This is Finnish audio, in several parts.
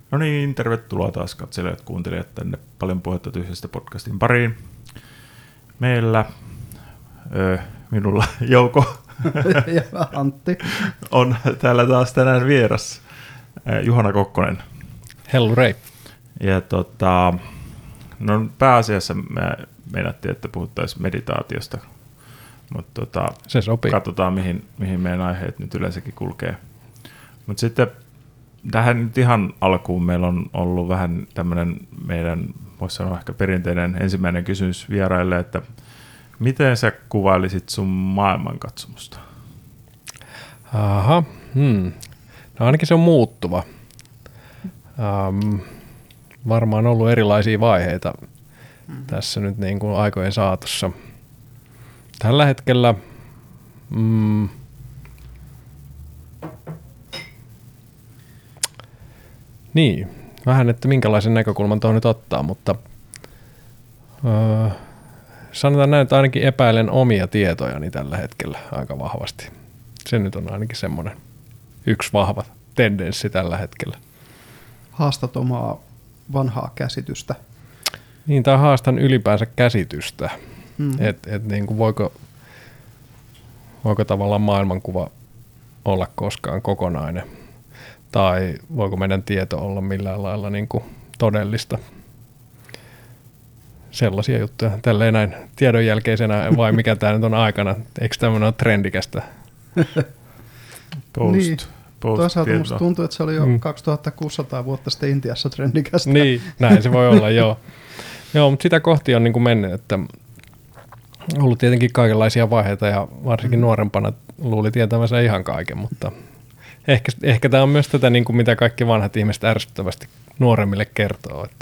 No niin, tervetuloa taas katselijat, kuuntelijat tänne Paljon puhetta tyhjästä podcastin pariin. Meillä, minulla Jouko ja Antti on täällä taas tänään vieras, Juhana Kokkonen. Hellurei. Ja no pääasiassa me meinattiin, että puhuttaisiin meditaatiosta, mutta se sopii. Katsotaan mihin meidän aiheet nyt yleensäkin kulkee. Mutta sitten tähän nyt ihan alkuun meillä on ollut vähän tämmöinen meidän, voisi sanoa ehkä perinteinen ensimmäinen kysymys vieraille, että miten sä kuvailisit sun maailmankatsomusta? Aha, no ainakin se on muuttuva. Varmaan ollut erilaisia vaiheita tässä nyt niin kuin aikojen saatossa. Tällä hetkellä niin, vähän, että minkälaisen näkökulman tuohon nyt ottaa, mutta sanotaan näin, että ainakin epäilen omia tietojani tällä hetkellä aika vahvasti. Se nyt on ainakin semmoinen yksi vahva tendenssi tällä hetkellä. Haastat omaa vanhaa käsitystä. Niin, tai haastan ylipäänsä käsitystä, että niin kuin voiko tavallaan maailmankuva olla koskaan kokonainen, tai voiko meidän tieto olla millään lailla niin kuin todellista. Sellaisia juttuja. Tälleen näin tiedon jälkeisenä, vai mikä tämä nyt on aikana? Eikö tämmöinen ole trendikästä? Niin. Toisaalta musta tuntuu, että se oli jo 2600 vuotta sitten Intiassa trendikästä. Niin, näin se voi olla, joo. Joo, mutta sitä kohti on niin kuin mennyt, että on ollut tietenkin kaikenlaisia vaiheita ja varsinkin nuorempana luuli tietämänsä ihan kaiken, mutta ehkä tämä on myös tätä, niin kuin mitä kaikki vanhat ihmiset ärsyttävästi nuoremmille kertoo, että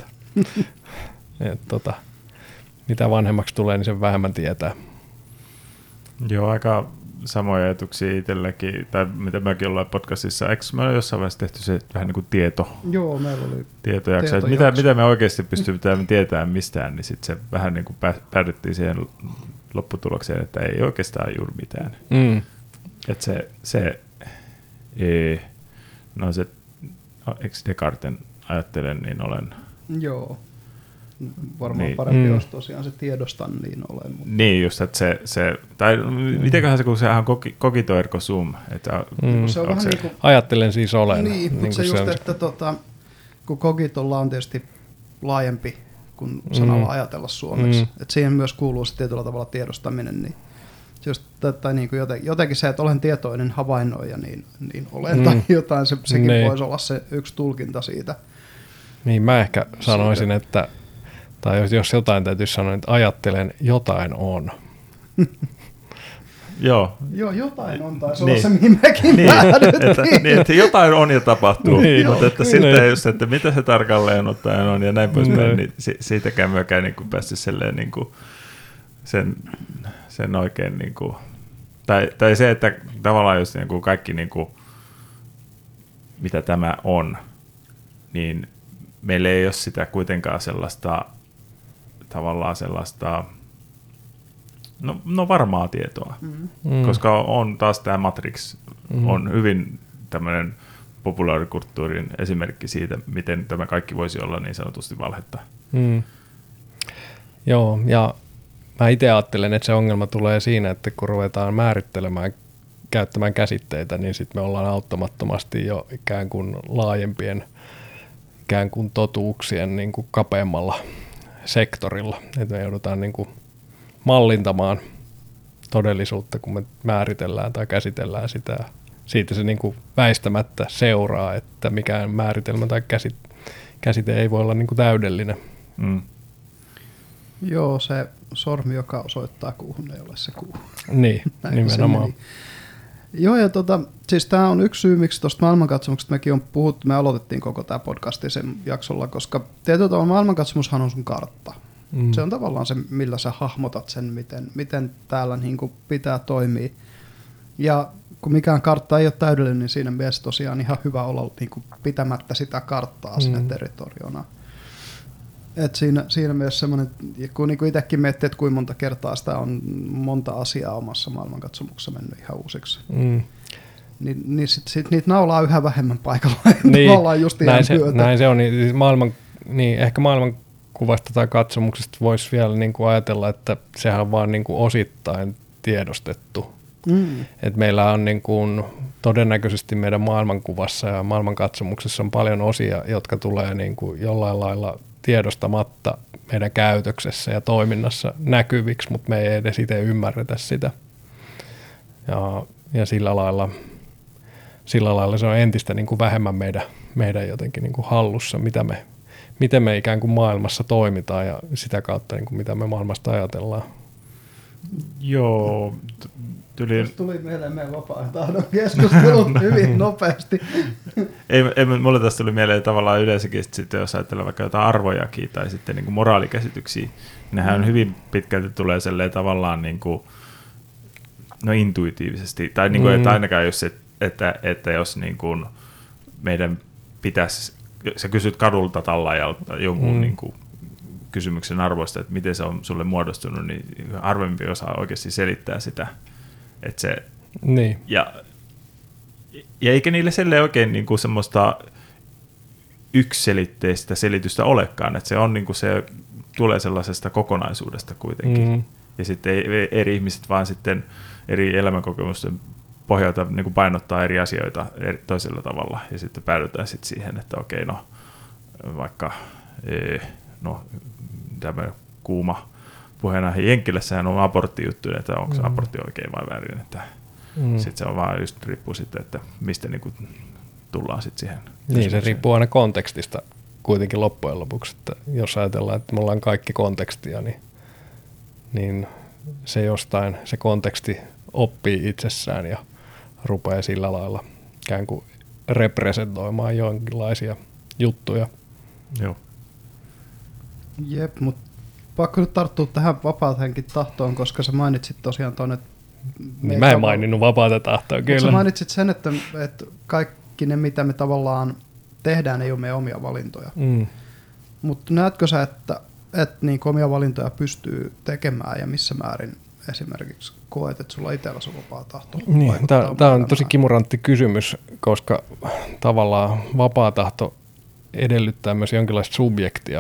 mitä vanhemmaksi tulee, niin sen vähemmän tietää. Joo, aika samoja ajatuksia itselläkin, tai mitä mäkin ollaan podcastissa. Eikö me ole jossain vaiheessa tehty se vähän niin kuin Joo, meillä oli tietojakso. Mitä me oikeasti pystytään tietämään mistään, niin sitten se vähän niin kuin päädyttiin siihen lopputulokseen, että ei oikeastaan juuri mitään. Että eikö Descarten ajattelen, niin olen. Joo. Varmaan parempi, jos tosiaan se tiedostan, niin olen. Mutta. Niin just, että tai mitenköhän se, kun sehän on cogito ergo sum. Että se on vähän niin kuin, ajattelen siis olen. Niin, mutta se just, että kun cogitolla on tietysti laajempi kuin sanalla ajatella suomeksi. Että siihen myös kuuluu se tietyllä tavalla tiedostaminen. Niin just, tai niin kuin jotenkin se, että olen tietoinen havainnoija, niin olen tai jotain, sekin voisi olla se yksi tulkinta siitä. Niin, mä ehkä sanoisin, että tai jos jotain täytyisi sanoa, että ajattelen, jotain on. Joo, jotain on, taisi olla se, mihin mekin päädyttiin. Niin, että jotain on ja tapahtuu, mutta että sitten just, että mitä se tarkalleen ottaen on ja näin poispäin, niin siitäkään myöskään niin kuin päästy niin kuin sen oikein, niin kuin, tai se, että tavallaan just niin kuin kaikki, niin kuin, mitä tämä on, niin meillä ei ole sitä kuitenkaan sellaista, tavallaan sellaista, no varmaa tietoa, koska on taas tämä Matrix, on hyvin tämmöinen populaarikulttuurin esimerkki siitä, miten tämä kaikki voisi olla niin sanotusti valhetta. Joo, ja mä itse ajattelen, että se ongelma tulee siinä, että kun ruvetaan määrittelemään, käyttämään käsitteitä, niin sitten me ollaan auttamattomasti jo ikään kuin laajempien ikään kuin totuuksien niin kuin kapeammalla sektorilla. Että me joudutaan niin kuin mallintamaan todellisuutta, kun me määritellään tai käsitellään sitä. Siitä se niin kuin väistämättä seuraa, että mikään määritelmä tai käsite ei voi olla niin kuin täydellinen. Joo, se sormi, joka osoittaa kuuhun, ei ole se kuu. Niin, nimenomaan. Joo, ja siis tämä on yksi syy, miksi tuosta maailmankatsomuksesta mekin on puhuttu. Me aloitettiin koko tämä podcasti sen jaksolla, koska tietyllä tavalla maailmankatsomushan on sun kartta. Se on tavallaan se, millä sä hahmotat sen, miten täällä niin kuin pitää toimia. Ja kun mikään kartta ei ole täydellinen, niin siinä mielessä tosiaan ihan hyvä olla niin kuin pitämättä sitä karttaa sinne territoriona. Et siinä mielessä semmoinen, kun niin itsekin miettii, että kuinka monta kertaa sitä on monta asiaa omassa maailmankatsomuksessa mennyt ihan uusiksi. niin sit niitä naulaa yhä vähemmän paikalla. Niin, Tavallaan just näin se on. Niin, ehkä maailmankuvasta tai katsomuksesta voisi vielä niin kuin ajatella, että sehän on vaan niin kuin osittain tiedostettu. Et meillä on niin kuin, todennäköisesti meidän maailmankuvassa ja maailmankatsomuksessa on paljon osia, jotka tulee niin kuin jollain lailla tiedostamatta meidän käytöksessä ja toiminnassa näkyviksi, mutta me ei edes itse ymmärretä sitä. Ja sillä lailla se on entistä niin kuin vähemmän meidän jotenkin niin kuin hallussa, miten me ikään kuin maailmassa toimitaan ja sitä kautta niin kuin mitä me maailmasta ajatellaan. Joo. Tuli mieleen meidän vapaa tahdon keskustelut hyvin nopeasti. Mulle tästä tuli mieleen tavallaan yleensäkin, sitten jos ajatellaan vaikka jotain arvojakin tai sitten niin kuin moraalikäsityksiä, nehän on hyvin pitkälti tulee tavallaan niin kuin, intuitiivisesti, tai niin kuin, että ainakaan jos, että jos niin kuin meidän pitäisi, sä kysyt kadulta tallaajalta jonkun niin kuin kysymyksen arvoista, että miten se on sulle muodostunut, niin harvempi osaa oikeasti selittää sitä. Että se, niin. Ja eikä niille selleen oikein niin kuin semmoista yksiselitteistä selitystä olekaan, että se on niin kuin se tulee sellaisesta kokonaisuudesta kuitenkin. Ja sitten eri ihmiset vaan sitten eri elämänkokemusten pohjalta niin kuin painottaa eri asioita toisella tavalla, ja sitten päädytään sitten siihen, että okei, no vaikka tämä kuuma puheenaihe Jenkkilässähän on aborttijuttu, että onko se abortti oikein vai väärin, että sitten se on vaan just riippuu sitten, että mistä niin kuin tullaan sitten siihen. Niin, se riippuu aina kontekstista kuitenkin loppujen lopuksi, että jos ajatellaan, että me ollaan kaikki kontekstia, niin se jostain, se konteksti oppii itsessään ja rupeaa sillä lailla ikään kuin representoimaan jonkinlaisia juttuja. Joo. Jep, mutta pakko nyt tarttua tähän vapaat henkin tahtoon, koska sä mainitsit tosiaan tuonne, että... Niin mä en maininnut vapaata tahtoa, kyllä. Sä mainitsit sen, että kaikki ne, mitä me tavallaan tehdään, ei ole meidän omia valintoja. Mutta näetkö sä, että niin omia valintoja pystyy tekemään ja missä määrin esimerkiksi koet, että sulla itselläsi on vapaa tahto? Niin, tämä on tosi kimurantti kysymys, koska tavallaan vapaa tahto edellyttää myös jonkinlaista subjektia.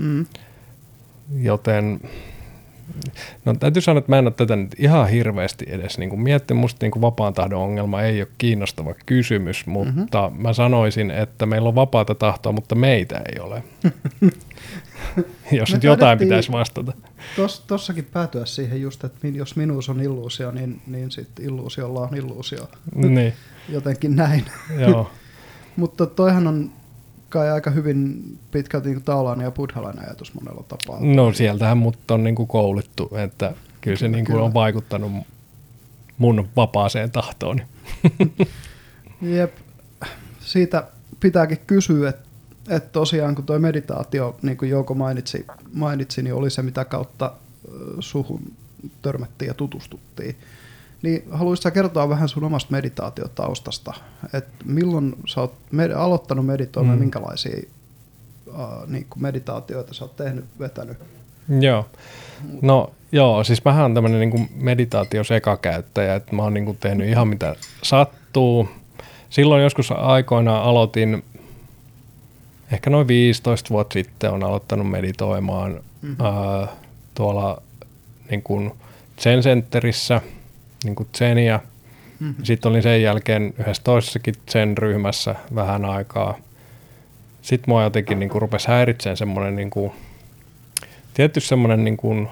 Joten täytyy sanoa, että mä en ole tätä nyt ihan hirveästi edes niin miettinyt. Musta niin vapaan tahdon ongelma ei ole kiinnostava kysymys, mutta mä sanoisin, että meillä on vapaata tahtoa, mutta meitä ei ole. Jos nyt jotain pitäisi vastata. Tossakin päätyä siihen just, että jos minuus on illuusio, niin sitten illuusiolla on illuusio. Niin. Jotenkin näin. Joo. Mutta toihan on kai aika hyvin pitkälti niin taolainen ja buddhalainen ajatus monella tapaa. No sieltähän mut on niin kuin koulittu, että kyllä se niin kuin on vaikuttanut mun vapaaseen tahtooni. Jep. Siitä pitääkin kysyä, että tosiaan kun tuo meditaatio, niin kuin Jouko mainitsi, niin oli se mitä kautta suhun törmättiin ja tutustuttiin. Niin haluaisitko kertoa vähän sun omasta meditaatiotaustasta, että milloin sä oot aloittanut meditoimaan, minkälaisia niin kuin meditaatioita sä oot vetänyt? Joo. No joo, siis mähän on tämmöinen niin kuin meditaatiosekakäyttäjä, että mä oon niin kuin tehnyt ihan mitä sattuu. Silloin joskus aikoinaan aloitin, ehkä noin 15 vuotta sitten on aloittanut meditoimaan tuolla niin kuin Zen Centerissä, niin kuin Zenia. Sitten olin sen jälkeen yhdessä toisessakin Zen-ryhmässä vähän aikaa. Sitten mua jotenkin niin kuin rupesi häiritsemään semmoinen, niin kuin, tietty semmoinen, niin kuin,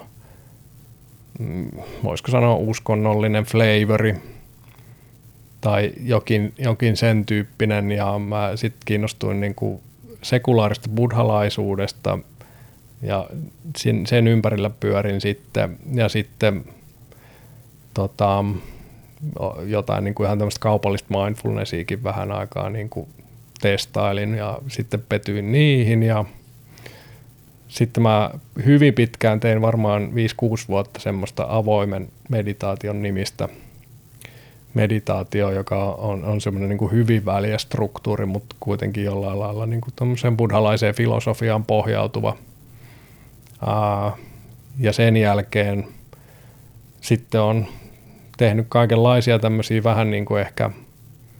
voisiko sanoa uskonnollinen flavori tai jokin sen tyyppinen. Ja mä sitten kiinnostuin niin kuin sekulaarista buddhalaisuudesta ja sen ympärillä pyörin sitten. Ja sitten jotain niin kuin ihan tämmöistä kaupallista mindfulnessiakin vähän aikaa niin kuin testailin ja sitten petyin niihin ja sitten mä hyvin pitkään tein varmaan 5-6 vuotta semmoista avoimen meditaation nimistä meditaatio, joka on semmoinen niin kuin hyvin väliä struktuuri, mutta kuitenkin jollain lailla niin kuin tämmöiseen buddhalaiseen filosofiaan pohjautuva. Ja sen jälkeen sitten on tehnyt kaikenlaisia tämmöisiä vähän niin kuin ehkä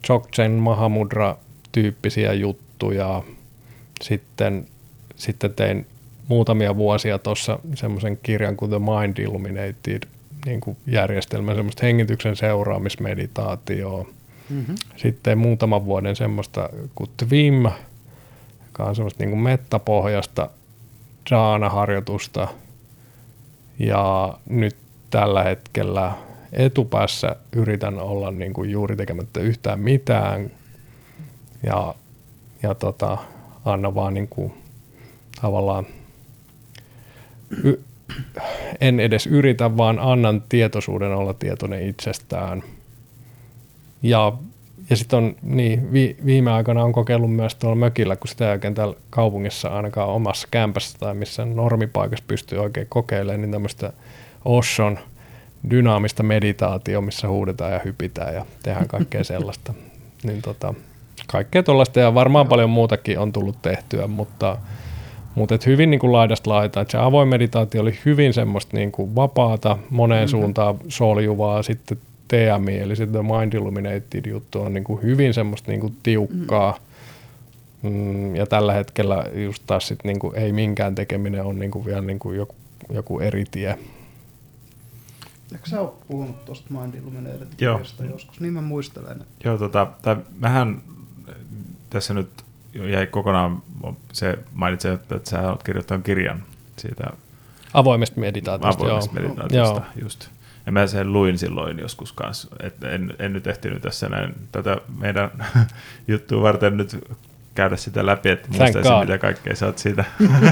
Dzogchen Mahamudra-tyyppisiä juttuja. Sitten tein muutamia vuosia tuossa semmoisen kirjan kuin The Mind Illuminated niin kuin järjestelmä, semmoista hengityksen seuraamismeditaatioa. Mm-hmm. Sitten muutaman vuoden semmoista kuin TWIM, joka on semmoista niin kuin mettapohjasta jhana-harjoitusta. Ja nyt tällä hetkellä etupäässä yritän olla niin kuin juuri tekemättä yhtään mitään ja anna vaan niin kuin tavallaan en edes yritä, vaan annan tietoisuuden olla tietoinen itsestään. Ja sitten on niin, viime aikana on kokeillut myös tuolla mökillä, kun sitä ei oikein täällä kaupungissa ainakaan omassa kämpässä tai missä normipaikassa pystyy oikein kokeilemaan, niin tämmöistä Oshon dynaamista meditaatio, missä huudetaan ja hypitään ja tehdään kaikkea sellaista. Niin kaikkea tuollaista ja varmaan paljon muutakin on tullut tehtyä, mutta et hyvin niin kuin laidasta laitaan. Se avoin meditaatio oli hyvin semmoista niin kuin vapaata, moneen suuntaan soljuvaa, sitten TMI, eli sitten Mind Illuminated juttu on niin kuin hyvin semmoista niin kuin tiukkaa. Ja tällä hetkellä just taas sit niin kuin ei minkään tekeminen on niin kuin vielä niin kuin joku eri tie. Eikö sä ole puhunut tuosta Mind Illuminated-kirjasta joskus? Niin mä muistelen. Joo, mähän tässä nyt jäi kokonaan se mainitsi, että sä oot kirjoittanut kirjan siitä avoimesta meditaatiosta. Meditaatiosta, just. Ja mä sen luin silloin joskus kanssa, että en nyt ehtinyt tässä näin tätä meidän juttua varten nyt käydä sitä läpi, että muistaisin mitä kaikkea sä oot siitä.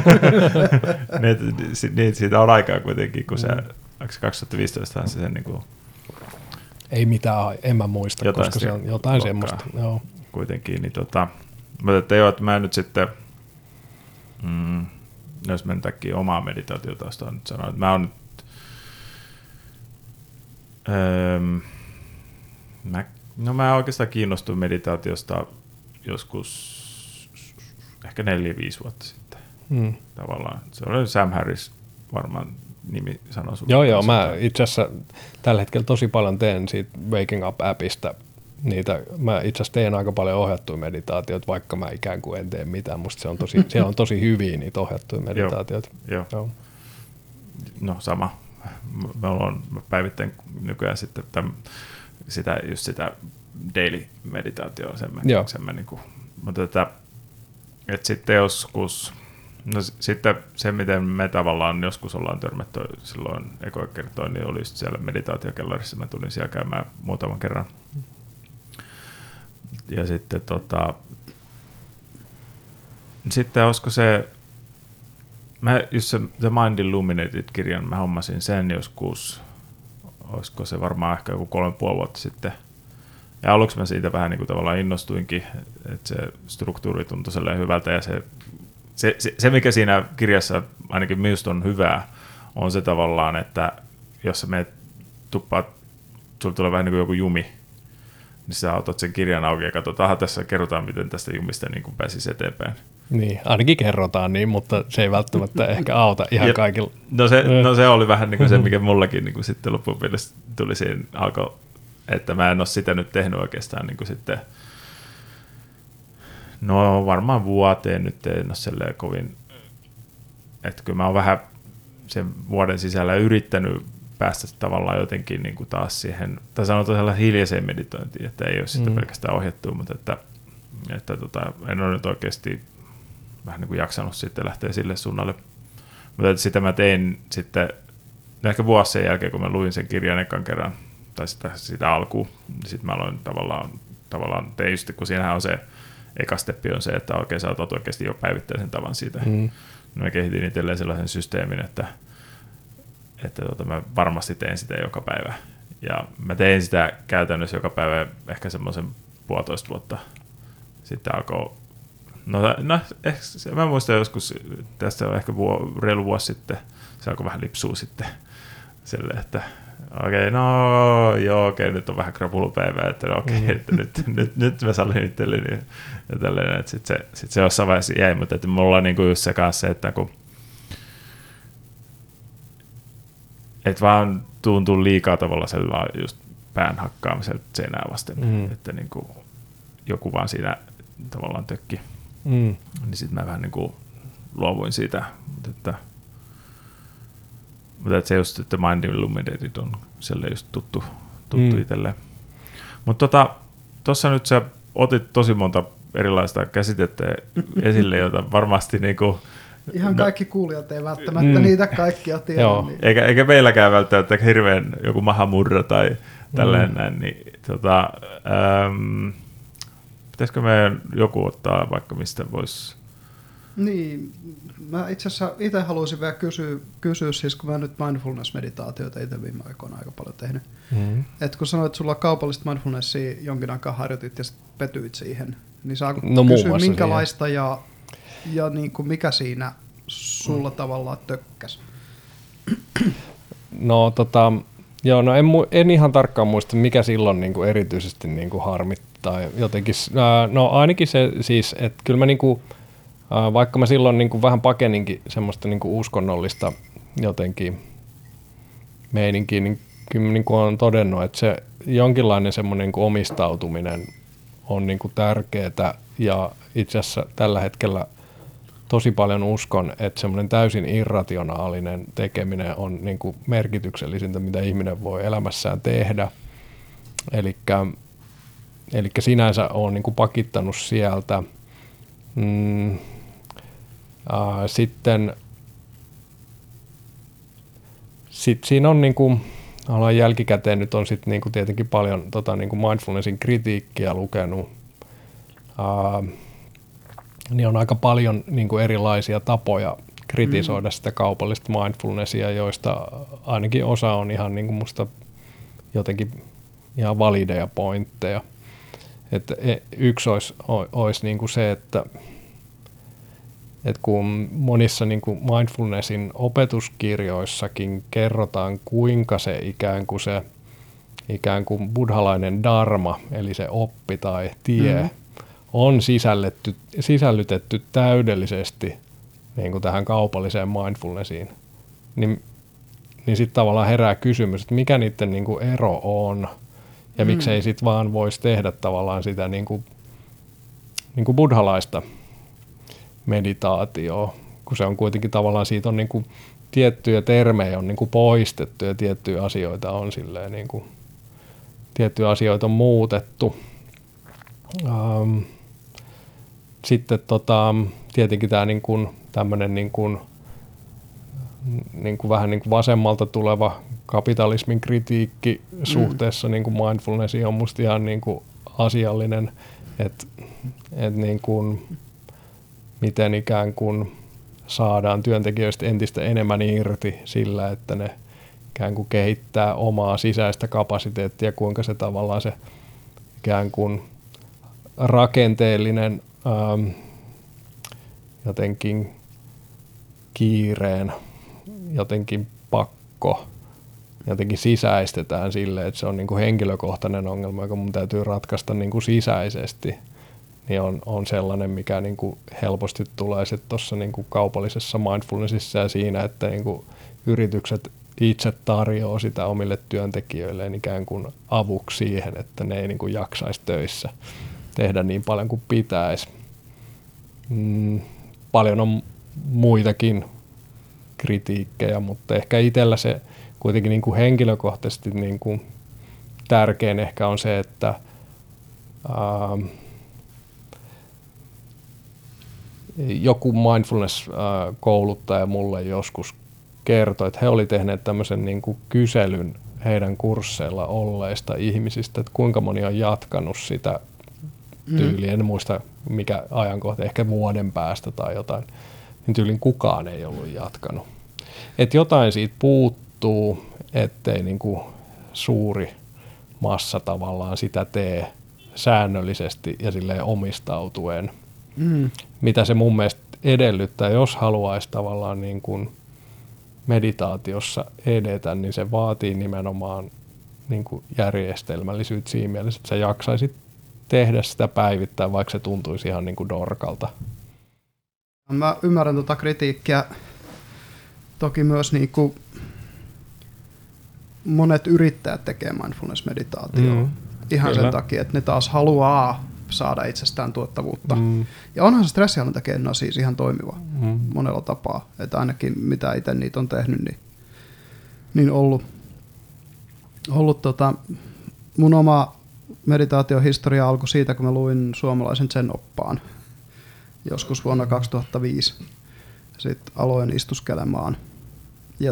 niin, siitä on aikaa kuitenkin, kun se 2015 se sen niin kuin ei mitään, en mä muista, koska se on jotain semmoista. Joo. Kuitenkin, niin mutta että joo, että mä nyt sitten, jos mä nyt äkkiä omaa meditaatiota nyt sanoa, että mä oon nyt, mä oikeastaan kiinnostuin meditaatiosta joskus ehkä 4-5 vuotta sitten. Tavallaan. Se oli Sam Harris varmaan nimi sanoi sulle. Joo, mä itse asiassa tällä hetkellä tosi paljon teen siitä Waking Up-appista. Mä itse asiassa teen aika paljon ohjattuja meditaatioita, vaikka mä ikään kuin en tee mitään. Musta se on siellä on tosi hyviä niitä ohjattuja meditaatioita. Joo. No sama. Mä päivittäin nykyään sitten sitä daily meditaatioa. Mutta että sitten joskus, no sitten se miten me tavallaan joskus ollaan törmätty silloin ekoa kertoa, niin oli just siellä meditaatiokellarissa. Mä tulin siellä käymään muutaman kerran. Ja sitten sitten olisiko se, just se The Mind Illuminated-kirjan, mä hommasin sen joskus, olisiko se varmaan ehkä joku 3,5 vuotta sitten. Ja aluksi mä siitä vähän niin kuin tavallaan innostuinkin, että se struktuuri tuntui sellainen hyvältä ja se mikä siinä kirjassa ainakin minusta on hyvää, on se tavallaan, että jos sä menet tuppaat, sulla tulee vähän niin kuin joku jumi, niin sä otat sen kirjan auki ja katsotaan, tässä kerrotaan, miten tästä jumista niin kuin pääsisi eteenpäin. Niin, ainakin kerrotaan niin, mutta se ei välttämättä ehkä auta ihan kaikilla. No se oli vähän niin kuin se, mikä mullakin niin kuin sitten loppupeleissä tuli siinä alkoi, että mä en ole sitä nyt tehnyt oikeastaan niin kuin sitten, no varmaan vuoteen nyt en ole silleen kovin, että kyllä mä oon vähän sen vuoden sisällä yrittänyt päästä tavallaan jotenkin niin kuin taas siihen, tai sanotaan sellainen hiljaiseen meditointiin, että ei ole sitä pelkästään ohjattua, mutta että en ole nyt oikeasti vähän niin kuin jaksanut sitten lähteä sille suunnalle. Mutta että sitä mä tein sitten, ehkä vuosi sen jälkeen, kun mä luin sen kirjan ekan kerran, tai sitä alkuun, niin sitten mä aloin tavallaan tein just, kun siinähän on se eka steppi on se, että oikein sä otat oikeasti jo päivittäisen tavan siitä. Mä kehitin itselleen sellaisen systeemin, että mä varmasti teen sitä joka päivä. Ja mä tein sitä käytännössä joka päivä ehkä semmoisen 1,5 vuotta. Sitten alkoi, mä muistan joskus, tästä on ehkä reilu vuosi sitten, se alkoi vähän lipsua sitten silleen, että nyt on vähän krapulupäivää, että että nyt mä sallin itselleni ja tällainen, että sitten se jossain vaiheessa jäi, mutta että mulla on niinku just se kanssa, että kun et vaan tuntuu liikaa tavalla sellainen just pään hakkaamiselta seinää vasten, että niinku, joku vaan siinä tavallaan tökki. Niin sitten mä vähän niin kuin luovuin siitä, mutta se just, että Mind Illuminated on selle just tuttu itselleen. Mutta tuossa nyt sä otit tosi monta erilaista käsitettä esille, jota varmasti niinku ihan kaikki kuulijat ei välttämättä niitä kaikkia tiedä. Niin. Eikä meilläkään välttämättä hirveän joku mahamurra tai tälleen näin. Niin, pitäisikö meidän joku ottaa vaikka mistä voisi... Niin, mä itse asiassa itse haluaisin vielä kysyä siis kun mä nyt mindfulness-meditaatioita itse viime aikoina aika paljon tehnyt. Että kun sanoit, että sulla kaupallista mindfulnessia jonkin aikaa harjoitit ja sitten petyit siihen, niin saako kysyä minkälaista ja niin kuin mikä siinä sulla tavallaan tökkäs? No joo, no en ihan tarkkaan muista, mikä silloin niin kuin erityisesti niin kuin harmittaa jotenkin. No ainakin se siis, että kyllä mä niin kuin, vaikka mä silloin niin kuin vähän pakeninkin semmoista niin kuin uskonnollista jotenkin meininkiä, niin kyllä niin kuin olen todennut, että se jonkinlainen semmoinen niin kuin omistautuminen on niin kuin tärkeää ja itse asiassa tällä hetkellä tosi paljon uskon, että semmoinen täysin irrationaalinen tekeminen on niin kuin merkityksellisintä, mitä ihminen voi elämässään tehdä. Elikkä sinänsä olen niin kuin pakittanut sieltä. Sitten siinä on niin kuin, jälkikäteen nyt on sitten niin kuin tietenkin paljon niin kuin mindfulnessin kritiikkiä lukenut. Niin on aika paljon niin kuin erilaisia tapoja kritisoida sitä kaupallista mindfulnessia, joista ainakin osa on ihan niin kuin musta jotenkin ihan valideja pointteja. Että yksi olisi niin kuin se, että kun monissa niin kuin mindfulnessin opetuskirjoissakin kerrotaan, kuinka se ikään kuin buddhalainen dharma, eli se oppi tai tie, on sisällytetty täydellisesti niin kuin tähän kaupalliseen mindfulnessiin, niin sitten tavallaan herää kysymys, että mikä niiden niin kuin ero on, ja miksei sitten vaan voisi tehdä tavallaan sitä niin kuin buddhalaista meditaatioa, kun se on kuitenkin tavallaan, siitä on niin kuin tiettyjä termejä on niin kuin poistettu ja tiettyjä asioita on silleen niin kuin, tiettyjä asioita on muutettu. Sitten tietenkin tämä niin kuin tämmöinen niin kuin vähän niin kuin vasemmalta tuleva kapitalismin kritiikki suhteessa niin kuin mindfulnessiin on musta ihan niin kuin asiallinen, että niin kuin miten ikään kuin saadaan työntekijöistä entistä enemmän irti sillä, että ne ikään kuin kehittää omaa sisäistä kapasiteettia, kuinka se tavallaan se ikään kuin rakenteellinen jotenkin kiireen, jotenkin pakko, jotenkin sisäistetään sille, että se on niin kuin henkilökohtainen ongelma, joka mun täytyy ratkaista niin kuin sisäisesti, niin on sellainen, mikä niin kuin helposti tulee sitten tuossa niin kuin kaupallisessa mindfulnessissa ja siinä, että niin kuin yritykset itse tarjoaa sitä omille työntekijöilleen ikään kuin avuksi siihen, että ne ei niin kuin jaksaisi töissä tehdä niin paljon kuin pitäisi. Paljon on muitakin kritiikkejä, mutta ehkä itsellä se kuitenkin niin kuin henkilökohtaisesti niin kuin tärkein ehkä on se, että joku mindfulness-kouluttaja mulle joskus kertoi, että he oli tehneet tämmöisen niin kuin kyselyn heidän kursseilla olleista ihmisistä, että kuinka moni on jatkanut sitä tyyliin, en muista mikä ajankohta, ehkä vuoden päästä tai jotain, niin tyylin kukaan ei ollut jatkanut. Että jotain siitä puuttuu, ettei niin kuin suuri massa tavallaan sitä tee säännöllisesti ja silleen omistautuen. Mitä se mun mielestä edellyttää, jos haluaisi tavallaan niin kuin meditaatiossa edetä, niin se vaatii nimenomaan niin kuin järjestelmällisyyttä siinä mielessä, että sä jaksaisit tehdä sitä päivittäin, vaikka se tuntuisi ihan niin kuin dorkalta. Mä ymmärrän tota kritiikkiä. Toki myös niin kuin monet yrittäjät tekee mindfulness-meditaatioa ihan sen takia, että ne taas haluaa saada itsestään tuottavuutta. Ja onhan se stressihallintakeino siis ihan toimiva monella tapaa. Että ainakin mitä itse niitä on tehnyt, niin ollut mun oma meditaatiohistoria alkoi siitä, kun mä luin suomalaisen Zen-oppaan joskus vuonna 2005. Sitten aloin istuskelemaan. Ja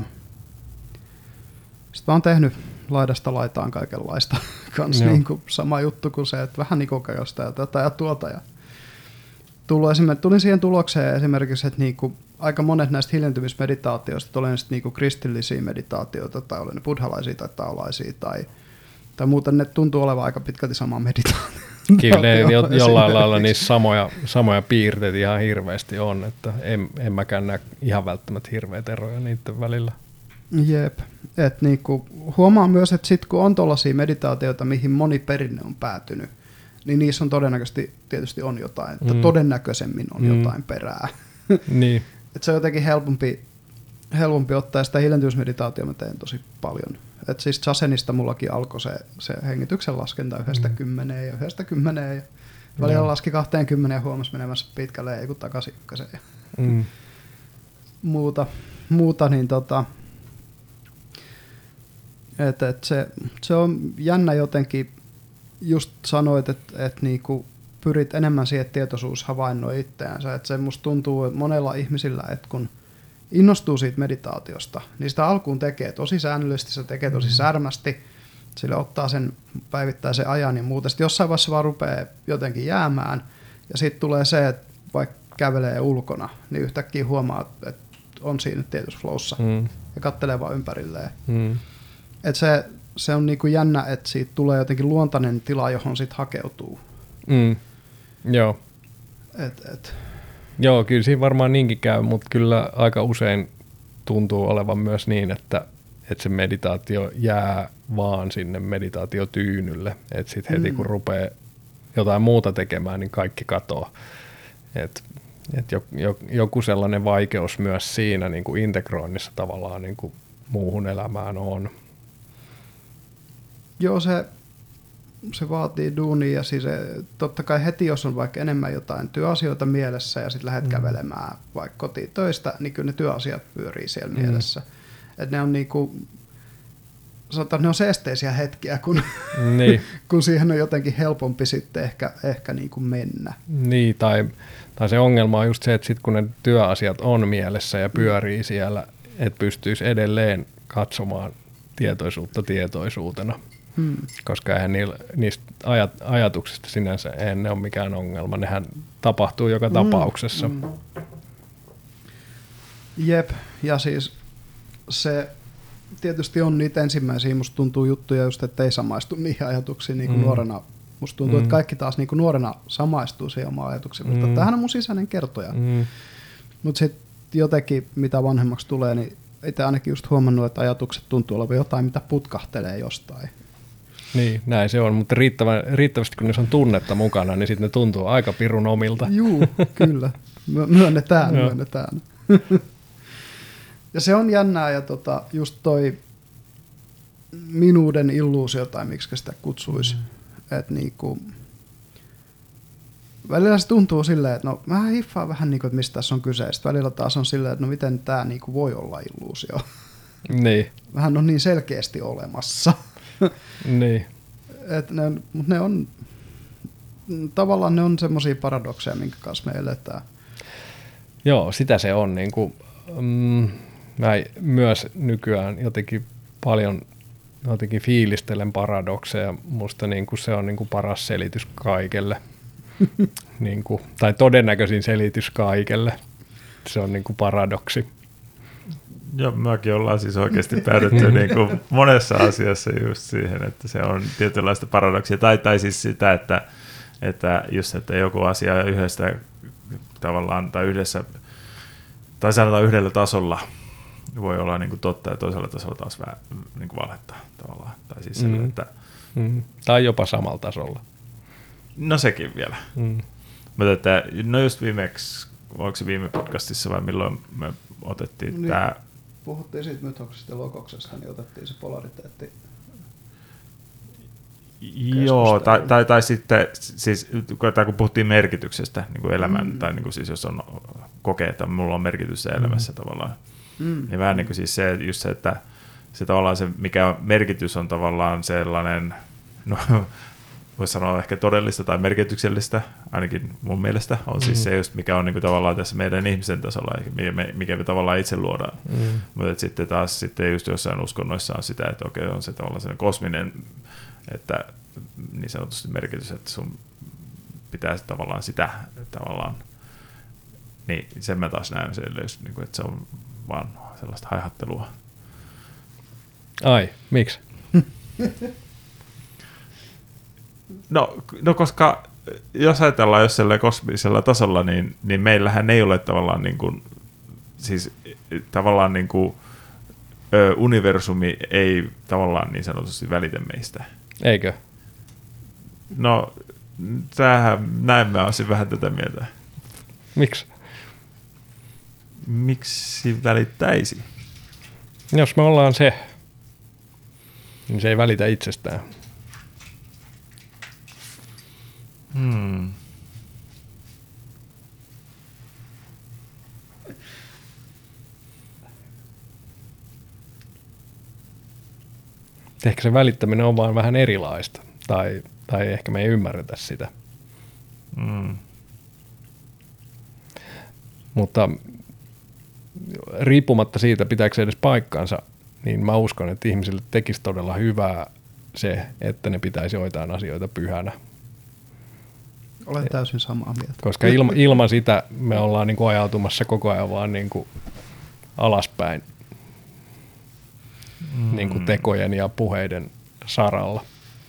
sitten mä oon tehnyt laidasta laitaan kaikenlaista. Kans niin kuin sama juttu kuin se, että vähän nikokajosta ja tätä ja tuota. Ja tulin siihen tulokseen esimerkiksi, että niinku aika monet näistä hiljentymismeditaatioista oli ne sitten niinku kristillisiä meditaatioita tai oli ne buddhalaisia tai taolaisia tai muuten ne tuntuu olevan aika pitkälti sama meditaatio. Kyllä jollain lailla niissä samoja piirteitä ihan hirveästi on, että en mäkään näe ihan välttämättä hirveät eroja niiden välillä. Jep. Et niinku, huomaa myös, että sit kun on tuollaisia meditaatioita, mihin moni perinne on päätynyt, niin niissä on todennäköisesti tietysti on jotain, että todennäköisemmin on jotain perää. Niin. Et se on jotenkin helpompi ottaa, ja sitä hiljentymismeditaatiota mä teen tosi paljon. Et siis Zazenista mullakin alkoi se hengityksen laskenta 1-10 ja 1-10 ja välillä laski 20 ja huomasi menemässä pitkälle ja takaisin ykköseen ja muuta niin se on jännä jotenkin, just sanoit, että niinku pyrit enemmän siihen, että tietoisuus havainnoi itseänsä, että se musta tuntuu että monella ihmisillä, että kun innostuu siitä meditaatiosta, niin sitä alkuun tekee tosi säännöllisesti, se tekee tosi särmästi, sille ottaa sen päivittäisen ajan ja muuta. Sitten jossain vaiheessa vaan rupeaa jotenkin jäämään, ja sitten tulee se, että vaikka kävelee ulkona, niin yhtäkkiä huomaa, että on siinä tietyssä flowssa, ja katselee vaan ympärilleen. Että se on niinku jännä, että siitä tulee jotenkin luontainen tila, johon sitten hakeutuu. Joo. Joo, kyllä siinä varmaan niinkin käy, mutta kyllä aika usein tuntuu olevan myös niin, että se meditaatio jää vaan sinne meditaatiotyynylle. Että sitten heti kun rupeaa jotain muuta tekemään, niin kaikki katoaa. Joku sellainen vaikeus myös siinä niin kuin integroinnissa tavallaan niin kuin muuhun elämään on. Joo, se vaatii duunia ja siis totta kai heti, jos on vaikka enemmän jotain työasioita mielessä ja sitten lähdet kävelemään vaikka kotiin töistä, niin kyllä ne työasiat pyörii siellä mielessä. Et ne on niinku, sanotaan, ne on seesteisiä hetkiä, kun siihen on jotenkin helpompi sitten ehkä niinku mennä. Niin, tai se ongelma on just se, että sit kun ne työasiat on mielessä ja pyörii siellä, että pystyisi edelleen katsomaan tietoisuutta tietoisuutena. Koska eihän niistä ajatuksista sinänsä eihän ne ole mikään ongelma. Nehän tapahtuu joka tapauksessa. Jep, ja siis se tietysti on niitä ensimmäisiä, musta tuntuu juttuja just, että ei samaistu niihin ajatuksiin niin kuin nuorena. Musta tuntuu, että kaikki taas niin kuin nuorena samaistuu siihen omaan ajatuksiin, mutta tämähän on mun sisäinen kertoja. Mutta sitten jotenkin, mitä vanhemmaksi tulee, niin itse ainakin just huomannut, että ajatukset tuntuu olevan jotain, mitä putkahtelee jostain. Niin, näin se on, mutta riittävästi kun niissä on tunnetta mukana, niin sitten ne tuntuu aika pirun omilta. Juu, kyllä. Myönnetään. Ja se on jännää, ja just toi minuuden illuusio, tai miksi sitä kutsuisi, että niinku, välillä se tuntuu silleen, että no mä hiffaan vähän niinku, että mistä tässä on kyse, sitten välillä taas on silleen, että no miten tää niinku voi olla illuusio. Niin. Vähän on niin selkeästi olemassa. Niin. Mutta ne on tavallaan ne on semmoisia paradokseja, minkä kanssa me eletään. Joo, sitä se on. Niin kuin, mä myös nykyään jotenkin paljon fiilistelen paradokseja. Musta niin kuin se on niin kuin paras selitys kaikelle. Niin kuin, tai todennäköisin selitys kaikelle. Se on niin kuin paradoksi. Joo, mekin ollaan siis oikeasti päädytty niin kuin monessa asiassa just siihen, että se on tietynlaista paradoksia. Tai siis sitä, että just että joku asia yhdessä tavallaan tai yhdessä, tai sanotaan yhdellä tasolla voi olla niin kuin totta ja toisella tasolla taas niin kuin valhetta tavallaan. Tai siis sillä, että tai jopa samalla tasolla. No sekin vielä. Mutta että, no just viimeksi, oliko se viime podcastissa vai milloin me otettiin niin, tämä... Puhuttiin siitä mytoksesta ja lokoksesta, niin otettiin se polariteetti. Joo, tai sitten, siis, kun puhuttiin merkityksestä niin kuin elämän, tai niin kuin siis jos on kokee, että mulla on merkitystä elämässä tavallaan, niin vähän niin kuin siis se, just se, että se tavallaan se, mikä merkitys on tavallaan sellainen, no voisi sanoa ehkä todellista tai merkityksellistä, ainakin mun mielestä, on siis se just, mikä on niin kuin tavallaan tässä meidän ihmisen tasolla, mikä me tavallaan itse luodaan. Mutta sitten taas sitten just jossain uskonnoissa on sitä, että okei, on se tavallaan sellainen kosminen, että niin sanotusti merkitys, että sun pitäisi tavallaan sitä tavallaan, niin sen mä taas näen sen, että se on vaan sellaista haihattelua. Ai, miksi? No koska jos ajatellaan jossain kosmisella tasolla, niin meillähän ei ole tavallaan niin kuin, siis tavallaan niin kuin, universumi ei tavallaan niin sanotusti välitä meistä. Eikö? No, näin mä olisin vähän tätä mieltä. Miksi? Miksi välittäisi? Jos me ollaan se, niin se ei välitä itsestään. Ehkä se välittäminen on vaan vähän erilaista. Tai ehkä me ei ymmärretä sitä. Mutta riippumatta siitä, pitääkö se edes paikkaansa, niin mä uskon, että ihmisille tekisi todella hyvää se, että ne pitäisi joitain asioita pyhänä. Olen täysin samaa mieltä. Koska ilman sitä me ollaan niin kuin ajautumassa koko ajan vaan niin kuin alaspäin niin kuin tekojen ja puheiden saralla.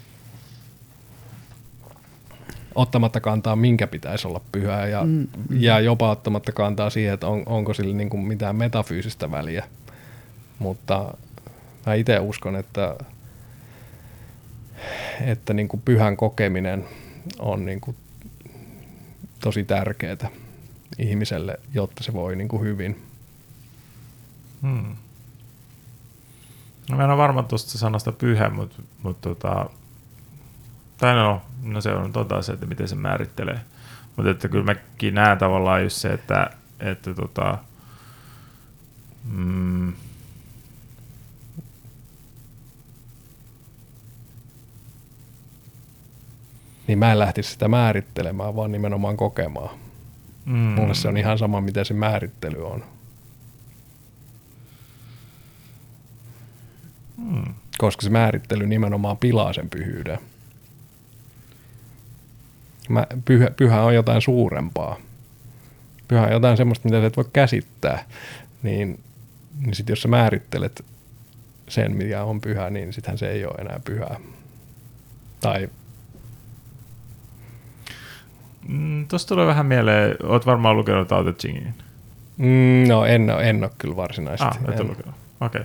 Ottamatta kantaa, minkä pitäisi olla pyhää ja jopa ottamatta kantaa siihen, että onko sillä niin kuin mitään metafyysistä väliä. Mutta mä itse uskon, että niin kuin pyhän kokeminen on niin kuin tosi tärkeää ihmiselle, jotta se voi niin kuin hyvin. No mä en ole varma tuosta sanasta pyhä, mutta tai no se on se, että miten se määrittelee. Mutta että kyllä mäkin näen tavallaan just se, että niin mä en lähtisi sitä määrittelemään, vaan nimenomaan kokemaan. Mulle se on ihan sama, mitä se määrittely on. Koska se määrittely nimenomaan pilaa sen pyhyyden. Pyhä on jotain suurempaa. Pyhä on jotain semmoista, mitä sä et voi käsittää. Niin sit jos sä määrittelet sen, mikä on pyhä, niin sittenhän se ei ole enää pyhää. Tai tuosta tulee vähän mieleen, oot varmaan lukenut Tao Te Chingin. No en ole kyllä varsinaisesti. Et ole lukenut, okei.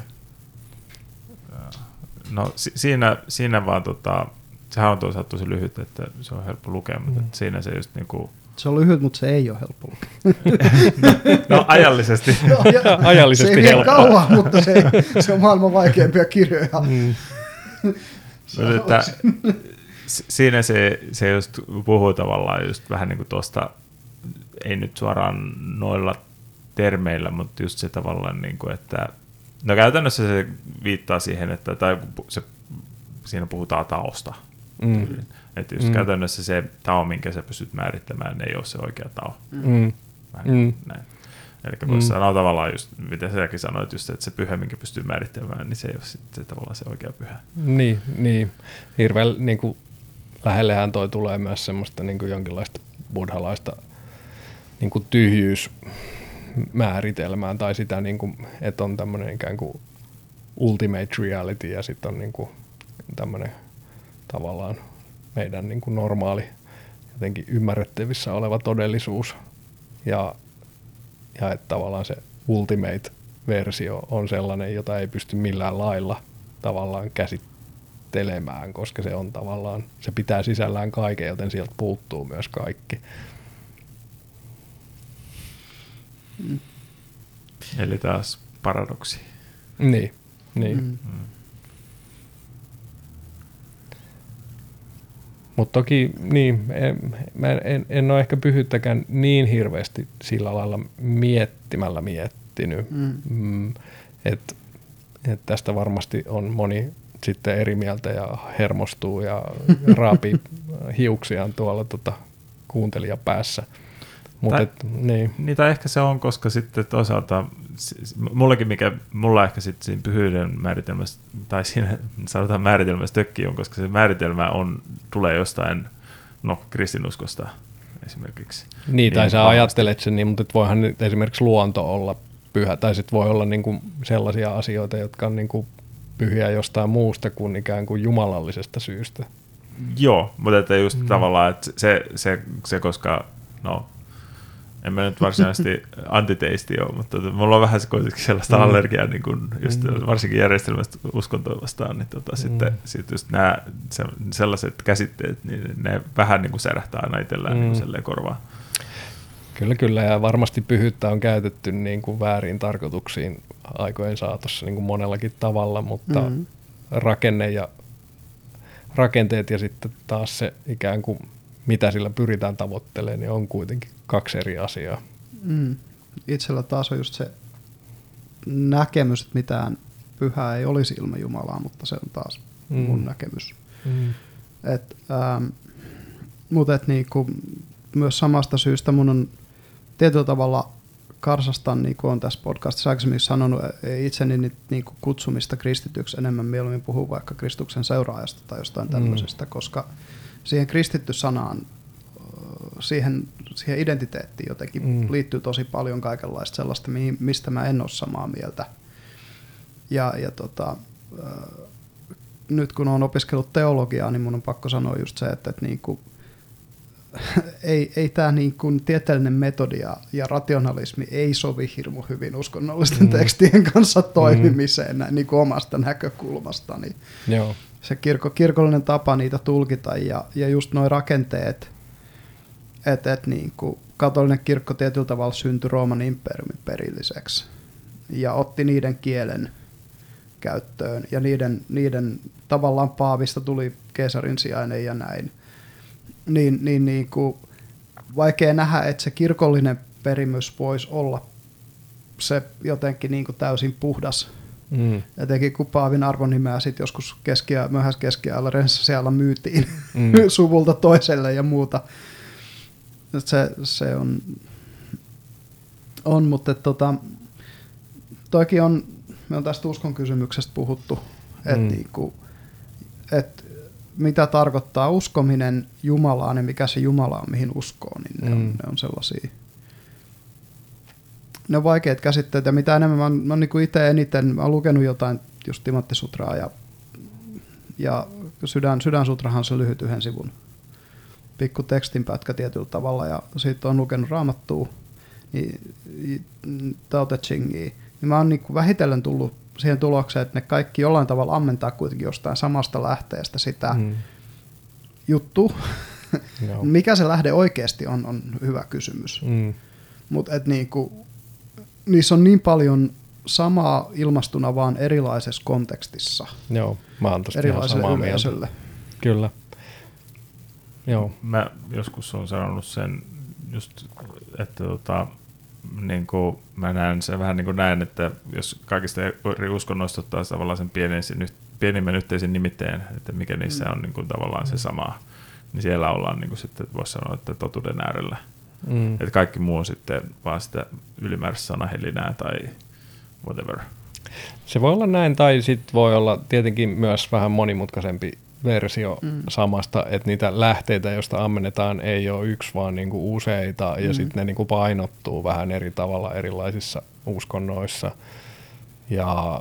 No siinä vaan sehän on toisaalta tosi lyhyt, että se on helppo lukea, mutta siinä se just niinku se on lyhyt, mutta se ei ole helppo lukea. no ajallisesti. Ajallisesti se ei vie kauan, mutta se on maailman vaikeimpia kirjoja. Että siinä se just puhuu tavallaan just vähän niin kuin tuosta, ei nyt suoraan noilla termeillä, mutta just se tavallaan, niin kuin, että no käytännössä se viittaa siihen, että siinä puhutaan taosta. Että just käytännössä se tao, minkä sä pystyt määrittämään, ei ole se oikea tao. Näin. Eli voisi sanoa tavallaan just, mitä säkin sanoit, just, että se pyhä, minkä pystyy määrittämään, niin se ei ole sitten tavallaan se oikea pyhä. Niin. Hirveän niin kuin lähellehän toi tulee myös semmoista niin kuin jonkinlaista buddhalaista niin kuin tyhjyysmääritelmää tai sitä, niin kuin, että on tämmöinen ikään kuin ultimate reality ja sitten on niin kuin tämmöinen tavallaan meidän niin kuin normaali jotenkin ymmärrettävissä oleva todellisuus ja että tavallaan se ultimate-versio on sellainen, jota ei pysty millään lailla tavallaan käsittelemään, koska se on tavallaan, se pitää sisällään kaiken, joten sieltä puuttuu myös kaikki. Eli taas paradoksi. Niin. Mutta toki niin, mä en ole ehkä pyhyyttäkään niin hirveästi sillä lailla miettinyt. Että tästä varmasti on moni sitten eri mieltä ja hermostuu ja raapii hiuksiaan tuolla kuuntelijapäässä. Niitä ehkä se on, koska sitten toisaalta mulla ehkä sitten siinä pyhyyden määritelmässä, tai siinä sanotaan määritelmässä tökki on, koska se määritelmä tulee jostain, kristinuskosta esimerkiksi. Niin, tai sä ajattelet sen niin, mutta voihan nyt esimerkiksi luonto olla pyhä, tai sitten voi olla niinku sellaisia asioita, jotka on niinku pyhiä jostain muusta kuin ikään kuin jumalallisesta syystä. Joo, mutta että just tavallaan, että se koska, en mä nyt varsinaisesti antiteisti ole, mutta mulla on vähän kuitenkin sellaista allergiaa, niin kuin just varsinkin järjestelmästä uskontoa vastaan, niin sitten just nämä sellaiset käsitteet, niin ne vähän niin kuin särähtää aina itsellään niin kuin korvaan. Kyllä, ja varmasti pyhyyttä on käytetty niin kuin väärin tarkoituksiin aikojen saatossa niin kuin monellakin tavalla, mutta rakenteet ja sitten taas se ikään kuin mitä sillä pyritään tavoittelemaan, niin on kuitenkin kaksi eri asiaa. Itsellä taas on just se näkemys, että mitään pyhää ei olisi ilman Jumalaa, mutta se on taas mun näkemys. Mutta niinku, myös samasta syystä mun on tietyllä tavalla karsastan, niin kuin olen tässä podcastissa aikaisemmin sanonut, itseni niinku kutsumista kristityksi enemmän mieluummin puhuu vaikka Kristuksen seuraajasta tai jostain tämmöisestä, koska siihen kristitty sanaan, siihen identiteettiin jotenkin liittyy tosi paljon kaikenlaista sellaista, mistä mä en ole samaa mieltä. Nyt kun olen opiskellut teologiaa, niin mun on pakko sanoa just se, että niinku, ei tämä niinku tieteellinen metodi ja rationalismi ei sovi hirmu hyvin uskonnollisten tekstien kanssa toimimiseen näin niinku omasta näkökulmastani. Joo. Se kirkollinen tapa niitä tulkita ja just nuo rakenteet, että niinku katolinen kirkko tietyllä tavalla syntyi Rooman imperiumin perilliseksi ja otti niiden kielen käyttöön ja niiden tavallaan paavista tuli keisarin sijainen ja näin. Niin kuin vaikea nähdä, että se kirkollinen perimys voisi olla se jotenkin niin kuin täysin puhdas. Etenkin kun paavin arvonimeä sitten joskus myöhäiskeskiajalla Renssasialla myytiin suvulta toiselle ja muuta. Se on mutta toikin on, me on tästä uskon kysymyksestä puhuttu, että mitä tarkoittaa uskominen Jumalaan ja mikä se Jumala on, mihin uskoo, niin ne on sellaisia. Ne on vaikeat käsitteet ja mitä enemmän mä oon niin kuin itse eniten, mä oon lukenut jotain just Timatti Sutraa ja Sydänsutrahan on se lyhyt 1 sivun pikku tekstinpätkä tietyllä tavalla ja siitä on lukenut Raamattua, Tao Te Chingia, niin mä oon niin kuin vähitellen tullut siihen tulokseen, että ne kaikki jollain tavalla ammentaa kuitenkin jostain samasta lähteestä sitä juttua. No. Mikä se lähde oikeasti on hyvä kysymys. Mutta niinku, niissä on niin paljon samaa ilmastuna vaan erilaisessa kontekstissa. Joo, mä oon tosta ihan samaa mieltä. Kyllä. Joo. Mä joskus olen sanonut sen just, että niin kuin mä näen sen vähän niin kuin näen, että jos kaikista eri uskonnoista ottaa tavallaan sen pienimmän yhteisen nimittäin, että mikä niissä on niin kuin tavallaan se sama, niin siellä ollaan niin kuin sitten, voisi sanoa, että totuuden äärellä. Että kaikki muu on sitten vaan sitä ylimääräistä sanahelinää tai whatever. Se voi olla näin, tai sitten voi olla tietenkin myös vähän monimutkaisempi versio samasta, että niitä lähteitä, joista ammennetaan, ei ole yksi, vaan niinku useita, ja sitten ne niinku painottuu vähän eri tavalla erilaisissa uskonnoissa. Ja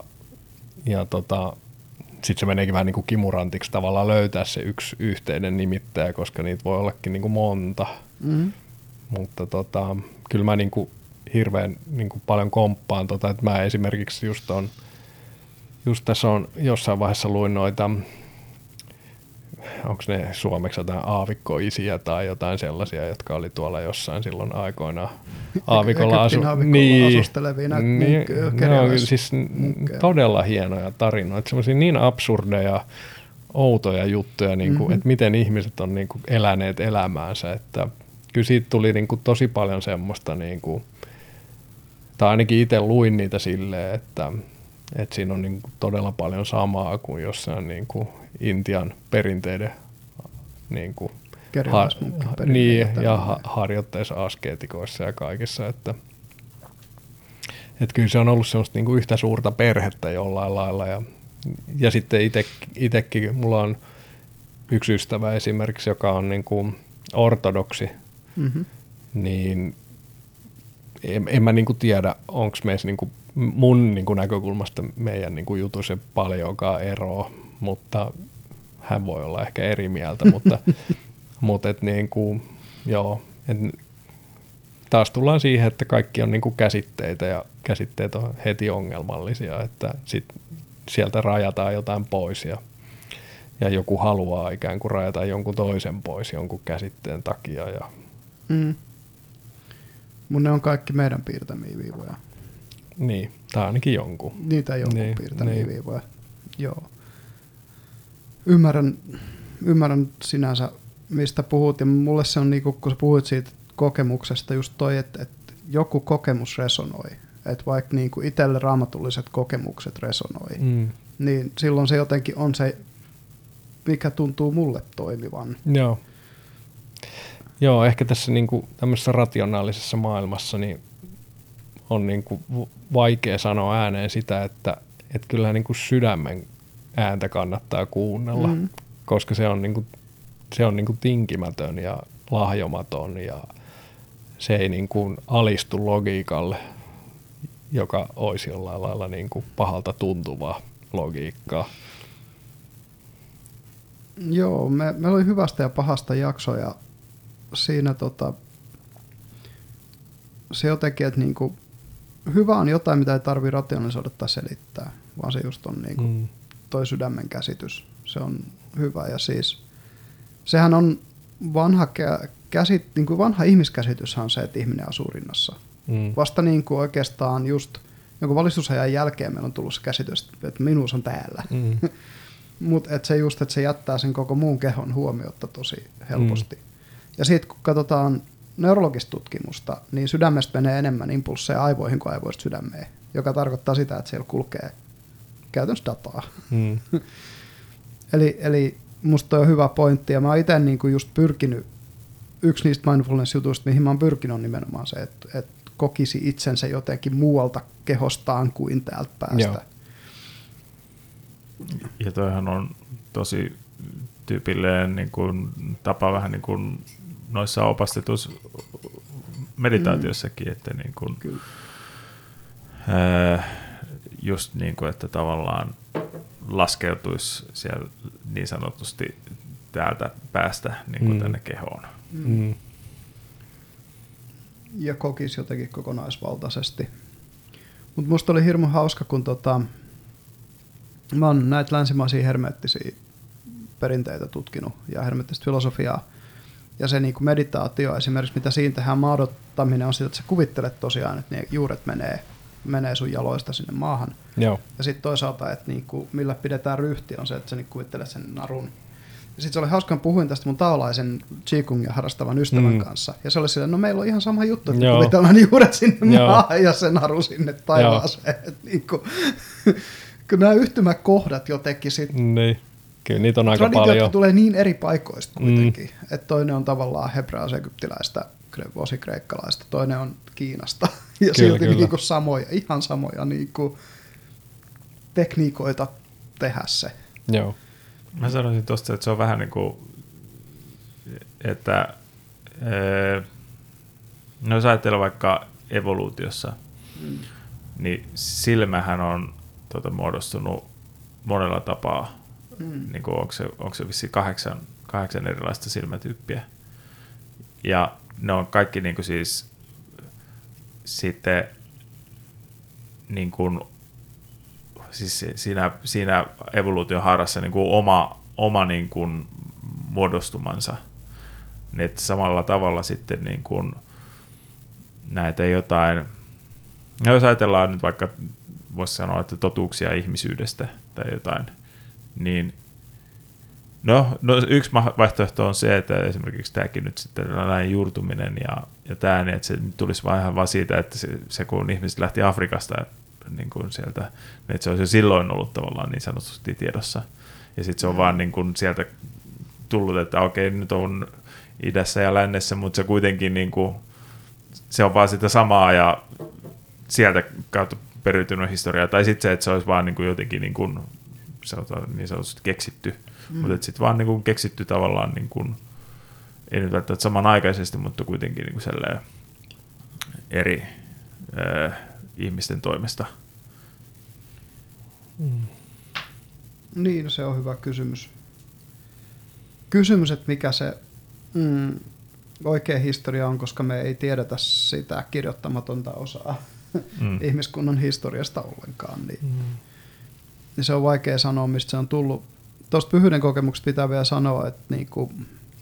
sitten se meneekin vähän niinku kimurantiksi tavallaan löytää se yksi yhteinen nimittäjä, koska niitä voi ollakin niinku monta. Mutta kyllä mä niinku hirveän niinku paljon komppaan, että mä esimerkiksi just tässä on jossain vaiheessa luin noita, onko ne suomeksi jotain aavikkoisiä tai jotain sellaisia, jotka oli tuolla jossain silloin aikoinaan aavikolla asustelevia ne on siis todella hienoja tarinoita, semmoisia niin absurdeja outoja juttuja, niin kuin, että miten ihmiset on niin kuin eläneet elämäänsä. Että kyllä siitä tuli niin kuin tosi paljon semmoista, niin kuin, tai ainakin itse luin niitä silleen, että siinä on niin kuin todella paljon samaa kuin jossain niin kuin Intian perinteiden niin kuin niin, ja harjoitteissa askeetikoissa ja kaikissa, että kyllä se on ollut semmoista niin kuin yhtä suurta perhettä jollain lailla ja sitten itsekin mulla on yksi ystävä esimerkiksi, joka on niin kuin ortodoksi, niin en mä niin kuin tiedä, onko meissä niin kuin mun niin kuin näkökulmasta meidän niin kuin jutussa paljonkaan eroa, mutta hän voi olla ehkä eri mieltä, mutta et niin kuin, joo, et taas tullaan siihen, että kaikki on niin kuin käsitteitä ja käsitteet on heti ongelmallisia, että sieltä rajataan jotain pois ja joku haluaa ikään kuin rajata jonkun toisen pois jonkun käsitteen takia. Mun ne on kaikki meidän piirtämiä viivoja. Niin, tai ainakin jonkun. Niitä jonkun niin, piirtämiä niin. viivoja. Joo. Ymmärrän sinänsä, mistä puhut, ja mulle se on niinku, kun sä puhuit siitä kokemuksesta, just toi, että joku kokemus resonoi. Että vaikka niinku itselle raamatulliset kokemukset resonoi, niin silloin se jotenkin on se, mikä tuntuu mulle toimivan. Joo, ehkä tässä niinku tämmöisessä rationaalisessa maailmassa niin on niinku vaikea sanoa ääneen sitä, että kyllähän niinku sydämen ääntä kannattaa kuunnella, koska se on niinku tinkimätön ja lahjomaton ja se ei niinku alistu logiikalle, joka olisi jollain lailla niinku pahalta tuntuvaa logiikkaa. Joo, meillä oli hyvästä ja pahasta jaksoja. Siinä se jotenkin, että niinku, hyvä on jotain, mitä ei tarvitse rationalisoida tai selittää, vaan se just on niinku toi sydämen käsitys. Se on hyvä ja siis sehän on niinku vanha ihmiskäsityshän on se, että ihminen asuu rinnassa. Vasta niinku oikeastaan just jonkun valistusajan jälkeen meillä on tullut se käsitys, että minuus on täällä. Mutta se just, että se jättää sen koko muun kehon huomiotta tosi helposti. Ja sitten kun katsotaan neurologista tutkimusta, niin sydämestä menee enemmän impulsseja aivoihin kuin aivoista sydämeen, joka tarkoittaa sitä, että siellä kulkee käytännössä dataa. Eli musta toi on hyvä pointti, ja mä oon itse niinku just pyrkinyt, yksi niistä mindfulness-jutuista, mihin mä oon pyrkinyt, on nimenomaan se, että kokisi itsensä jotenkin muualta kehostaan kuin täältä päästä. Joo. Ja toihan on tosi tyypillinen niin kuin, tapa vähän niin kuin noissa opastetuissa meditaatiossakin, että niin kuin, just niin kuin, että tavallaan laskeutuisi siellä niin sanotusti täältä päästä niin kuin tänne kehoon. Ja kokisi jotenkin kokonaisvaltaisesti. Mutta musta oli hirmu hauska, kun mä oon näitä länsimaisia hermeettisiä perinteitä tutkinut ja hermeettistä filosofiaa. Ja se niin kuin meditaatio esimerkiksi, mitä siinä tehdään, maadottaminen on sitä, että sä kuvittelet tosiaan, että ne juuret menee sun jaloista sinne maahan. Joo. Ja sitten toisaalta, että niin kuin, millä pidetään ryhtiä, on se, että sä niin kuvittelet sen narun. Ja sitten se oli hauskaa, puhuin tästä mun taolaisen Qigongia harrastavan ystävän kanssa. Ja se oli silleen, no meillä on ihan sama juttu, että kuvitellaan juuret sinne maahan ja se naru sinne taivaaseen. Niin kuin, kun nämä yhtymäkohdat jotenkin sitten... Niin. Kyllä niitä on aika paljon. Traditiot tulee niin eri paikoista kuitenkin. Että toinen on tavallaan hebrealais-egyptiläistä, osikreikkalaista, toinen on Kiinasta. Ja silti niinku ihan samoja niinku tekniikoita tehdä se. Joo. Mä sanoisin tuosta, että se on vähän niin kuin, että no jos ajatellaan vaikka evoluutiossa, niin silmähän on muodostunut monella tapaa. Niin kuin, onko se vissiin 8 erilaista silmätyyppiä. Ja ne on kaikki niin kuin siis sitten niin kuin, siis siinä evoluution haarassa niin kuin oma niin kuin muodostumansa. Että samalla tavalla sitten niin kuin näitä jotain, no jos ajatellaan nyt vaikka, voisi sanoa, että totuuksia ihmisyydestä tai jotain, niin No yksi vaihtoehto on se, että esimerkiksi tämäkin nyt sitten tällainen juurtuminen ja tämä, niin että se tulisi vaan siitä, että se kun ihmiset lähti Afrikasta niin kuin sieltä, niin että se olisi jo silloin ollut tavallaan niin sanotusti tiedossa. Ja sitten se on vaan niin kuin sieltä tullut, että okei, nyt on idässä ja lännessä, mutta se kuitenkin niin kuin, se on vaan sitä samaa ja sieltä kautta periytynyt historiaa. Tai sitten se, että se olisi vaan niin kuin jotenkin niin kuin, niin sanotusti keksitty. Mutta sitten vaan niin kuin keksitty tavallaan, niin kuin, ei nyt välttämättä samanaikaisesti, mutta kuitenkin niin kuin eri ihmisten toimesta. Niin, se on hyvä kysymys. Kysymys, että mikä se oikea historia on, koska me ei tiedetä sitä kirjoittamatonta osaa ihmiskunnan historiasta ollenkaan. Niin se on vaikea sanoa, mistä se on tullut. Tuosta pyhyyden kokemuksesta pitää vielä sanoa, että niinku,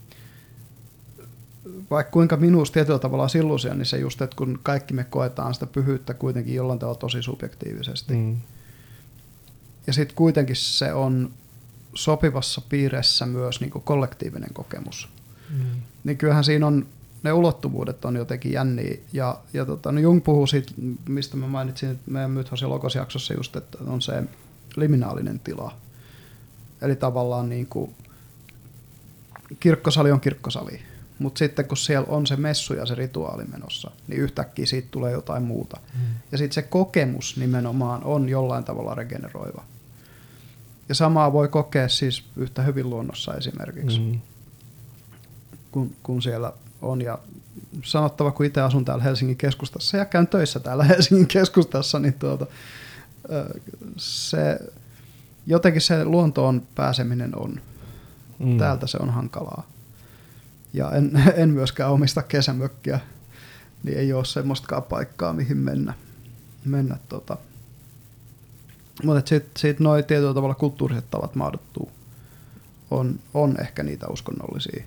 vaikka kuinka minusta tietyllä tavalla on illuusio, niin se just, että kun kaikki me koetaan sitä pyhyyttä kuitenkin jollain tavalla tosi subjektiivisesti. Ja sitten kuitenkin se on sopivassa piirissä myös niinku kollektiivinen kokemus. Niin kyllähän siinä on, ne ulottuvuudet on jotenkin jänniä. Ja no Jung puhuu siitä, mistä mä mainitsin, että meidän Mythos ja Logos-jaksossa just, että on se liminaalinen tila. Eli tavallaan niin kuin kirkkosali on kirkkosali, mutta sitten kun siellä on se messu ja se rituaali menossa, niin yhtäkkiä siitä tulee jotain muuta. Ja sitten se kokemus nimenomaan on jollain tavalla regeneroiva. Ja samaa voi kokea siis yhtä hyvin luonnossa esimerkiksi, kun siellä on. Ja sanottava, kun itse asun täällä Helsingin keskustassa ja käyn töissä täällä Helsingin keskustassa, niin se jotenkin se luontoon pääseminen on. Täältä se on hankalaa. Ja en myöskään omista kesämökkiä, niin ei ole semmoistakaan paikkaa, mihin mennä. Mutta sitten noi tietyllä tavalla kulttuuriset tavat maadottuu. On ehkä niitä uskonnollisia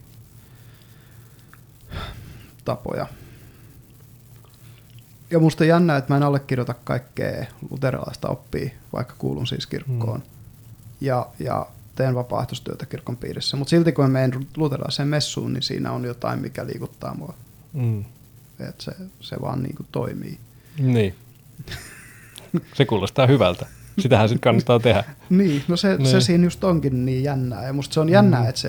tapoja. Ja musta on jännä, että mä en allekirjoita kaikkea luterilaista oppia, vaikka kuulun siis kirkkoon. Ja teen vapaaehtoistyötä kirkon piirissä. Mutta silti kun mä menen luterilaiseen messuun, niin siinä on jotain, mikä liikuttaa mua. Että se vaan niinku toimii. Niin. Se kuulostaa hyvältä. Sitähän sitten kannattaa tehdä. Niin, no se siinä just onkin niin jännää. Ja musta se on jännää, että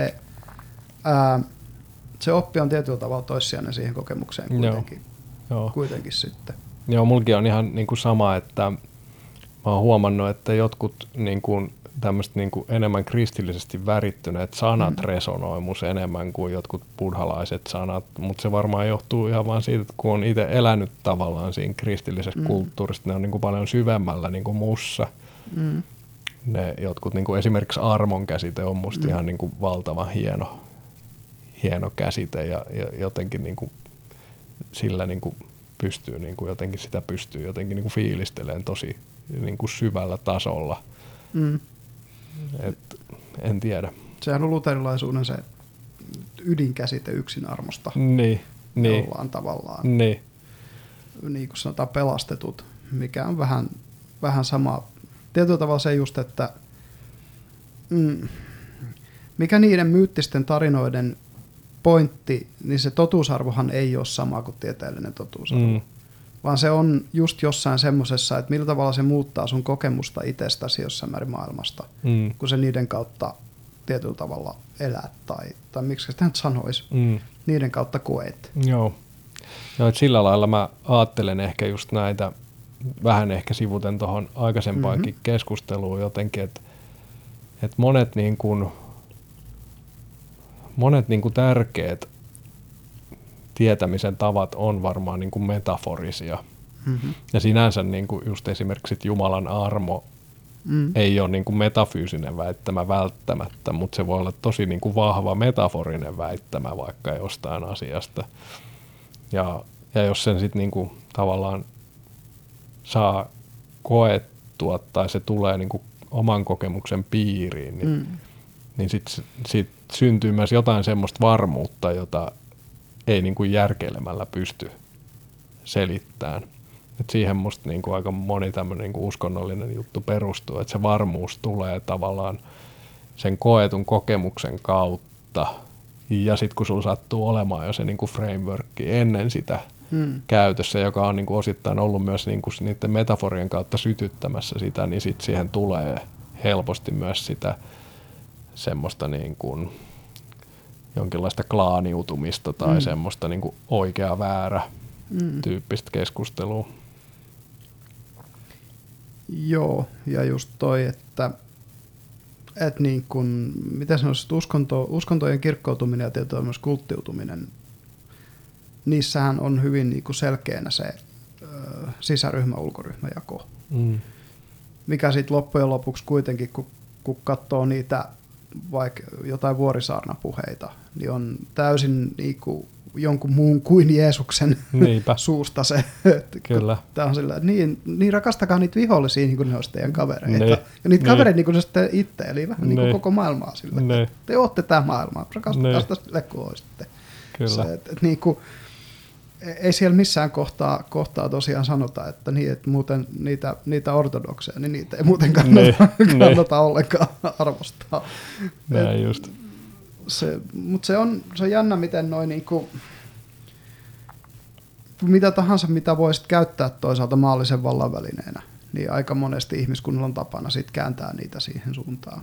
se oppi on tietyllä tavalla toissijainen siihen kokemukseen kuitenkin. Joo. Kuitenkin sitten. Joo, mulki on ihan niin kuin sama, että mä oon huomannut, että jotkut niin kuin tämmöiset niin kuin enemmän kristillisesti värittyneet sanat resonoi mus enemmän kuin jotkut buddhalaiset sanat, mutta se varmaan johtuu ihan vaan siitä, että kun on itse elänyt tavallaan siinä kristillisessä kulttuurissa, ne on niin kuin paljon syvemmällä niin kuin mussa. Ne jotkut, niin kuin esimerkiksi armon käsite on musta ihan niin kuin valtavan hieno käsite ja jotenkin niin kuin sillä niin kuin pystyy niin kuin jotenkin sitä pystyy jotenkin niin kuin fiilistelemään tosi niin kuin syvällä tasolla. En tiedä. Sehän on luterilaisuuden se ydinkäsite yksin armosta. Niin. Ollaan tavallaan. Niin kuin sanotaan pelastetut, mikä on vähän sama. Tietyllä tavalla se just, että mikä niiden myyttisten tarinoiden pointti, niin se totuusarvohan ei ole sama kuin tieteellinen totuusarvo. Vaan se on just jossain semmosessa, että millä tavalla se muuttaa sun kokemusta itsestäsi jossain määrin maailmasta, kun se niiden kautta tietyllä tavalla elät, tai miksi sitä nyt sanoisi, niiden kautta koet. Joo, että sillä lailla mä ajattelen ehkä just näitä, vähän ehkä sivuten tuohon aikaisempaankin keskusteluun jotenkin, että monet niin kuin tärkeät tietämisen tavat on varmaan niin kuin metaforisia. Ja sinänsä niin kuin just esimerkiksi Jumalan armo ei ole niin kuin metafyysinen väittämä välttämättä, mutta se voi olla tosi niin kuin vahva metaforinen väittämä vaikka jostain asiasta. Ja jos sen sitten niin kuin tavallaan saa koettua tai se tulee niin kuin oman kokemuksen piiriin, niin sit syntyy myös jotain semmoista varmuutta, jota ei niin kuin järkeilemällä pysty selittämään. Et siihen musta niin kuin aika moni tämmöinen niin kuin uskonnollinen juttu perustuu, että se varmuus tulee tavallaan sen koetun kokemuksen kautta. Ja sitten kun sulla sattuu olemaan jo se niin kuin frameworkki ennen sitä käytössä, joka on niin kuin osittain ollut myös niin kuin niiden metaforien kautta sytyttämässä sitä, niin sitten siihen tulee helposti myös sitä semmoista niin kuin jonkinlaista klaaniutumista tai semmoista niin kuin oikea väärä tyyppistä keskustelua. Joo, ja just toi, että niin kun, miten sanoisit, uskontojen kirkkoutuminen ja tietysti myös kulttiutuminen, niissähän on hyvin niin kuin selkeänä se sisäryhmä-ulkoryhmäjako. Mikä sitten loppujen lopuksi kuitenkin, kun katsoo niitä vaikka jotain Vuorisaarna-puheita, niin on täysin niin kuin jonkun muun kuin Jeesuksen suusta se. Kyllä. Tämä on sillä, niin rakastakaa niitä vihollisia niin kuin ne olisi teidän kavereita. Ja niitä kavereita niin kuin ne sitten itse, eli vähän niin kuin koko maailmaa sillä. Te olette tämä maailma, rakastakaa sitä sille kuin olisitte. Kyllä. Niin kuin, ei siellä missään kohtaa tosiaan sanota, että muuten niitä ortodokseja, niin niitä ei muuten kannata ollenkaan arvostaa. Näin just. Mutta se on jännä, miten noin niinku, mitä tahansa, mitä voisit käyttää toisaalta maallisen vallan välineenä, niin aika monesti ihmiskunnalla on tapana sit kääntää niitä siihen suuntaan.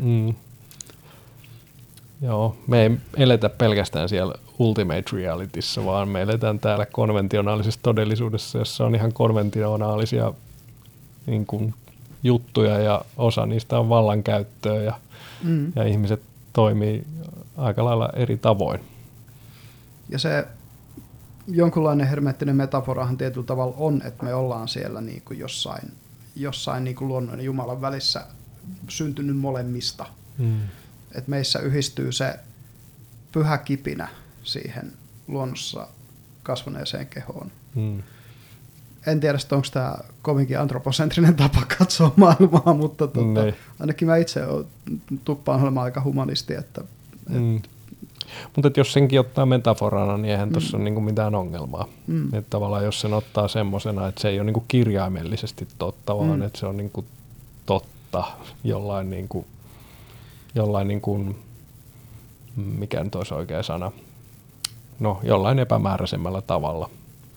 Joo, me ei eletä pelkästään siellä ultimate realityssä, vaan me eletään täällä konventionaalisessa todellisuudessa, jossa on ihan konventionaalisia niin kuin, juttuja ja osa niistä on vallankäyttöä ja ihmiset toimii aika lailla eri tavoin. Ja se jonkunlainen hermeettinen metaforahan tietyllä tavalla on, että me ollaan siellä niin kuin jossain niin kuin luonnon ja Jumalan välissä syntynyt molemmista. Että meissä yhdistyy se pyhä kipinä siihen luonnossa kasvaneeseen kehoon. En tiedä, onko tämä kovinkin antroposentrinen tapa katsoa maailmaa, mutta ainakin mä itse tuppaan olemaan aika humanisti. Mutta jos senkin ottaa metaforana, niin eihän tuossa ole niinku mitään ongelmaa. Että tavallaan jos sen ottaa semmosena, että se ei ole niinku kirjaimellisesti totta, vaan että se on niinku totta jollain, niinku, mikä nyt olisi oikea sana, no jollain epämääräisemmällä tavalla.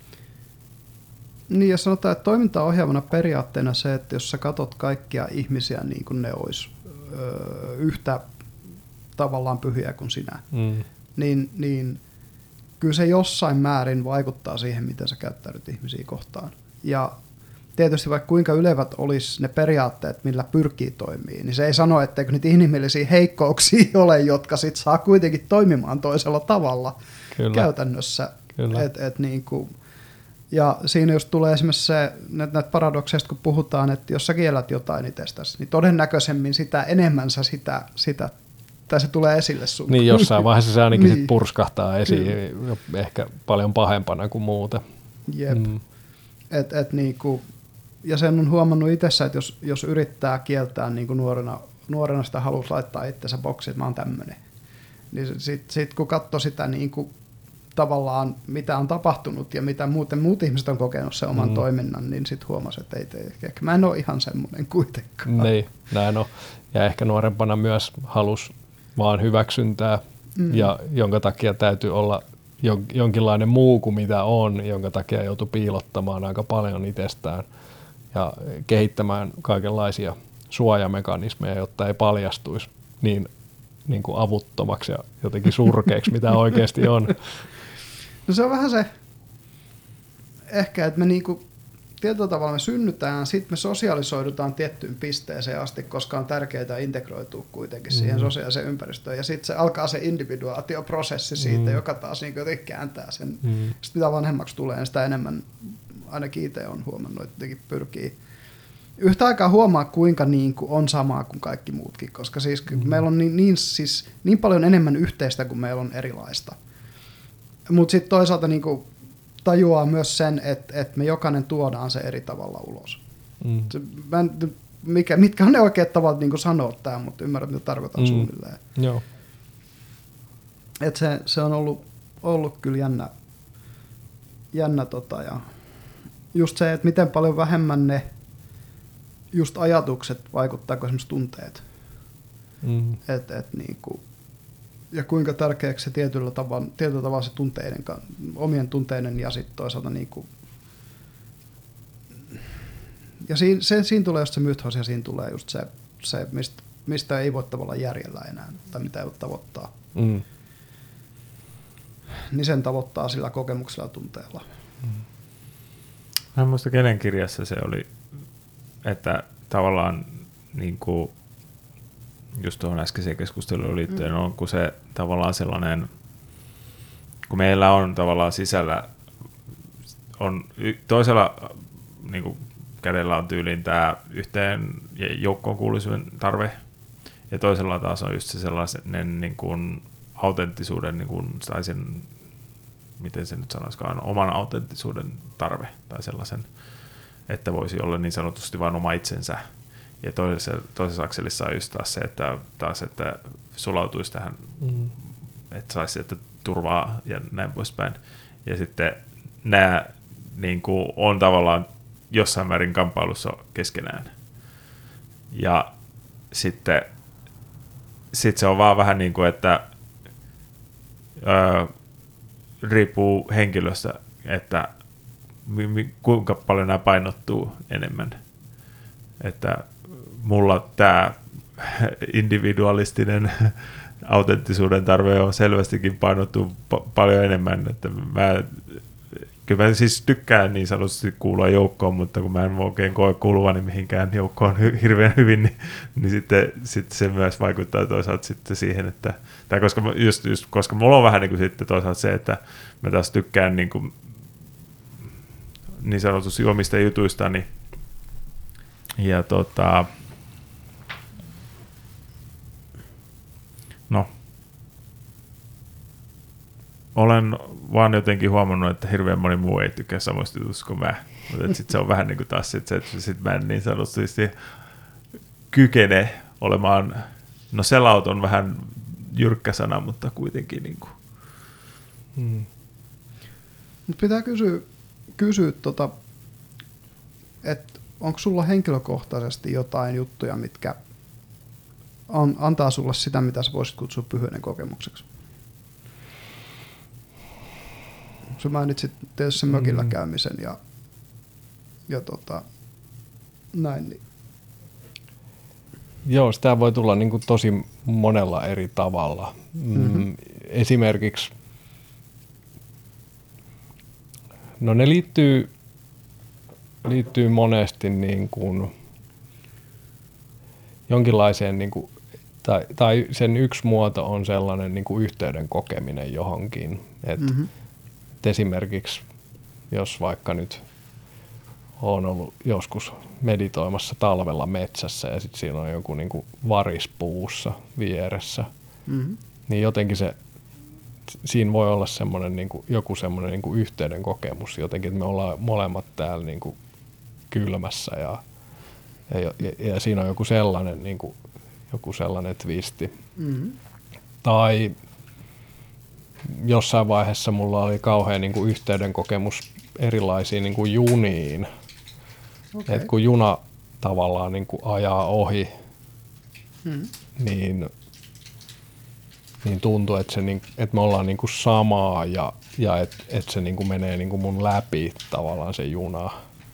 Niin, ja sanotaan, että toimintaa ohjaavana periaatteena se, että jos sä katot kaikkia ihmisiä niin kuin ne olisi yhtä tavallaan pyhiä kuin sinä, niin kyllä se jossain määrin vaikuttaa siihen, miten sä käyttäydyt ihmisiä kohtaan. Ja tietysti vaikka kuinka ylevät olisi ne periaatteet, millä pyrkii toimii, niin se ei sano, etteikö niitä inhimillisiä heikkouksia ole, jotka sit saa kuitenkin toimimaan toisella tavalla käytännössä. Niin kuin, ja siinä jos tulee esimerkiksi se, näitä paradokseista, kun puhutaan, että jos sä kiellät jotain itsestäsi, niin todennäköisemmin sitä enemmän sä sitä tai se tulee esille sun. Niin jossain vaiheessa se ainakin sit purskahtaa esiin, ehkä paljon pahempana kuin muuten. Jep. Niinku, ja sen on huomannut itsessä, että jos yrittää kieltää niin kuin nuorena sitä halusi laittaa itsensä boksiin, että mä oon tämmönen, niin sit kun katsoi sitä niin kuin, tavallaan mitä on tapahtunut ja mitä muut ihmiset on kokenut sen oman toiminnan, niin sitten huomasi, että ehkä mä en ole ihan semmoinen kuitenkaan. Niin, näin on. Ja ehkä nuorempana myös halusi vaan hyväksyntää, ja jonka takia täytyy olla jonkinlainen muu kuin mitä on, jonka takia joutui piilottamaan aika paljon itsestään ja kehittämään kaikenlaisia suojamekanismeja, jotta ei paljastuisi niin kuin avuttomaksi ja jotenkin surkeaksi, mitä oikeasti on. No se on vähän se, ehkä, että me niinku, tietyllä tavalla me synnytään, sitten me sosialisoidutaan tiettyyn pisteeseen asti, koska on tärkeää integroitua kuitenkin siihen sosiaaliseen ympäristöön. Ja sitten se alkaa se individuaatioprosessi siitä, joka taas niin jotenkin kääntää sen. Sitten mitä vanhemmaksi tulee, niin sitä enemmän, ainakin itse olen huomannut, että jotenkin pyrkii yhtä aikaa huomaa, kuinka niin kuin on samaa kuin kaikki muutkin, koska siis meillä on niin paljon enemmän yhteistä kuin meillä on erilaista. Mutta sitten toisaalta niin kuin tajuaa myös sen, että me jokainen tuodaan se eri tavalla ulos. Mitkä on ne oikeat tavat niin kuin sanoa tämä, mutta ymmärrät, mitä tarkoitan suunnilleen. Joo. Et se on ollut kyllä jännä ja just se, että miten paljon vähemmän ne just ajatukset vaikuttaa kuin esimerkiksi tunteet. Niinku, ja kuinka tärkeäksi se tietyllä tavalla se omien tunteiden ja sitten toisaalta niinku, ja siinä tulee just se mythos ja siinä tulee just se mistä ei voi tavallaan järjellä enää tai mitä ei voi tavoittaa. Niin sen tavoittaa sillä kokemuksella ja tunteella. Mä en muista kenen kirjassa se oli, että tavallaan niin kuin just tuohon äskeiseen keskusteluun liittyen on, kun se tavallaan sellainen, kun meillä on tavallaan sisällä, on toisella niin kuin kädellä on tyyliin tämä yhteen joukkoon kuuluisuuden tarve, ja toisella taas on just se sellainen niin kuin autenttisuuden, niin kuin, tai sen, miten se nyt sanoisikaan, oman autenttisuuden tarve, tai sellaisen, että voisi olla niin sanotusti vain oma itsensä. Ja toisessa akselissa on just taas se, että sulautuisi tähän, että saisi sieltä turvaa ja näin poispäin. Ja sitten nämä niin kuin, on tavallaan jossain määrin kamppailussa keskenään. Ja sitten se on vaan vähän niin kuin, että riippuu henkilöstä, että kuinka paljon nämä painottuu enemmän. Että mulla tämä individualistinen autenttisuuden tarve on selvästikin painottuu paljon enemmän. Että kyllä mä siis tykkään niin sanotusti kuulua joukkoon, mutta kun mä en oikein koe kuuluvani mihinkään joukkoon hirveän hyvin, niin sitten se myös vaikuttaa toisaalta sitten siihen, että koska mulla on vähän niin kuin sitten toisaalta se, että mä taas tykkään niin sanotusti omista jutuistani. Ja olen vaan jotenkin huomannut, että hirveän moni muu ei tykkää samoista jutuista kuin mä. Mutta sitten se on vähän niin kuin taas, että sit mä en niin sanotusti kykene olemaan, no sellout on vähän jyrkkä sana, mutta kuitenkin niin kuin. Mut pitää kysyä että onko sulla henkilökohtaisesti jotain juttuja, mitkä antaa sulle sitä, mitä sä voisit kutsua pyhyyden kokemukseksi? Sä mainitsit tietysti sen mökillä käymisen ja näin. Niin. Joo, sitä voi tulla niin kuin tosi monella eri tavalla. Esimerkiksi, no ne liittyy monesti niin kuin jonkinlaiseen, niin kuin, tai sen yksi muoto on sellainen niin kuin yhteyden kokeminen johonkin. Että esimerkiksi, jos vaikka nyt olen ollut joskus meditoimassa talvella metsässä ja sitten siinä on joku niin kuin varispuussa vieressä, niin jotenkin siinä voi olla semmoinen niin kuin, joku semmoinen niin kuin yhteyden kokemus jotenkin, että me ollaan molemmat täällä niin kuin kylmässä ja siinä on joku sellainen, niin kuin, joku sellainen twisti. Tai jossain vaiheessa mulla oli kauhean niin kuin yhteyden kokemus erilaisiin niin kuin juniin. Okay. Et kun juna tavallaan niin kuin ajaa ohi, niin tuntuu, että me ollaan niin kuin samaa ja että se niin kuin menee niin kuin mun läpi tavallaan se juna.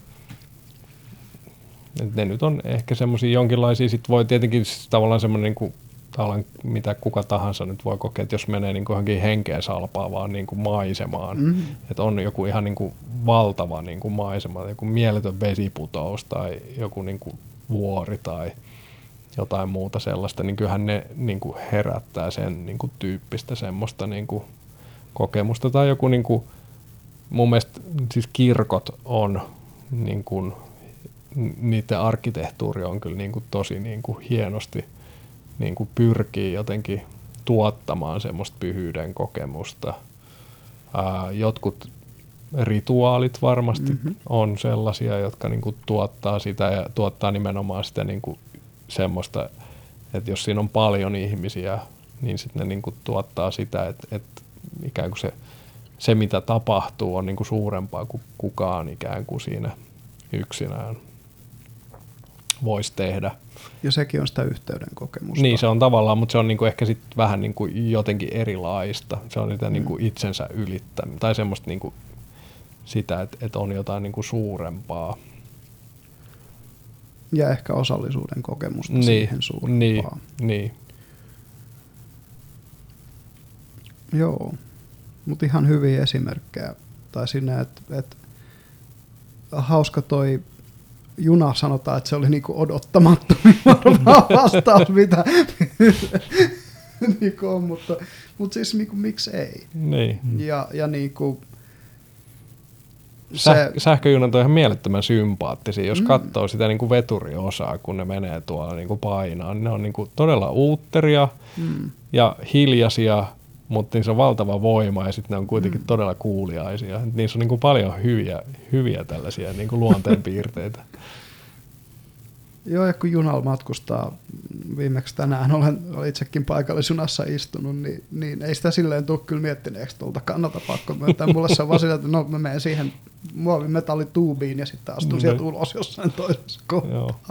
Et ne nyt on ehkä semmoisia jonkinlaisia, sit voi tietenkin tavallaan semmoinen niin kuin mitä kuka tahansa nyt voi kokea, että jos menee niin kuin johonkin henkeen salpaavaan niin kuin maisemaan, että on joku ihan niin kuin valtava niin kuin maisema, joku mieletön vesiputous tai joku niin kuin vuori tai jotain muuta sellaista, niin kyllähän ne niin kuin herättää sen niin kuin tyyppistä semmoista niin kuin kokemusta. Tai joku niin kuin, mun mielestä siis kirkot on niin kuin, niiden arkkitehtuuri on kyllä niin kuin tosi niin kuin hienosti niin kuin pyrkii jotenkin tuottamaan semmoista pyhyyden kokemusta. Jotkut rituaalit varmasti on sellaisia, jotka niin kuin tuottaa sitä ja tuottaa nimenomaan sitä niin kuin semmoista, että jos siinä on paljon ihmisiä, niin sitten ne niin kuin tuottaa sitä, että ikään kuin se mitä tapahtuu on niin kuin suurempaa kuin kukaan ikään kuin siinä yksinään. voisi tehdä. Ja sekin on sitä yhteyden kokemusta. Niin se on tavallaan, mutta se on niinku ehkä sit vähän niinku jotenkin erilaista. Se on sitä niinku itsensä ylittämistä tai semmoista niinku sitä, että on jotain niinku suurempaa. Ja ehkä osallisuuden kokemusta siihen suurempaa. Niin. Joo, mutta ihan hyviä esimerkkejä. Tai sinne, että hauska toi juna, sanotaan, että se oli niinku odottamattomin vastaus, mitä niinku on, mutta siis niinku, miksi ei? Niin. Ja niinku sähköjunat on ihan mielettömän sympaattisia. Jos katsoo sitä niinku veturiosaa, kun ne menee tuolla niinku painaa, niin ne on niinku todella uutteria ja hiljaisia, mutta niissä on valtava voima ja sitten ne on kuitenkin todella kuuliaisia. Niissä on niinku paljon hyviä tällaisia niinku luonteenpiirteitä. Joo, ja kun junalla matkustaa, viimeksi tänään olen itsekin paikallisjunassa istunut, niin ei sitä silleen tule kyllä miettineeksi tuolta kannalta pakko myöntää. Mulle se on vaan sillä, että no mä menen siihen muovimetallituubiin ja sitten astun sieltä ulos jossain toisessa kohtaa.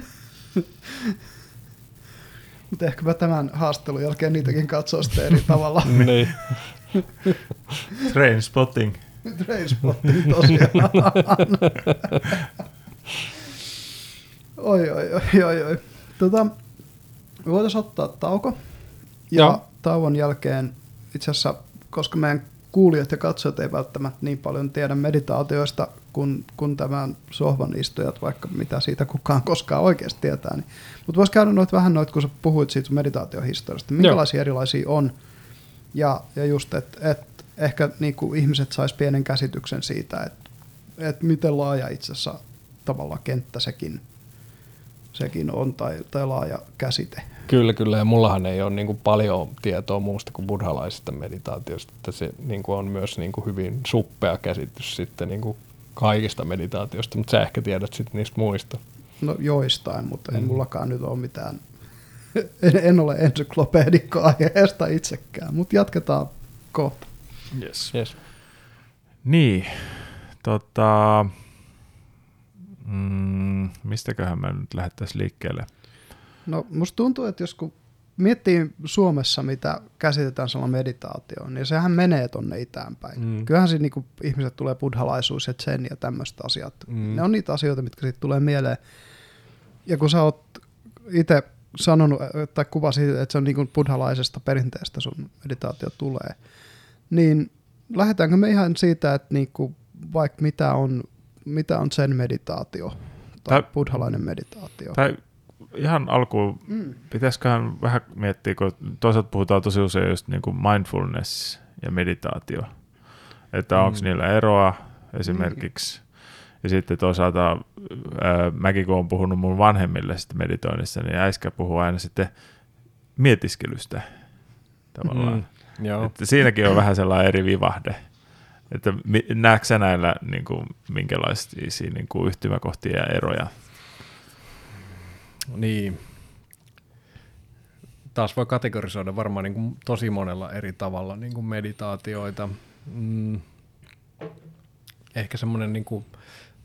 Mutta ehkä mä tämän haastelun jälkeen niitäkin katsoo sitten eri tavalla. Niin. Trainspotting. Trainspotting tosiaan. Oi. Me voitaisiin ottaa tauko. Ja tauon jälkeen itse asiassa, koska meidän kuulijat ja katsojat ei välttämättä niin paljon tiedä meditaatioista kuin tämän sohvan istujat, vaikka mitä siitä kukaan koskaan oikeasti tietää. Niin. Mutta voisi käydä vähän noita, kun sä puhuit siitä meditaatiohistoriasta, minkälaisia erilaisia on. Ja just, että ehkä niinku ihmiset sais pienen käsityksen siitä, että miten laaja itse asiassa tavallaan kenttä sekin on, tai laaja käsite. Kyllä, ja mullahan ei ole niinku paljon tietoa muusta kuin buddhalaisesta meditaatiosta, että se niinku on myös niinku hyvin suppea käsitys sitten niinku kaikista meditaatiosta, mutta sä ehkä tiedät sitten niistä muista. No joistain, mutta ei mullakaan nyt ole mitään, en ole ensyklopedikko aiheesta itsekään, mutta jatketaan kohta. Yes. Niin, mistäköhän me nyt lähdettäisiin liikkeelle? No musta tuntuu, että jos kun miettii Suomessa, mitä käsitetään sanoa meditaatioon, niin sehän menee tonne itäänpäin. Kyllähän siinä niinku ihmiset tulee buddhalaisuus ja zen ja tämmöiset asiat. Ne on niitä asioita, mitkä siitä tulee mieleen. Ja kun sä oot itse sanonut tai kuvasit, että se on niinku buddhalaisesta perinteestä sun meditaatio tulee, niin lähdetäänkö me ihan siitä, että niinku vaikka mitä on zen meditaatio tai buddhalainen meditaatio? Tai ihan alkuun, pitäisiköhän vähän miettiä, kun toisaalta puhutaan tosi usein just niin kuin mindfulness ja meditaatio, että onko niillä eroa esimerkiksi, ja sitten toisaalta mäkin kun olen puhunut mun vanhemmille sitten meditoinnissa, niin äiskä puhuu aina sitten mietiskelystä tavallaan, että siinäkin on vähän sellainen eri vivahde. Että näetkö sä näillä niin kuin, minkälaisia niin kuin yhtymäkohtia ja eroja? Niin. Taas voi kategorisoida varmaan niin kuin tosi monella eri tavalla niin kuin meditaatioita. Ehkä semmoinen, niin kuin,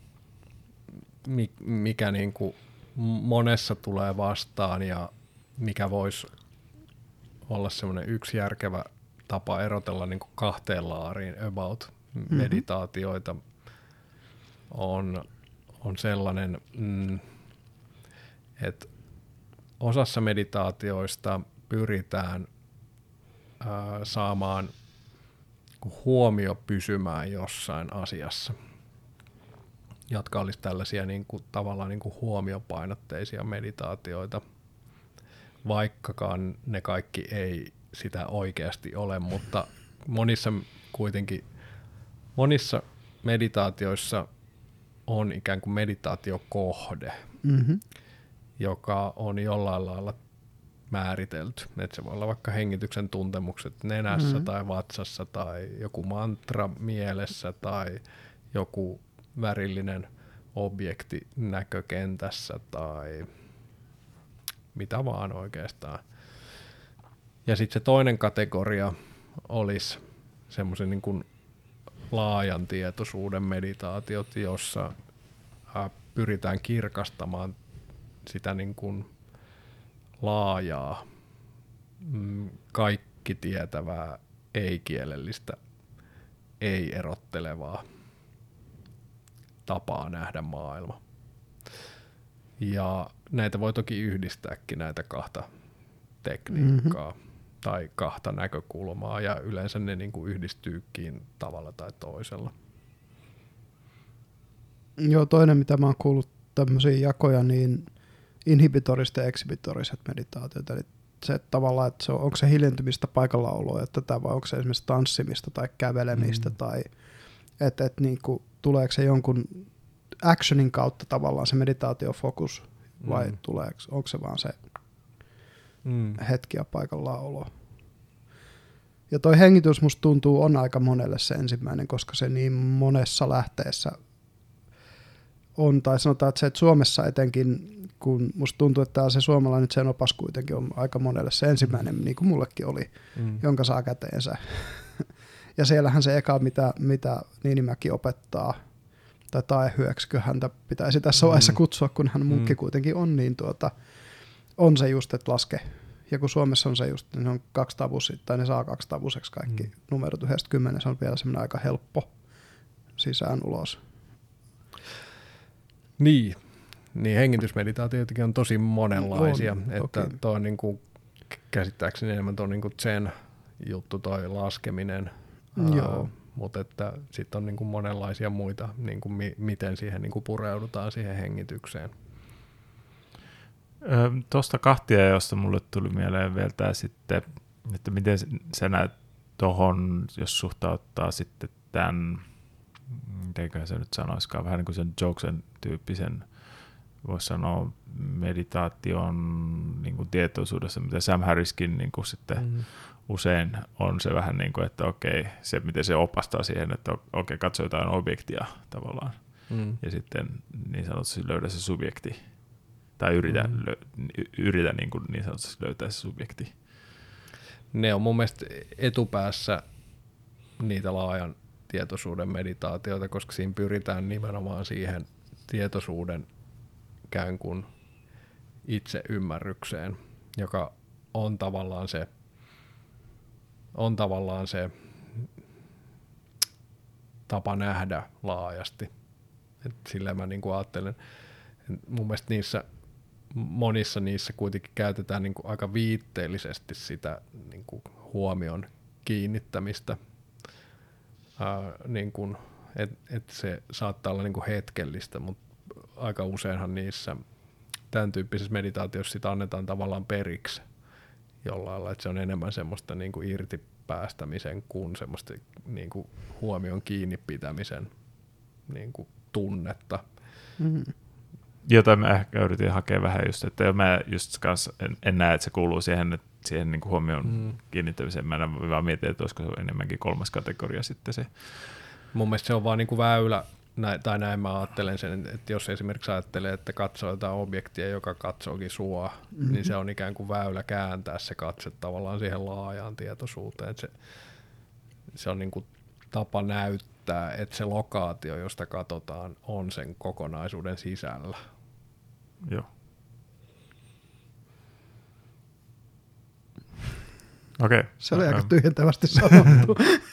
mikä niin kuin monessa tulee vastaan ja mikä voisi olla semmoinen yksi järkevä tapa erotella niin kuin kahteen laariin about meditaatioita on sellainen, että osassa meditaatioista pyritään saamaan huomio pysymään jossain asiassa, jotka olisi tällaisia niin kuin, tavallaan niin kuin huomiopainotteisia meditaatioita, vaikkakaan ne kaikki ei sitä oikeasti ole, mutta monissa meditaatioissa on ikään kuin meditaatiokohde, joka on jollain lailla määritelty. Et se voi olla vaikka hengityksen tuntemukset nenässä tai vatsassa tai joku mantra mielessä tai joku värillinen objekti näkökentässä tai mitä vaan oikeastaan. Ja sitten se toinen kategoria olisi semmoisen niin kuin laajan tietoisuuden meditaatiot, jossa pyritään kirkastamaan sitä niin kuin laajaa, kaikki tietävää, ei-kielellistä, ei-erottelevaa tapaa nähdä maailma. Ja näitä voi toki yhdistääkin näitä kahta tekniikkaa tai kahta näkökulmaa, ja yleensä ne niin kuin yhdistyykin tavalla tai toisella. Joo, toinen mitä mä oon kuullut tämmöisiä jakoja, niin inhibitoriset ja exhibitoriset meditaatiot, eli se että tavallaan, että se onko se hiljentymistä paikallaoloa, että vai onko se esimerkiksi tanssimista tai kävelemistä, tai että niinku, tuleeko se jonkun actionin kautta tavallaan se meditaatiofokus, vai onko se vaan se hetki ja paikallaolo. Ja toi hengitys musta tuntuu on aika monelle se ensimmäinen, koska se niin monessa lähteessä on, tai sanotaan, että se, että Suomessa etenkin, kun musta tuntuu, että täällä se suomalainen sen opas kuitenkin on aika monelle se ensimmäinen, niin kuin mullekin oli, jonka saa käteensä. Ja siellähän se eka, mitä Niinimäki opettaa, tai taehyöksikö häntä pitäisi tässä vaiheessa kutsua, kun hän munkki kuitenkin on, niin on se just, että laske. Ja kun Suomessa on se just, niin on 2 tavusia, tai ne saa 2 tavuseksi kaikki numerot 1-10, se on vielä semmoinen aika helppo sisään ulos. Niin hengitysmeditaatioitakin on tosi monenlaisia, että tuo on niin kuin, käsittääkseni enemmän tuo niin kuin zen juttu, toi laskeminen, mutta että sitten on niin kuin monenlaisia muita, niin kuin miten siihen niin kuin pureudutaan siihen hengitykseen. Tuosta kahtia, josta mulle tuli mieleen vielä tämä sitten, että miten sä näet tuohon, jos suhtauttaa sitten tämän, mitenköhän se nyt sanoisikaan, vähän niin kuin sen Jokesen tyyppisen, voisi sanoa meditaation niin kuin tietoisuudessa, mitä Sam Harriskin niin kuin sitten usein on se vähän niin kuin, että okei, se miten se opastaa siihen, että okei, katso jotain objektia tavallaan, ja sitten niin sanotusti löydä se subjekti, tai yritä niin sanotusti löytää se subjekti. Ne on mun mielestä etupäässä niitä laajan tietoisuuden meditaatioita, koska siinä pyritään nimenomaan siihen tietoisuuden ikään kuin itseymmärrykseen, joka on tavallaan se tapa nähdä laajasti. Et sillä mä niin kuin ajattelen, mun mielestä monissa niissä kuitenkin käytetään niin kuin aika viitteellisesti sitä niin kuin huomion kiinnittämistä, niin kuin, että se saattaa olla niin kuin hetkellistä, mutta aika useinhan niissä tämän tyyppisessä meditaatiossa sitä annetaan tavallaan periksi jollain lailla, että se on enemmän semmoista niin kuin irtipäästämisen kuin semmoista niin kuin huomion kiinni pitämisen niin kuin tunnetta. Jota mä ehkä yritin hakea vähän just, että mä just kanssa en näe, että se kuuluu siihen niin kuin huomioon kiinnittämiseen. Mä vaan mietin, että olisiko se enemmänkin 3. kategoria sitten se. Mun mielestä se on vaan niin kuin väylä, tai näin mä ajattelen sen, että jos esimerkiksi ajattelee, että katsoo jotain objektia, joka katsookin sua, niin se on ikään kuin väylä kääntää se katse tavallaan siihen laajaan tietoisuuteen. Se on niin kuin tapa näyttää, että se lokaatio, josta katsotaan, on sen kokonaisuuden sisällä. Joo. Okei. Se oli aika tyhjentävästi sanottu.